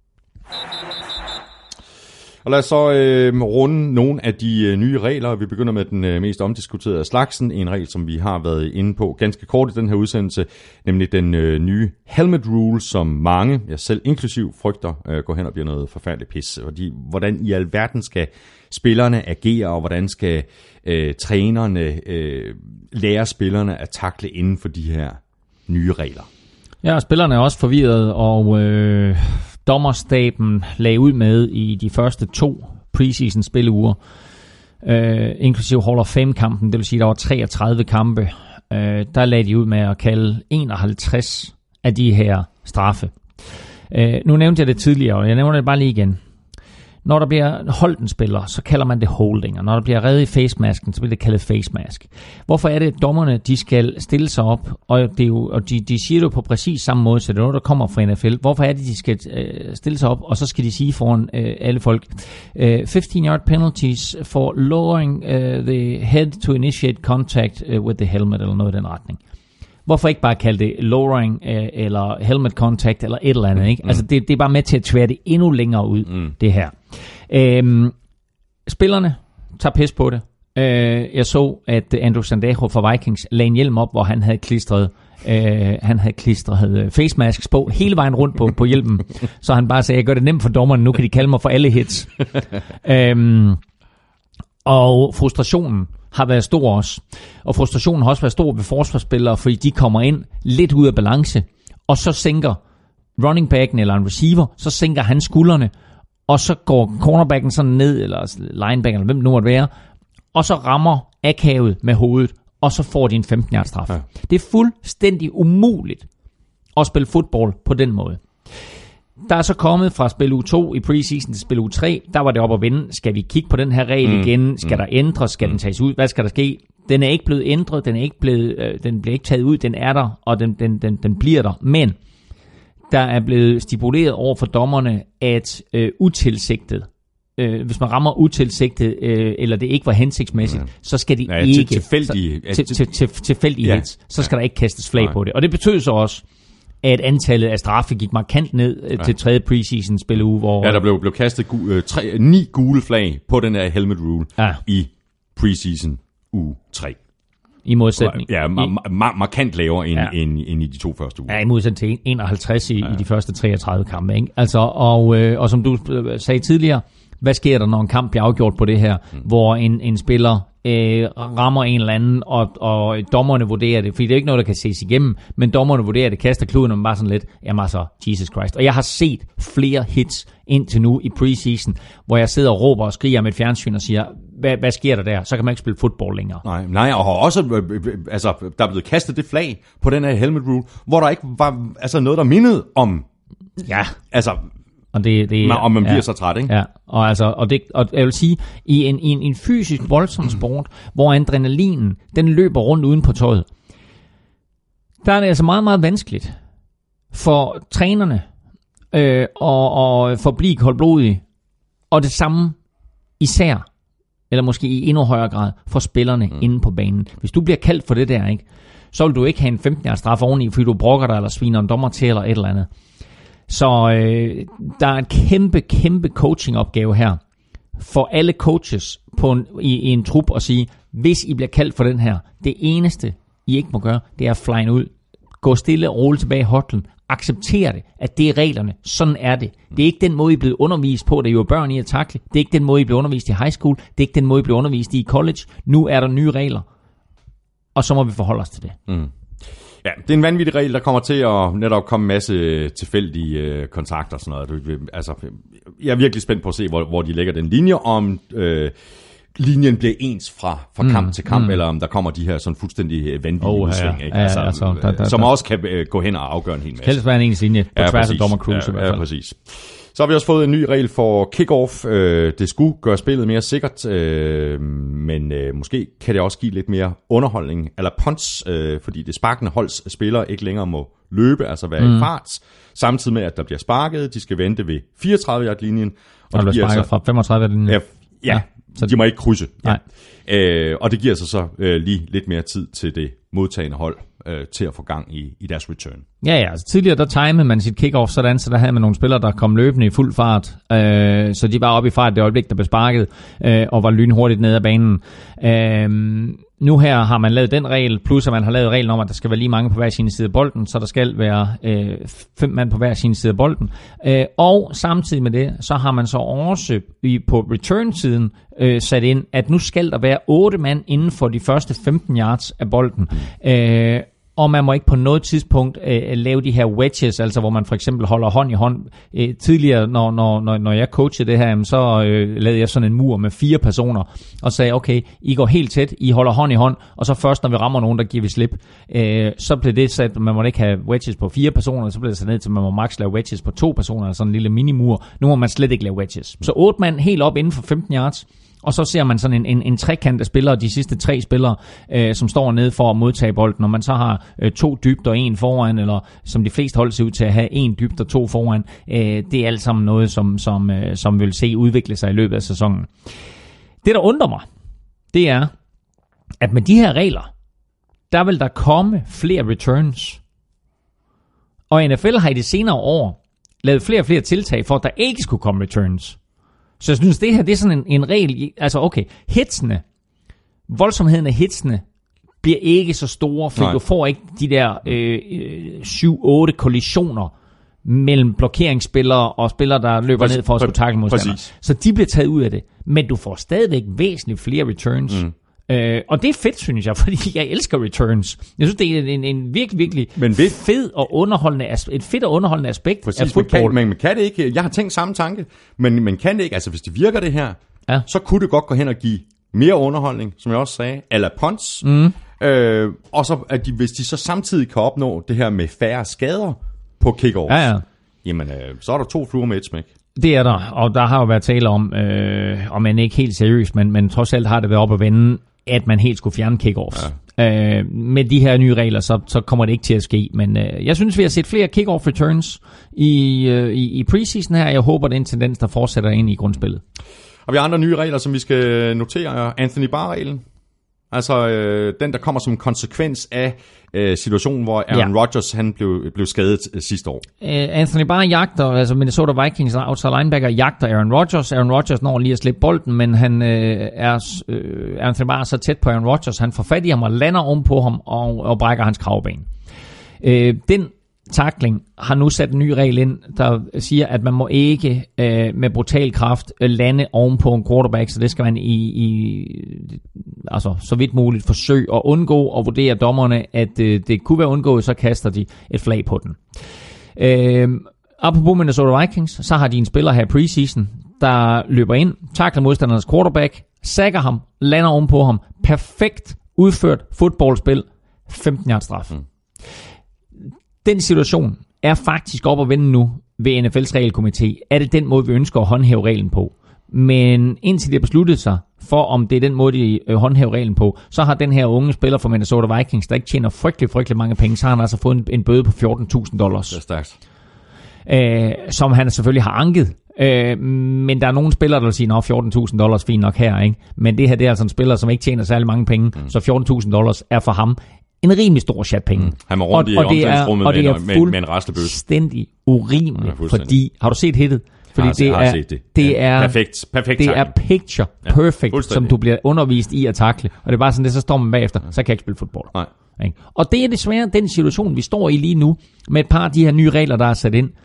Og lad os så øh, runde nogle af de øh, nye regler. Vi begynder med den øh, mest omdiskuterede af slagsen. En regel, som vi har været inde på ganske kort i den her udsendelse, nemlig den øh, nye helmet rule, som mange, jeg selv inklusiv, frygter øh, går hen og bliver noget forfærdeligt pis. Fordi hvordan i alverden skal spillerne agere, og hvordan skal øh, trænerne øh, lære spillerne at takle inden for de her nye regler? Ja, spillerne er også forvirret, og Øh dommerstaben lagde ud med i de første to preseason spilleuger, øh, inklusive Hall of Fame-kampen, det vil sige, der var treogtredive kampe, øh, der lagde de ud med at kalde enoghalvtreds af de her straffe. Øh, nu nævnte jeg det tidligere, og jeg nævner det bare lige igen. Når der bliver holdt en spiller, så kalder man det holding, og når der bliver reddet i facemasken, så bliver det kaldet facemask. Hvorfor er det, at dommerne de skal stille sig op, og, det er jo, og de, de siger det jo på præcis samme måde, så det er noget, der kommer fra N F L. Hvorfor er det, de skal øh, stille sig op, og så skal de sige foran øh, alle folk, øh, fifteen yard penalties for lowering uh, the head to initiate contact uh, with the helmet, eller noget i den retning. Hvorfor ikke bare kalde det lowering øh, eller helmet contact eller et eller andet, ikke? Mm. Altså det, det er bare med til at tvære det endnu længere ud, mm. det her. Øhm, spillerne tager pis på det. Øh, jeg så, at Andrew Sandejo fra Vikings lagde en hjelm op, hvor han havde klistret øh, han havde klistret face masks på hele vejen rundt på, på hjelmen, så han bare sagde, jeg gør det nemt for dommerne, nu kan de kalde mig for alle hits. øhm, Og frustrationen har været stor også. Og frustrationen har også været stor ved forsvarsspillere, fordi de kommer ind lidt ud af balance, og så sænker running backen eller en receiver, så sænker han skuldrene, og så går cornerbacken sådan ned, eller linebacken, eller hvem det nu måtte være, og så rammer akavet med hovedet, og så får de en femten yards straf. Ja. Det er fuldstændig umuligt at spille fodbold på den måde. Der er så kommet fra spil uge to i preseason til spil uge tre, der var det op at vende. Skal vi kigge på den her regel mm. igen? Skal mm. der ændres? Skal mm. den tages ud? Hvad skal der ske? Den er ikke blevet ændret, den er ikke blevet, øh, den bliver ikke taget ud, den er der, og den, den, den, den bliver der. Men der er blevet stipuleret over for dommerne, at øh, utilsigtet, øh, hvis man rammer utilsigtet, øh, eller det ikke var hensigtsmæssigt, mm. så skal det ja, ikke... Til, tilfældige, så, til, til, til, tilfældige ja. hits, så skal ja. der ikke kastes flag Nej. på det. Og det betød så også, at antallet af straffe gik markant ned ja. til tredje preseason spilleuge, hvor... Ja, der blev, blev kastet gu, øh, tre, ni gule flag på den her helmet rule ja. i preseason uge tre. I modsætning. Ja, ma- ma- ma- markant lavere end, ja. end, end i de to første uger. Ja, i modsætning til enoghalvtreds i, ja. i de første treogtredive kampe. Ikke? Altså, og, øh, og som du sagde tidligere, hvad sker der, når en kamp bliver afgjort på det her, mm. hvor en, en spiller øh, rammer en eller anden, og, og dommerne vurderer det, fordi det er ikke noget, der kan ses igennem, men dommerne vurderer det, kaster kluden, og man bare sådan lidt, jamen altså, Jesus Christ. Og jeg har set flere hits indtil nu i preseason, hvor jeg sidder og råber og skriger med et fjernsyn og siger, hvad, hvad sker der der? Så kan man ikke spille fodbold længere. Nej, nej, og også, altså, der er blevet kastet det flag på den her helmet rule, hvor der ikke var altså, noget, der mindede om, ja, altså... Og det, det, og man bliver ja, så træt, ikke? Ja, og, altså, og, det, og jeg vil sige, i en, i en, en fysisk voldsom sport, hvor adrenalinen, den løber rundt uden på tøjet, der er det altså meget, meget vanskeligt for trænerne øh, og, og for at blive koldblodige, og det samme især, eller måske i endnu højere grad, for spillerne mm. inde på banen. Hvis du bliver kaldt for det der, ikke, så vil du ikke have en femten yards straf oveni, fordi du brokker dig, eller sviner en dommer til, eller et eller andet. Så øh, der er en kæmpe, kæmpe coachingopgave her for alle coaches på en, i, i en trup at sige, hvis I bliver kaldt for den her, det eneste I ikke må gøre, det er at flyne ud, gå stille og roligt tilbage i hotlen, acceptere det, at det er reglerne, sådan er det. Det er ikke den måde, I er blevet undervist på, da I var børn i at takle, det er ikke den måde, I blev undervist i high school, det er ikke den måde, I blev undervist i college, nu er der nye regler, og så må vi forholde os til det. Mm. Ja, det er en vanvittig regel, der kommer til at netop komme en masse tilfældige øh, kontakter og sådan noget. Altså, jeg er virkelig spændt på at se, hvor, hvor de lægger den linje, om øh, linjen bliver ens fra, fra mm, kamp til kamp, mm. eller om der kommer de her sådan fuldstændig vanvittige oh, udsving, ja, ja, altså, ja, altså, der, der, som der, også kan øh, gå hen og afgøre en hel masse. Helst være en ens linje på ja, tværs af dommer Cruz. Ja, ja, præcis. Så har vi også fået en ny regel for kick-off. Det skulle gøre spillet mere sikkert, men måske kan det også give lidt mere underholdning, eller punch, fordi det sparkende holds spillere ikke længere må løbe, altså være mm. i fart, samtidig med, at der bliver sparket. De skal vente ved fireogtredive yard linjen. Og, og det bliver sparket altså, fra femogtredive yard linjen. Ja, ja, ja, så de må ikke krydse. Ja. Øh, og det giver sig så øh, lige lidt mere tid til det modtagende hold øh, til at få gang i, i deres return. Ja, ja. Altså, tidligere der timede man sit kickoff sådan, så der havde man nogle spillere, der kom løbende i fuld fart. Øh, så de var oppe i fart det øjeblik, der blev sparket, øh, og var lynhurtigt ned ad banen. Øh, nu her har man lavet den regel, plus at man har lavet reglen om, at der skal være lige mange på hver sin side af bolden, så der skal være øh, fem mand på hver sin side af bolden. Øh, og samtidig med det, så har man så også i, på return-siden øh, sat ind, at nu skal der være otte mand inden for de første femten yards af bolden. Øh, og man må ikke på noget tidspunkt øh, lave de her wedges, altså hvor man for eksempel holder hånd i hånd. Øh, tidligere, når, når, når jeg coachede det her, så øh, lavede jeg sådan en mur med fire personer, og sagde, okay, I går helt tæt, I holder hånd i hånd, og så først, når vi rammer nogen, der giver vi slip. Øh, så blev det sat, man må ikke have wedges på fire personer, så blev det sat ned til, man må maks lave wedges på to personer, altså sådan en lille minimur. Nu må man slet ikke lave wedges. Så otte mand helt op inden for femten yards, og så ser man sådan en, en, en trekant af spillere, de sidste tre spillere, øh, som står nede for at modtage bolden. Når man så har øh, to dybt og en foran, eller som de fleste hold ser ud til at have en dybt og to foran, øh, det er alt sammen noget, som, som, øh, som vil se udvikle sig i løbet af sæsonen. Det, der undrer mig, det er, at med de her regler, der vil der komme flere returns. Og N F L har i de senere år lavet flere og flere tiltag for, at der ikke skulle komme returns. Så jeg synes, det her det er sådan en, en regel, altså okay, hitsene, voldsomheden af hitsene bliver ikke så store, for Nej. du får ikke de der øh, syv otte kollisioner mellem blokeringsspillere og spillere, der løber præcis, ned for at skulle tackle modstandere. Så de bliver taget ud af det. Men du får stadigvæk væsentligt flere returns. Mm. Øh, og det er fedt, synes jeg, fordi jeg elsker returns. Jeg synes, det er en, en virkelig, virkelig men ved, fed og underholdende, et fedt og underholdende aspekt præcis, af fodbold. Men, men kan det ikke, jeg har tænkt samme tanke, men, men kan det ikke, altså hvis det virker det her, ja. så kunne det godt gå hen og give mere underholdning, som jeg også sagde, eller punts. Mm. Øh, og så, at de, hvis de så samtidig kan opnå det her med færre skader på kickoffs, ja, ja. jamen øh, så er der to fluer med et smæk. Det er der, og der har jo været tale om, øh, om man ikke helt seriøst, men, men trods alt har det været op at vende, at man helt skulle fjerne kickoffs. Ja. Øh, med de her nye regler, så, så kommer det ikke til at ske. Men øh, jeg synes, vi har set flere kickoff returns i, øh, i, i preseason her. Jeg håber, det er en tendens, der fortsætter ind i grundspillet. Og vi har andre nye regler, som vi skal notere. Anthony Barr-reglen. Altså øh, den, der kommer som en konsekvens af øh, situationen, hvor Aaron ja. Rodgers han blev, blev skadet øh, sidste år. Uh, Anthony Barr jagter, altså Minnesota Vikings outside linebacker jagter Aaron Rodgers. Aaron Rodgers når lige at slippe bolden, men han øh, er øh, Anthony Barr er så tæt på Aaron Rodgers, han får fat i ham og lander om på ham og, og brækker hans kravben. Øh, den tackling har nu sat en ny regel ind, der siger, at man må ikke øh, med brutal kraft øh, lande oven på en quarterback, så det skal man i, i altså så vidt muligt forsøge at undgå, og vurdere dommerne, at øh, det kunne være undgået, så kaster de et flag på den. Øh, apropos Minnesota Vikings, så har de en spiller her i preseason, der løber ind, tackler modstandernes quarterback, sacker ham, lander oven på ham, perfekt udført fodboldspil, femten yards straf. Mm. Den situation er faktisk op at vende nu ved N F L's regelkomité. Er det den måde, vi ønsker at håndhæve reglen på? Men indtil de har besluttet sig for, om det er den måde, de håndhæver reglen på, så har den her unge spiller fra Minnesota Vikings, der ikke tjener frygtelig, frygtelig mange penge, så har han altså fået en, en bøde på fjorten tusind dollars. Det er stærkt. Øh, som han selvfølgelig har anket. Øh, men der er nogle spillere, der vil sige, at fjorten tusind dollars fint nok her, ikke? Men det her, det er altså en spiller, som ikke tjener særlig mange penge, mm. så fjorten tusind dollars er for ham en rimelig stor chat penge. Mm. Han var rundt og, i omklædningsrummet med, med, med en raslebøs. Fuldstændig urimeligt, ja, fordi, har du set hittet? Fordi det er, det. det ja, er perfekt, perfekt det er picture perfect, ja, som du bliver undervist i at takle. Og det er bare sådan, det så står man bagefter, så kan jeg ikke spille fodbold. Nej. Og det er desværre den situation, vi står i lige nu, med et par af de her nye regler, der er sat ind,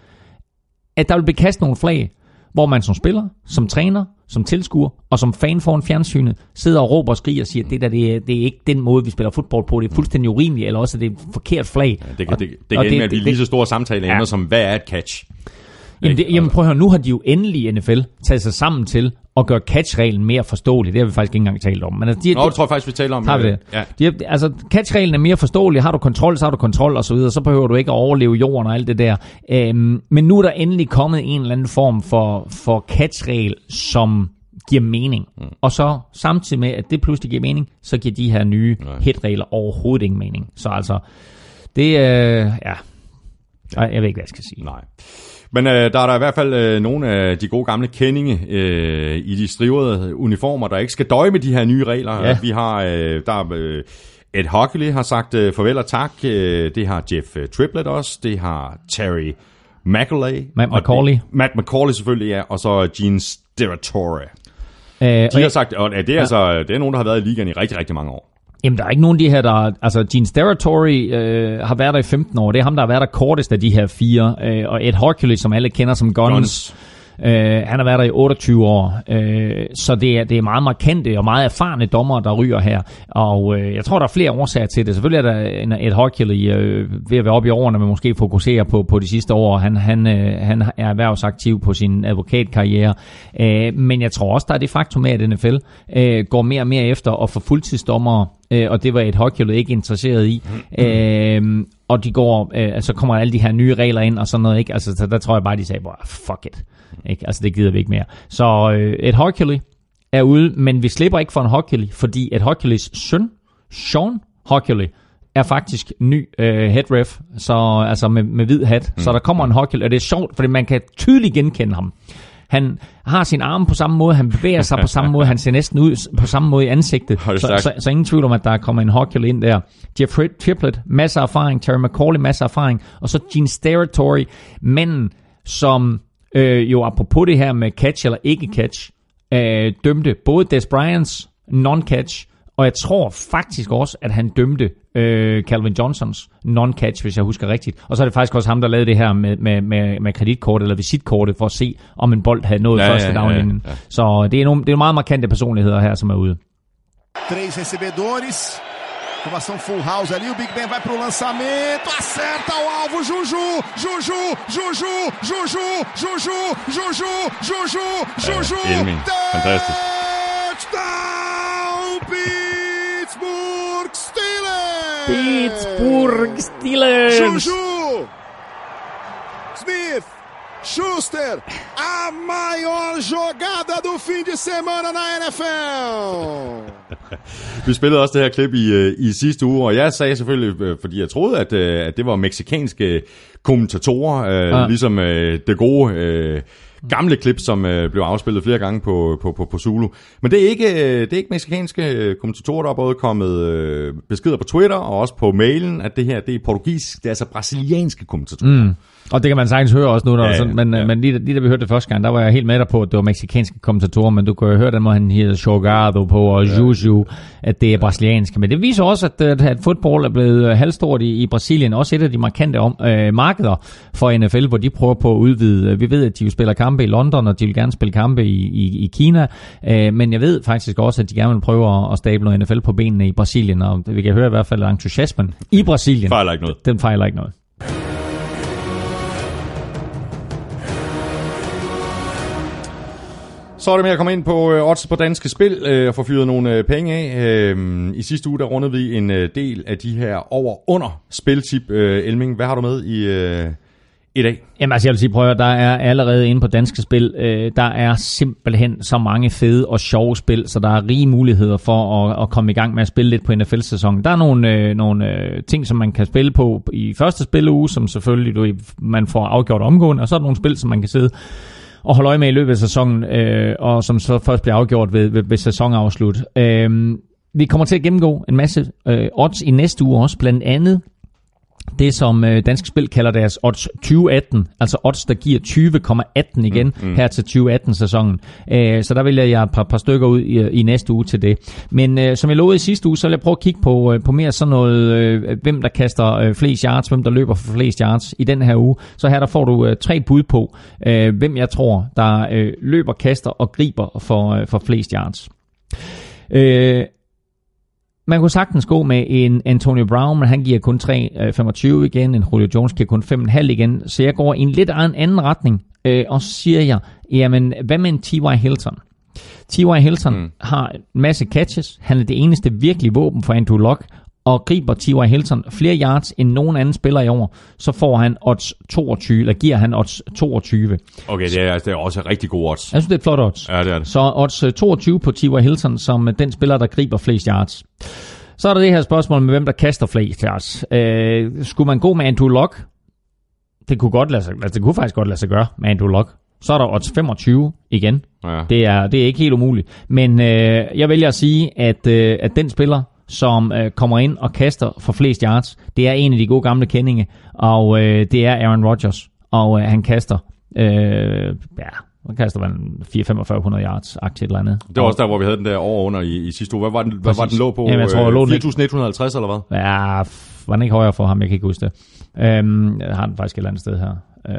at der vil blive kastet nogle flag, hvor man som spiller, som træner, som tilskuer og som fan foran fjernsynet sidder og råber og skriger og siger, at det der, det er, det er ikke den måde, vi spiller fodbold på. Det er fuldstændig urimeligt, eller også det er et forkert flag. Ja, det kan, det, det kan ende med at blive lige så store samtaler, ja. Som hvad er et catch? Jamen, det, jamen prøv at høre, nu har de jo endelig i N F L taget sig sammen til at gøre catch-reglen mere forståelig. Det har vi faktisk ikke engang talt om. Men altså, de, Nå, det tror jeg faktisk, vi taler om. Har vi det? Ja. De, altså, catch-reglen er mere forståelig. Har du kontrol, så har du kontrol og så videre. Så behøver du ikke at overleve jorden og alt det der. Øhm, men nu er der endelig kommet en eller anden form for, for catch-regel, som giver mening. Mm. Og så samtidig med, at det pludselig giver mening, så giver de her nye hit-regler overhovedet ingen mening. Så altså, det øh, ja, jeg ved ikke, hvad jeg skal sige. Nej. Men øh, der er der i hvert fald øh, nogle af de gode gamle kendinge øh, i de strivede uniformer, der ikke skal døje med de her nye regler. Ja. Vi har, øh, der øh, Ed Hockley har sagt øh, farvel og tak. Øh, det har Jeff øh, Triplett også. Det har Terry McAulay. Matt McCauley. Det, Matt McCauley selvfølgelig, ja. Og så Gene Steratore. Øh, de har sagt, og det er, ja. altså, det er nogen, der har været i ligaen i rigtig, rigtig mange år. Jamen, der er ikke nogen af de her, der... Altså, Gene Steratore øh, har været der i femten år. Det er ham, der har været der kortest af de her fire. Øh, og Ed Hockley, som alle kender som Guns, Guns. Øh, han har været der i otteogtyve år. Øh, så det er, det er meget markante og meget erfarne dommere, der ryger her. Og øh, jeg tror, der er flere årsager til det. Selvfølgelig er der en Ed Hockley øh, ved at være oppe i årene, men måske fokusere på, på de sidste år. Han, han, øh, han er erhvervsaktiv på sin advokatkarriere. Øh, men jeg tror også, der er det faktum med, at N F L øh, går mere og mere efter at få fuldtidsdommere, øh, og det var Ed Hockley ikke interesseret i. Mm. Øh, og de går, øh, altså kommer alle de her nye regler ind og sådan noget, ikke? Altså, der tror jeg bare, de sagde, fuck it. Ikke? Altså, det gider vi ikke mere. Så øh, Ed Hockley er ude, men vi slipper ikke for en Hockley, fordi Ed Hockleys søn, Sean Hockley, er faktisk ny øh, head ref, så, altså med, med hvid hat. Mm. Så der kommer en Hockley, og det er sjovt, fordi man kan tydeligt genkende ham. Han har sin arme på samme måde, han bevæger sig på samme måde, han ser næsten ud på samme måde i ansigtet. Så, så, så ingen tvivl om, at der kommer en Hockley ind der. Jeff Triplett, masser af erfaring. Terry McCauley, masser af erfaring. Og så Gene Steratore, manden, som øh, jo apropos det her med catch eller ikke catch, øh, dømte både Des Bryants non-catch Og jeg tror faktisk også, at han dømte øh, Calvin Johnsons non-catch, hvis jeg husker rigtigt. Og så er det faktisk også ham, der lavede det her med, med, med, med kreditkortet eller visitkortet, for at se, om en bold havde nået ja, første ja, downlinjen. Ja, ja. Så det er, nogle, det er nogle meget markante personligheder her, som er ude. Três recebedores. Formação full house ali, o Big Ben vai pro lançamento, acerta o alvo, Juju, Juju, Juju, Juju, Juju, Juju, Juju, Juju, Elming, fantastisk. Touchdown, Pittsburgh Steelers! Pittsburgh Steelers! Juju, Smith, Schuster, a maior jogada do fim de semana na N F L. Vi spillede også det her klip i, i sidste uge, og jeg sagde selvfølgelig, fordi jeg troede, at, at det var meksikanske kommentatorer, ja. ligesom det gode øh, gamle klip, som øh, blev afspillet flere gange på, på, på, på Zulu. Men det er ikke, det er ikke meksikanske kommentatorer, der er både kommet øh, beskeder på Twitter og også på mailen, at det her det er portugisisk, det er altså brasilianske kommentatorer. Mm. Og det kan man sagtens høre også nu, når ja, sådan, men, ja. men lige, lige da vi hørte det første gang, der var jeg helt med der på, at det var meksikanske kommentatorer, men du kan jo høre den, hvor han hedder Jogado på, og ja. Juju, at det er brasilianske. Men det viser også, at, at fodbold er blevet halvstort i, i Brasilien, også et af de markante om, øh, markeder for N F L, hvor de prøver på at udvide. Vi ved, at de vil spille kampe i London, og de vil gerne spille kampe i, i, i Kina, øh, men jeg ved faktisk også, at de gerne vil prøve at stable noget N F L på benene i Brasilien, og vi kan høre i hvert fald entusiasmen i Brasilien. Fejler ikke noget. Den fejler ikke noget. Så er det med at komme ind på øh, odds på danske spil øh, og få fyret nogle øh, penge af. Øh, I sidste uge der rundede vi en øh, del af de her over-under spiltip. Øh, Elming, hvad har du med i, øh, i dag? Jamen altså jeg vil sige, prøv at der er allerede inde på danske spil, øh, der er simpelthen så mange fede og sjove spil, så der er rige muligheder for at, at komme i gang med at spille lidt på N F L-sæsonen. Der er nogle, øh, nogle øh, ting, som man kan spille på i første spilleuge, som selvfølgelig du, man får afgjort omgående, og så er der nogle spil, som man kan sidde og holde øje med i løbet af sæsonen, øh, og som så først bliver afgjort ved, ved, ved sæsonafslut. Øh, vi kommer til at gennemgå en masse øh, odds i næste uge også, blandt andet det, som øh, Danske Spil kalder deres odds tyve atten, altså odds, der giver tyve komma atten igen mm, mm. her til tyve atten-sæsonen. Øh, så der vil jeg et par, par stykker ud i, i næste uge til det. Men øh, som jeg lovede i sidste uge, så vil jeg prøve at kigge på, øh, på mere sådan noget, øh, hvem der kaster øh, flest yards, hvem der løber for flest yards i den her uge. Så her der får du øh, tre bud på, øh, hvem jeg tror, der øh, løber, kaster og griber for, øh, for flest yards. Øh, Man kunne sagtens gå med en Antonio Brown, men han giver kun tre komma femogtyve igen. En Julio Jones giver kun fem komma fem igen. Så jeg går i en lidt anden retning, øh, og så siger jeg, jamen, hvad med en T Y. Hilton? T Y. Hilton mm. har en masse catches. Han er det eneste virkelige våben for Andrew Luck, og griber T Y. Hilton flere yards end nogen anden spiller i år, så får han odds toogtyve, eller giver han odds toogtyve. Okay, det er, det er også rigtig gode odds. Jeg synes, det er et flot odds. Ja, det er det. Så odds toogtyve på T Y. Hilton, som den spiller, der griber flest yards. Så er der det her spørgsmål med, hvem der kaster flest yards. Øh, skulle man gå med Andrew Luck? Det kunne, godt lade sig, altså, det kunne faktisk godt lade sig gøre med Andrew Luck. Så er der odds femogtyve igen. Ja. Det, er, det er ikke helt umuligt. Men øh, jeg vælger at sige, at, øh, at den spiller, som øh, kommer ind og kaster for flest yards, det er en af de gode gamle kendinge, og øh, det er Aaron Rodgers. Og øh, han kaster, øh, ja, han kaster vel fire tusind fem hundrede yards, aktivt eller andet. Det var også der, hvor vi havde den der over under i, i sidste uge. Hvad var den, hvad var den lå på? Jamen, jeg tror, lå fire tusind et hundrede og halvtreds eller hvad? Ja, var den ikke højere for ham? Jeg kan ikke huske det. Øhm, jeg har den faktisk et eller andet sted her. Øh,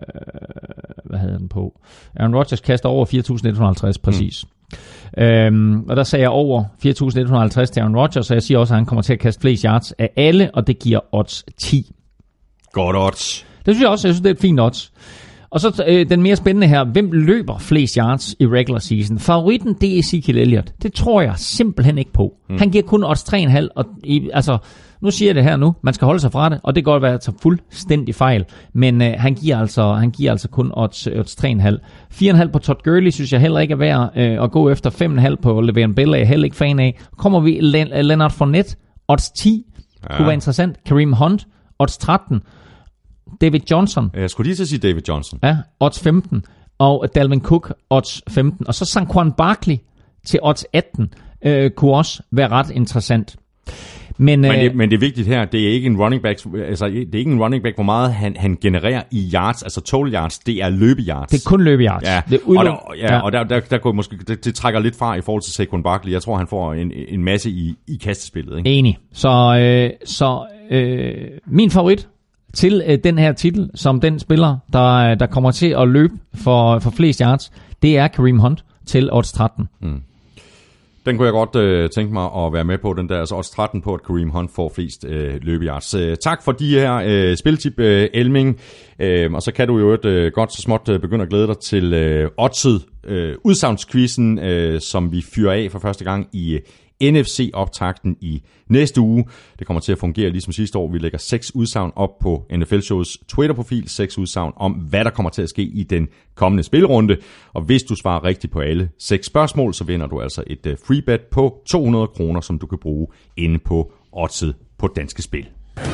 hvad havde den på? Aaron Rodgers kaster over fire tusind et hundrede og halvtreds, præcis. Mm. Øhm, og der sagde jeg over fire tusind et hundrede og halvtreds til Aaron Rodgers, så jeg siger også, at han kommer til at kaste flest yards af alle, og det giver odds ti. Godt odds. Det synes jeg også. Jeg synes, det er et fint odds. Og så øh, den mere spændende her. Hvem løber flest yards i regular season? Favoritten, det er Ezekiel Elliott. Det tror jeg simpelthen ikke på. Mm. Han giver kun odds tre komma fem. Og i, altså, nu siger jeg det her nu. Man skal holde sig fra det. Og det kan godt være, at jeg tager fuldstændig fejl. Men øh, han, giver altså, han giver altså kun odds, odds tre komma fem. fire komma fem på Todd Gurley synes jeg heller ikke er værd øh, at gå efter. fem komma fem på Le'Veon Bell er jeg heller ikke fan af. Kommer vi Len- Leonard Fournette. Odds ti. Ja. Kunne være interessant. Kareem Hunt. Odds tretten. David Johnson. Jeg skulle lige til at sige David Johnson. Ja, odds femten. Og Dalvin Cook, odds femten. Og så Saquon Barkley til odds atten, øh, kunne også være ret interessant. Men, men, øh, det, men det er vigtigt her, det er ikke en running back, altså det er ikke en running back, hvor meget han, han genererer i yards, altså total yards, det er løbeyards. Det er kun løbeyards. Ja, det er og, der, ja, ja. og der, der, der går måske, det, det trækker lidt fra i forhold til Saquon Barkley. Jeg tror, han får en, en masse i, i kastespillet. Ikke? Enig. Så, øh, så øh, min favorit til øh, den her titel, som den spiller, der, der kommer til at løbe for, for flest yards, det er Kareem Hunt til odds tretten. Mm. Den kunne jeg godt øh, tænke mig at være med på, den der, altså odds tretten på, at Kareem Hunt får flest øh, løbeyards. Øh, tak for de her øh, spiltip, øh, Elming. Øh, og så kan du jo et øh, godt så småt øh, begynde at glæde dig til øh, oddset øh, udsagnsquizzen, øh, som vi fyrer af for første gang i øh, N F C-optakten i næste uge. Det kommer til at fungere ligesom sidste år. Vi lægger seks udsagn op på N F L-shows Twitter-profil. Seks udsagn om, hvad der kommer til at ske i den kommende spilrunde. Og hvis du svarer rigtigt på alle seks spørgsmål, så vinder du altså et uh, free bet på to hundrede kroner, som du kan bruge inde på oddset på Danske Spil.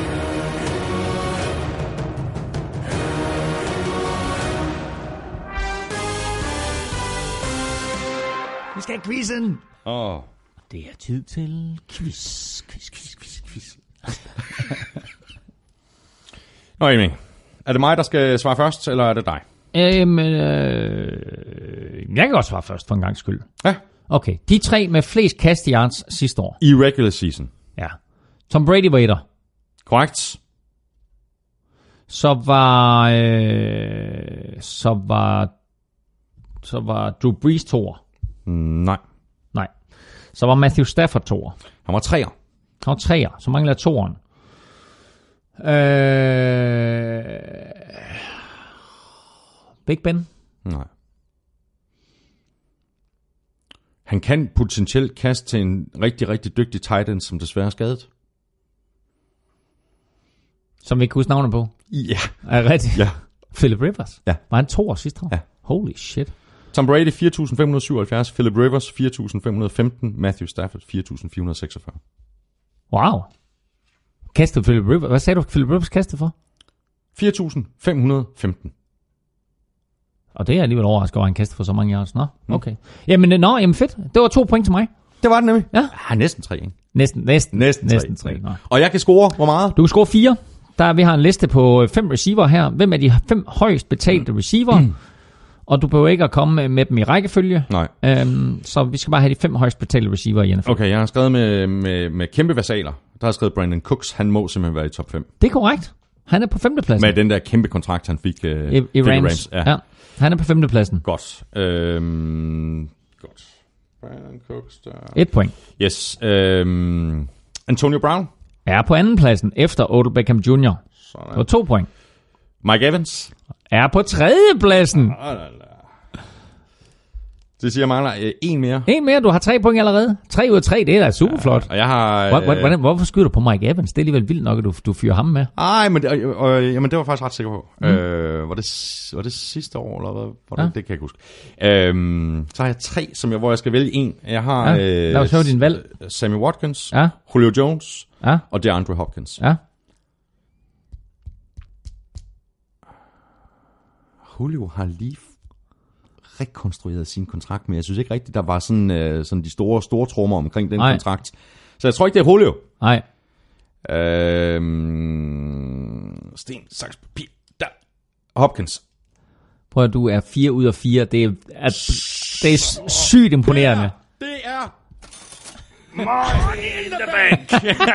Vi skal have quizzen! Åh... Oh. Det er tid til quiz, quiz, quiz, quiz, quiz. Nå, Emil. Er det mig, der skal svare først, eller er det dig? Øhm, øh, jeg kan godt svare først, for en gang skyld. Ja. Okay, de tre med flest kast yards sidste år. I regular season. Ja. Tom Brady var etter. Korrekt. Så var... Øh, så var... Så var Drew Brees toer. Mm, nej. Nej. Så var Matthew Stafford toer. Han var treer. Han var treer, så mangler jeg toeren. Øh... Big Ben? Nej. Han kan potentielt kaste til en rigtig, rigtig dygtig tight end, som desværre er skadet. Som vi ikke kunne huske navnet på. Ja. Er det rigtigt? Ja. Philip Rivers? Ja. Var han toer sidste år? Ja. Holy shit. Tom Brady fire tusind fem hundrede syvoghalvfjerds, Philip Rivers fire tusind fem hundrede femten, Matthew Stafford fire tusind fire hundrede seksogfyrre. Wow. Kastede Philip Rivers. Hvad sagde du, Philip Rivers kastede for? fire tusind fem hundrede femten. Og det er alligevel overrasket over, at han kastede for så mange yards. Nå, okay. Mm. Jamen, nå, jamen fedt. Det var to point til mig. Det var det nemlig. Ja. Ah, næsten tre, ikke? Næsten, næsten. Næsten, næsten tre. tre. tre. Og jeg kan score, hvor meget? Du kan score fire. Der, vi har en liste på fem receiver her. Hvem er de fem højst betalte mm. receiver? Mm. Og du behøver ikke at komme med dem i rækkefølge. Nej. Øhm, så vi skal bare have de fem højst betalte receiver i N F L. Okay, jeg har skrevet med, med, med kæmpe versaler. Der har jeg skrevet Brandon Cooks. Han må simpelthen være i top fem. Det er korrekt. Han er på femtepladsen. Med den der kæmpe kontrakt, han fik uh, I, i Rams. Rams. Ja. ja. Han er på femtepladsen. Godt. Øhm, godt. Brandon Cooks der. Et point. Yes. Øhm, Antonio Brown. Er på andenpladsen efter Odell Beckham junior Sådan. Det var to point. Mike Evans. Er på tredjepladsen. Det siger, jeg mangler øh, en mere. En mere, du har tre point allerede. Tre ud af tre, det er da super flot. Ja, og jeg har... Hvor, hvordan, hvorfor skyder du på Mike Evans? Det er alligevel vildt nok, at du, du fyrer ham med. Ej, men det, øh, øh, jamen, det var jeg faktisk ret sikker på. Mm. Øh, var, det, var det sidste år, eller hvad? Var det, ja. Det kan jeg ikke huske. Øh, så har jeg tre, som jeg, hvor jeg skal vælge en. Jeg har... Ja. Lad os høre din valg. Sammy Watkins, ja. Julio Jones ja. og DeAndre Hopkins. Ja. Julio har lige rekonstrueret sin kontrakt, men jeg synes ikke rigtigt, der var sådan, øh, sådan de store, store trommer omkring den Nej. kontrakt. Så jeg tror ikke, det er Julio. Nej. Øhm, sten, saks, papir, der. Hopkins. Prøv at du er fire ud af fire. Det er, at, det er sygt imponerende. Det er... Money in the bank.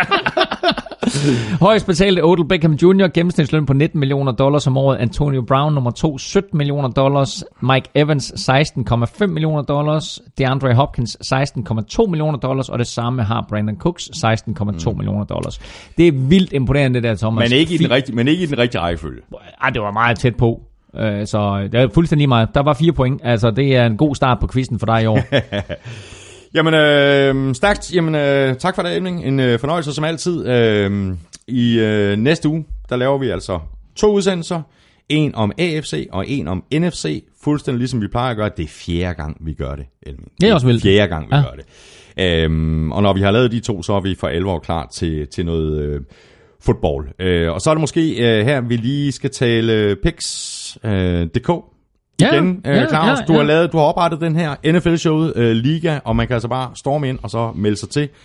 Højst betalte Odell Beckham junior Gennemsnitsløn på nitten millioner dollars om året. Antonio Brown nummer to, sytten millioner dollars. Mike Evans seksten komma fem millioner dollars. DeAndre Hopkins seksten komma to millioner dollars. Og det samme har Brandon Cooks seksten komma to mm. millioner dollars. Det er vildt imponerende det der, Thomas. Men ikke i den rigtige, men ikke i den rigtige rækkefølge. Ej, det var meget tæt på. Uh, så det er fuldstændig meget. Der var fire point. Altså, det er en god start på quizzen for dig i år. Jamen, øh, stærkt. Jamen, øh, tak for det, Emling. En øh, fornøjelse som altid. Øh, I øh, næste uge, der laver vi altså to udsendelser. En om A F C og en om N F C. Fuldstændig ligesom vi plejer at gøre. Det er fjerde gang, vi gør det, Emling. Det er også vildt. Fjerde gang, vi ja. gør det. Øh, og når vi har lavet de to, så er vi for alvor klar til, til noget øh, fodbold. Øh, og så er det måske øh, her, vi lige skal tale picks punktum d k. Igen, ja, ja, Claus, ja, ja. Du har lavet, du har oprettet den her N F L-showet uh, Liga, og man kan altså bare storme ind og så melde sig til.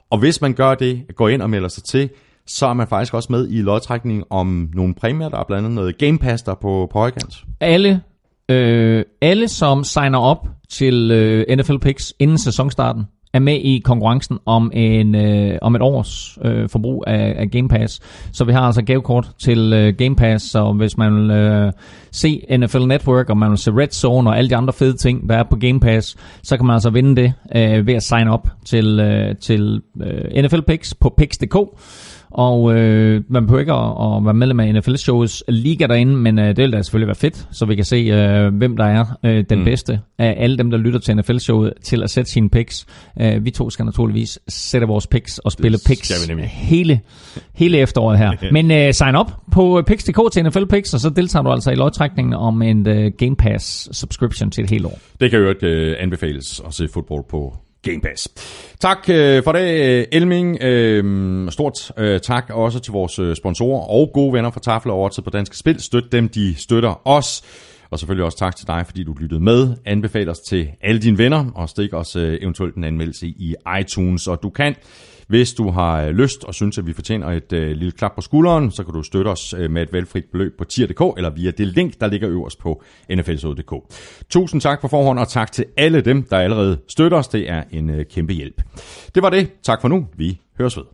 Og hvis man gør det, går ind og melder sig til, så er man faktisk også med i lodtrækning om nogle præmier. Der er blandt andet noget Game Pass der på, på højkant. Alle, øh, alle, som signer op til øh, N F L Picks inden sæsonstarten, er med i konkurrencen om en øh, om et års øh, forbrug af, af Game Pass. Så vi har altså gavekort til øh, Game Pass, så hvis man vil øh, se N F L Network, og man vil se Red Zone og alle de andre fede ting, der er på Game Pass, så kan man altså vinde det øh, ved at sign op til, øh, til øh, N F L Picks på picks punktum d k. Og øh, man behøver ikke at, at være medlem af N F L-shows liga derinde, men øh, det vil da selvfølgelig være fedt, så vi kan se, øh, hvem der er øh, den mm. bedste af alle dem, der lytter til N F L-showet, til at sætte sine picks. Øh, vi to skal naturligvis sætte vores picks og spille det picks hele, hele efteråret her. Men øh, sign op på picks punktum d k til N F L Picks, og så deltager du altså i lodtrækningen om en uh, Game Pass subscription til et helt år. Det kan jo ikke øh, anbefales at se fodbold på Game Pass. Tak øh, for det, Elming. Øh, stort øh, tak også til vores øh, sponsorer og gode venner fra Tafel og Overtid på Danske Spil. Støt dem, de støtter os. Og selvfølgelig også tak til dig, fordi du lyttede med. Anbefal os til alle dine venner, og stik os øh, eventuelt en anmeldelse i iTunes. Og du kan, hvis du har lyst og synes, at vi fortjener et øh, lille klap på skulderen, så kan du støtte os øh, med et valgfrit beløb på tier punktum d k eller via det link, der ligger øverst på n f l punktum d k. Tusind tak på forhånd, og tak til alle dem, der allerede støtter os. Det er en øh, kæmpe hjælp. Det var det. Tak for nu. Vi høres ved.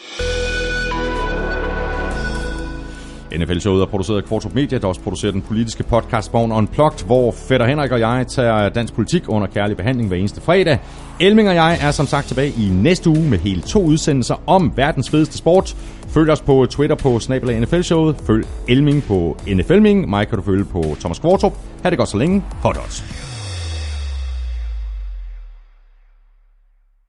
N F L-showet er produceret af Kvartrup Media, der også producerer den politiske podcast Born Unplugged, hvor Fætter Henrik og jeg tager dansk politik under kærlig behandling hver eneste fredag. Elming og jeg er som sagt tilbage i næste uge med hele to udsendelser om verdens fedeste sport. Følg os på Twitter på snabel-a N F L-showet. Følg Elming på N F L-ming. Mig kan du følge på Thomas Kvartrup. Ha' det godt så længe. Hot odds.